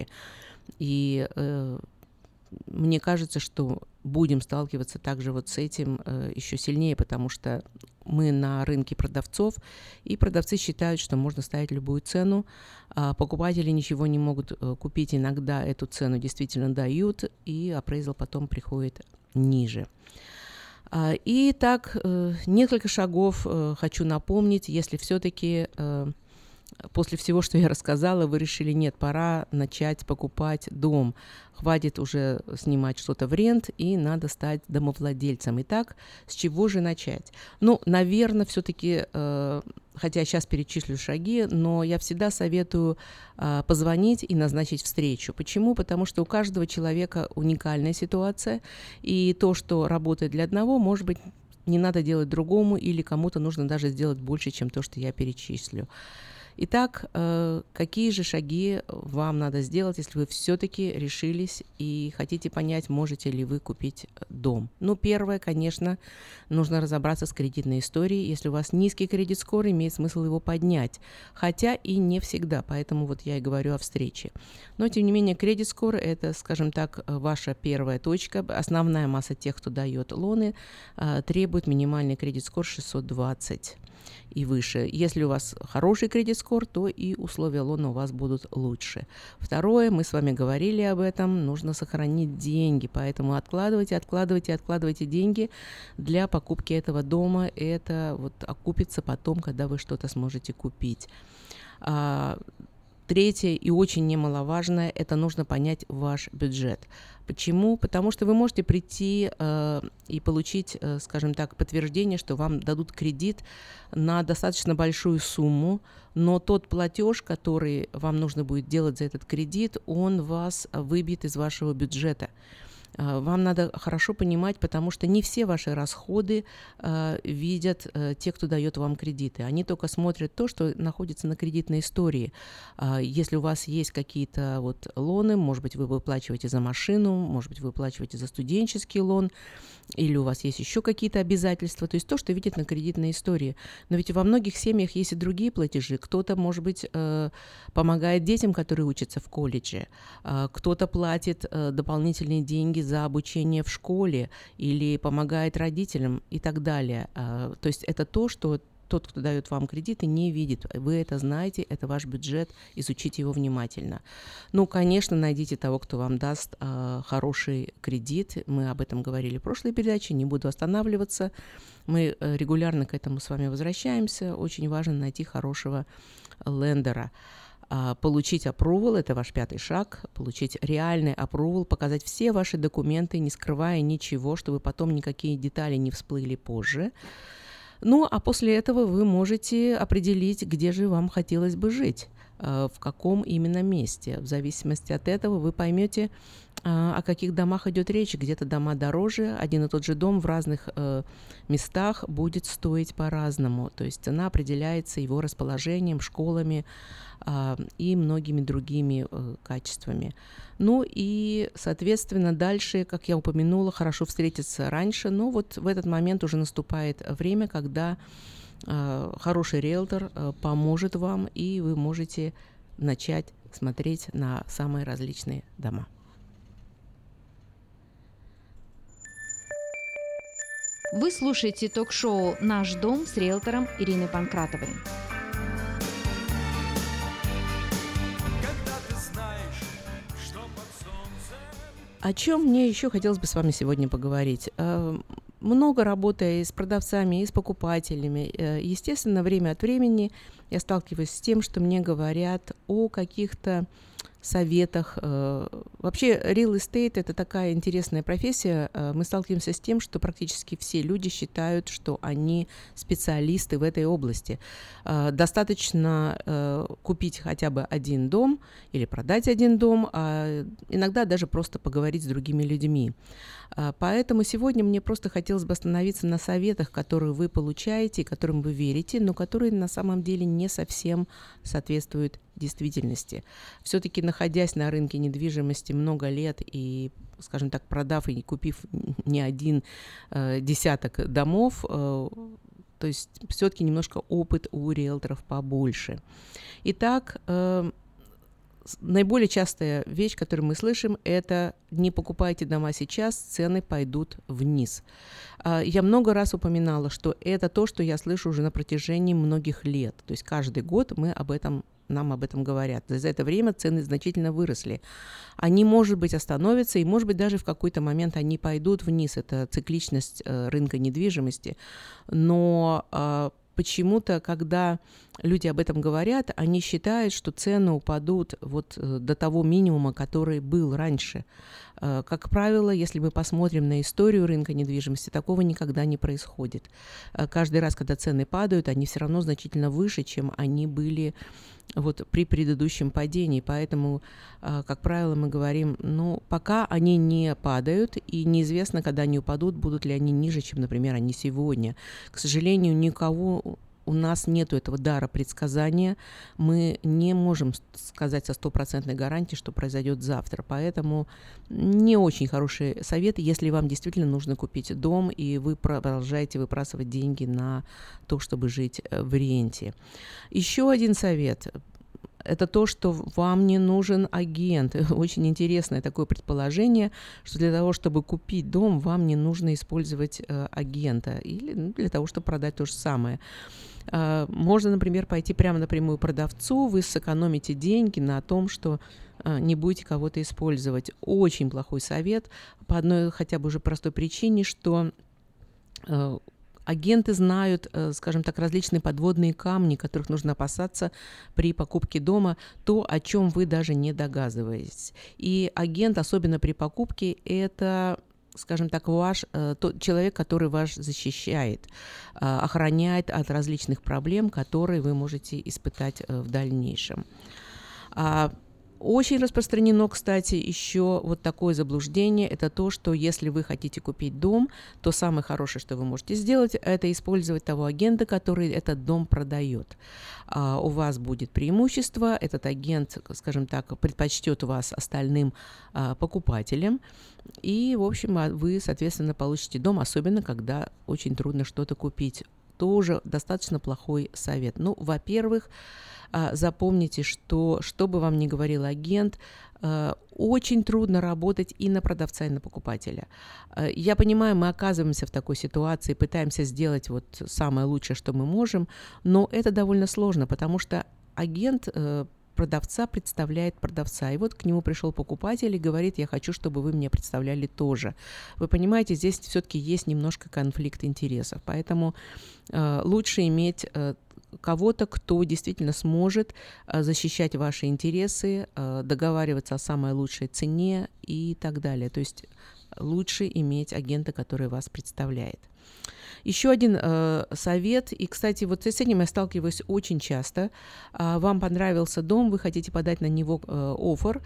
И э, мне кажется, что будем сталкиваться также вот с этим э, еще сильнее, потому что мы на рынке продавцов, и продавцы считают, что можно ставить любую цену, а покупатели ничего не могут э, купить, иногда эту цену действительно дают, и апрейзал потом приходит ниже. А, и так, э, несколько шагов э, хочу напомнить, если все-таки э, после всего, что я рассказала, вы решили, нет, пора начать покупать дом. Хватит уже снимать что-то в рент, и надо стать домовладельцем. Итак, с чего же начать? Ну, наверное, все-таки, э, хотя я сейчас перечислю шаги, но я всегда советую э, позвонить и назначить встречу. Почему? Потому что у каждого человека уникальная ситуация, и то, что работает для одного, может быть, не надо делать другому, или кому-то нужно даже сделать больше, чем то, что я перечислю. Итак, э, какие же шаги вам надо сделать, если вы все-таки решились и хотите понять, можете ли вы купить дом? Ну, первое, конечно, нужно разобраться с кредитной историей. Если у вас низкий кредит-скор, имеет смысл его поднять, хотя и не всегда, поэтому вот я и говорю о встрече. Но, тем не менее, кредит-скор – это, скажем так, ваша первая точка. Основная масса тех, кто дает лоны, э, требует минимальный кредит-скор шестьсот двадцать и выше. Если у вас хороший кредит-скор, то и условия лона у вас будут лучше. Второе, мы с вами говорили об этом, нужно сохранить деньги, поэтому откладывайте, откладывайте, откладывайте деньги для покупки этого дома. Это вот окупится потом, когда вы что-то сможете купить. Третье и очень немаловажное – это нужно понять ваш бюджет. Почему? Потому что вы можете прийти э, и получить, э, скажем так, подтверждение, что вам дадут кредит на достаточно большую сумму, но тот платеж, который вам нужно будет делать за этот кредит, он вас выбьет из вашего бюджета. Вам надо хорошо понимать, потому что не все ваши расходы э, видят э, те, кто дает вам кредиты. Они только смотрят то, что находится на кредитной истории. Э, если у вас есть какие-то вот лоны, может быть, вы выплачиваете за машину, может быть, вы выплачиваете за студенческий лон, или у вас есть еще какие-то обязательства, то есть то, что видят на кредитной истории. Но ведь во многих семьях есть и другие платежи. Кто-то, может быть, э, помогает детям, которые учатся в колледже, э, кто-то платит э, дополнительные деньги за обучение в школе или помогает родителям и так далее. То есть это то, что тот, кто дает вам кредиты, не видит. Вы это знаете, это ваш бюджет, изучите его внимательно. Ну, конечно, найдите того, кто вам даст э, хороший кредит. Мы об этом говорили в прошлой передаче, не буду останавливаться. Мы э, регулярно к этому с вами возвращаемся. Очень важно найти хорошего лендера. Получить approval, это ваш пятый шаг, получить реальный approval, показать все ваши документы, не скрывая ничего, чтобы потом никакие детали не всплыли позже. Ну, а после этого вы можете определить, где же вам хотелось бы жить, в каком именно месте. В зависимости от этого вы поймете, о каких домах идет речь. Где-то дома дороже, один и тот же дом в разных э, местах будет стоить по-разному. То есть цена определяется его расположением, школами э, и многими другими э, качествами. Ну и, соответственно, дальше, как я упомянула, хорошо встретиться раньше, но вот в этот момент уже наступает время, когда э, хороший риэлтор э, поможет вам, и вы можете начать смотреть на самые различные дома. Вы слушаете ток-шоу «Наш дом» с риэлтором Ириной Панкратовой. О чем мне еще хотелось бы с вами сегодня поговорить? Много работая и с продавцами, и с покупателями, естественно, время от времени я сталкиваюсь с тем, что мне говорят о каких-то советах. Вообще, real estate – это такая интересная профессия. Мы сталкиваемся с тем, что практически все люди считают, что они специалисты в этой области. Достаточно купить хотя бы один дом или продать один дом, а иногда даже просто поговорить с другими людьми. Поэтому сегодня мне просто хотелось бы остановиться на советах, которые вы получаете, которым вы верите, но которые на самом деле не совсем соответствуют действительности. Все-таки, находясь на рынке недвижимости много лет и, скажем так, продав и купив не один э, десяток домов, э, то есть все-таки немножко опыт у риэлторов побольше. Итак, э, наиболее частая вещь, которую мы слышим, это не покупайте дома сейчас, цены пойдут вниз. Я много раз упоминала, что это то, что я слышу уже на протяжении многих лет. То есть каждый год мы об этом, нам об этом говорят. За это время цены значительно выросли. Они, может быть, остановятся, и, может быть, даже в какой-то момент они пойдут вниз. Это цикличность рынка недвижимости. Но почему-то, когда люди об этом говорят, они считают, что цены упадут вот до того минимума, который был раньше. Как правило, если мы посмотрим на историю рынка недвижимости, такого никогда не происходит. Каждый раз, когда цены падают, они все равно значительно выше, чем они были вот при предыдущем падении. Поэтому, как правило, мы говорим, ну, пока они не падают, и неизвестно, когда они упадут, будут ли они ниже, чем, например, они сегодня. К сожалению, никого у нас нет этого дара предсказания. Мы не можем сказать со стопроцентной гарантией, что произойдет завтра. Поэтому не очень хороший совет, если вам действительно нужно купить дом, и вы продолжаете выбрасывать деньги на то, чтобы жить в ренте. Еще один совет. Это то, что вам не нужен агент. Очень интересное такое предположение, что для того, чтобы купить дом, вам не нужно использовать э, агента. Или ну, для того, чтобы продать то же самое. Э, можно, например, пойти прямо напрямую к продавцу, вы сэкономите деньги на том, что э, не будете кого-то использовать. Очень плохой совет по одной хотя бы уже простой причине, что э, агенты знают, скажем так, различные подводные камни, которых нужно опасаться при покупке дома, то, о чем вы даже не догадываетесь. И агент, особенно при покупке, это, скажем так, ваш, тот человек, который вас защищает, охраняет от различных проблем, которые вы можете испытать в дальнейшем. Очень распространено, кстати, еще вот такое заблуждение. Это то, что если вы хотите купить дом, то самое хорошее, что вы можете сделать, это использовать того агента, который этот дом продает. А у вас будет преимущество, этот агент, скажем так, предпочтет вас остальным а, покупателям, и, в общем, вы, соответственно, получите дом, особенно когда очень трудно что-то купить. Тоже достаточно плохой совет. Ну, во-первых, запомните, что, что бы вам ни говорил агент, очень трудно работать и на продавца, и на покупателя. Я понимаю, мы оказываемся в такой ситуации, пытаемся сделать вот самое лучшее, что мы можем, но это довольно сложно, потому что агент продавца представляет продавца. И вот к нему пришел покупатель и говорит: я хочу, чтобы вы мне представляли тоже. Вы понимаете, здесь все-таки есть немножко конфликт интересов. Поэтому э, лучше иметь э, кого-то, кто действительно сможет э, защищать ваши интересы, э, договариваться о самой лучшей цене и так далее. То есть лучше иметь агента, который вас представляет. Еще один э, совет, и, кстати, вот с этим я сталкиваюсь очень часто. Э, вам понравился дом, вы хотите подать на него э, оффер,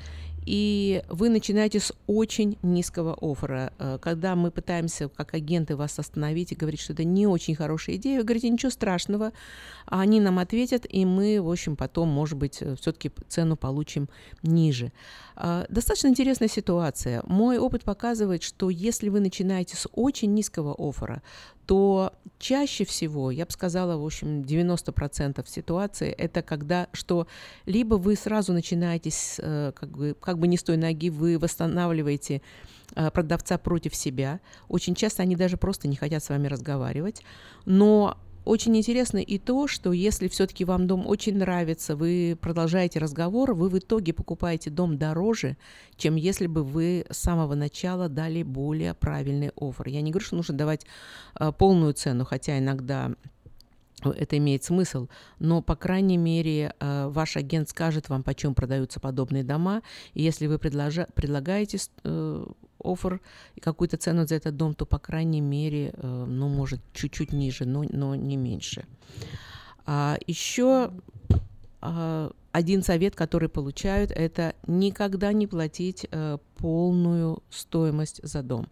и вы начинаете с очень низкого оффера. Э, когда мы пытаемся, как агенты, вас остановить и говорить, что это не очень хорошая идея, вы говорите: ничего страшного, они нам ответят, и мы, в общем, потом, может быть, все-таки цену получим ниже. Э, достаточно интересная ситуация. Мой опыт показывает, что если вы начинаете с очень низкого оффера, то чаще всего, я бы сказала, в общем, девяносто процентов ситуации, это когда, что либо вы сразу начинаете, с, как бы, как бы не с той ноги, вы восстанавливаете продавца против себя. Очень часто они даже просто не хотят с вами разговаривать. Но очень интересно и то, что если все-таки вам дом очень нравится, вы продолжаете разговор, вы в итоге покупаете дом дороже, чем если бы вы с самого начала дали более правильный оффер. Я не говорю, что нужно давать а, полную цену, хотя иногда это имеет смысл, но, по крайней мере, ваш агент скажет вам, почем продаются подобные дома, и если вы предложа- предлагаете оффер и какую-то цену за этот дом, то, по крайней мере, ну, может, чуть-чуть ниже, но, но не меньше. А еще а, один совет, который получают, это никогда не платить а, полную стоимость за дом.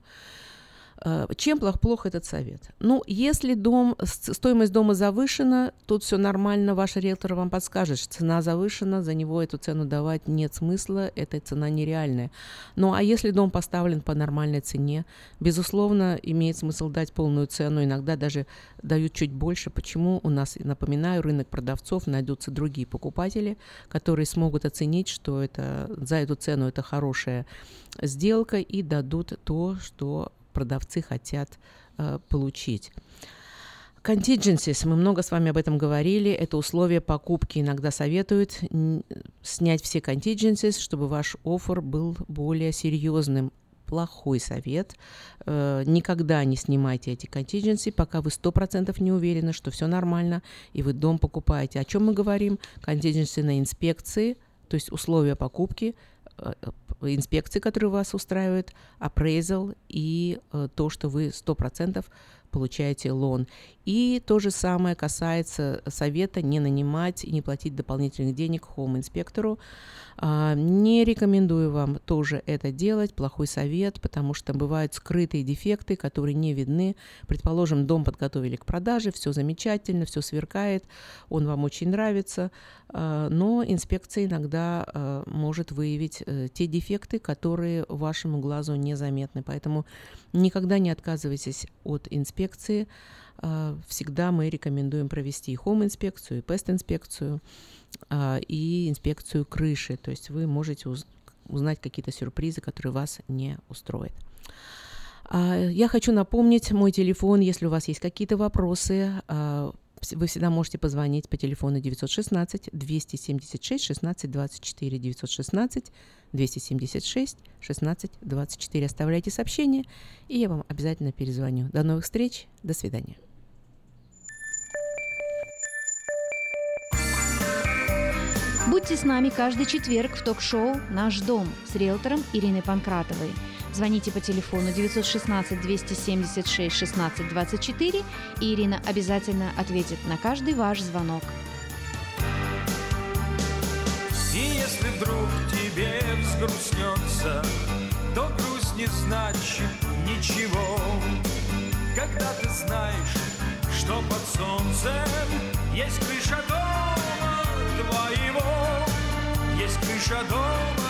Чем плох, плох этот совет? Ну, если дом, стоимость дома завышена, тут все нормально, ваш риэлтор вам подскажет, что цена завышена, за него эту цену давать нет смысла, эта цена нереальная. Ну, а если дом поставлен по нормальной цене, безусловно, имеет смысл дать полную цену, иногда даже дают чуть больше. Почему? У нас, напоминаю, рынок продавцов, найдутся другие покупатели, которые смогут оценить, что это, за эту цену это хорошая сделка, и дадут то, что продавцы хотят э, получить. Contingencies. Мы много с вами об этом говорили. Это условия покупки. Иногда советуют н- снять все contingencies, чтобы ваш оффер был более серьезным. Плохой совет. Э, никогда не снимайте эти contingencies, пока вы сто процентов не уверены, что все нормально, и вы дом покупаете. О чем мы говорим? Contingency на инспекции, то есть условия покупки, инспекции, которые вас устраивают, appraisal и э, то, что вы сто процентов получаете лон. И то же самое касается совета не нанимать и не платить дополнительных денег хоум-инспектору. А, не рекомендую вам тоже это делать, плохой совет, потому что бывают скрытые дефекты, которые не видны. Предположим, дом подготовили к продаже, все замечательно, все сверкает, он вам очень нравится, а, но инспекция иногда а, может выявить а, те дефекты, которые вашему глазу незаметны. Поэтому никогда не отказывайтесь от инспекции. Всегда мы рекомендуем провести и хоум-инспекцию, и пест-инспекцию, и инспекцию крыши. То есть вы можете узнать какие-то сюрпризы, которые вас не устроят. Я хочу напомнить мой телефон, если у вас есть какие-то вопросы. Вы всегда можете позвонить по телефону девятьсот шестнадцать двести семьдесят шесть шестнадцать двадцать четыре, девятьсот шестнадцать двести семьдесят шесть шестнадцать двадцать четыре. Оставляйте сообщение, и я вам обязательно перезвоню. До новых встреч, до свидания. Будьте с нами каждый четверг в ток-шоу «Наш дом» с риэлтором Ириной Панкратовой. Звоните по телефону девятьсот шестнадцать двести семьдесят шесть шестнадцать двадцать четыре, и Ирина обязательно ответит на каждый ваш звонок. И если вдруг тебе взгрустнется, то грусть не значит ничего. Когда ты знаешь, что под солнцем есть крыша дома твоего, есть крыша дома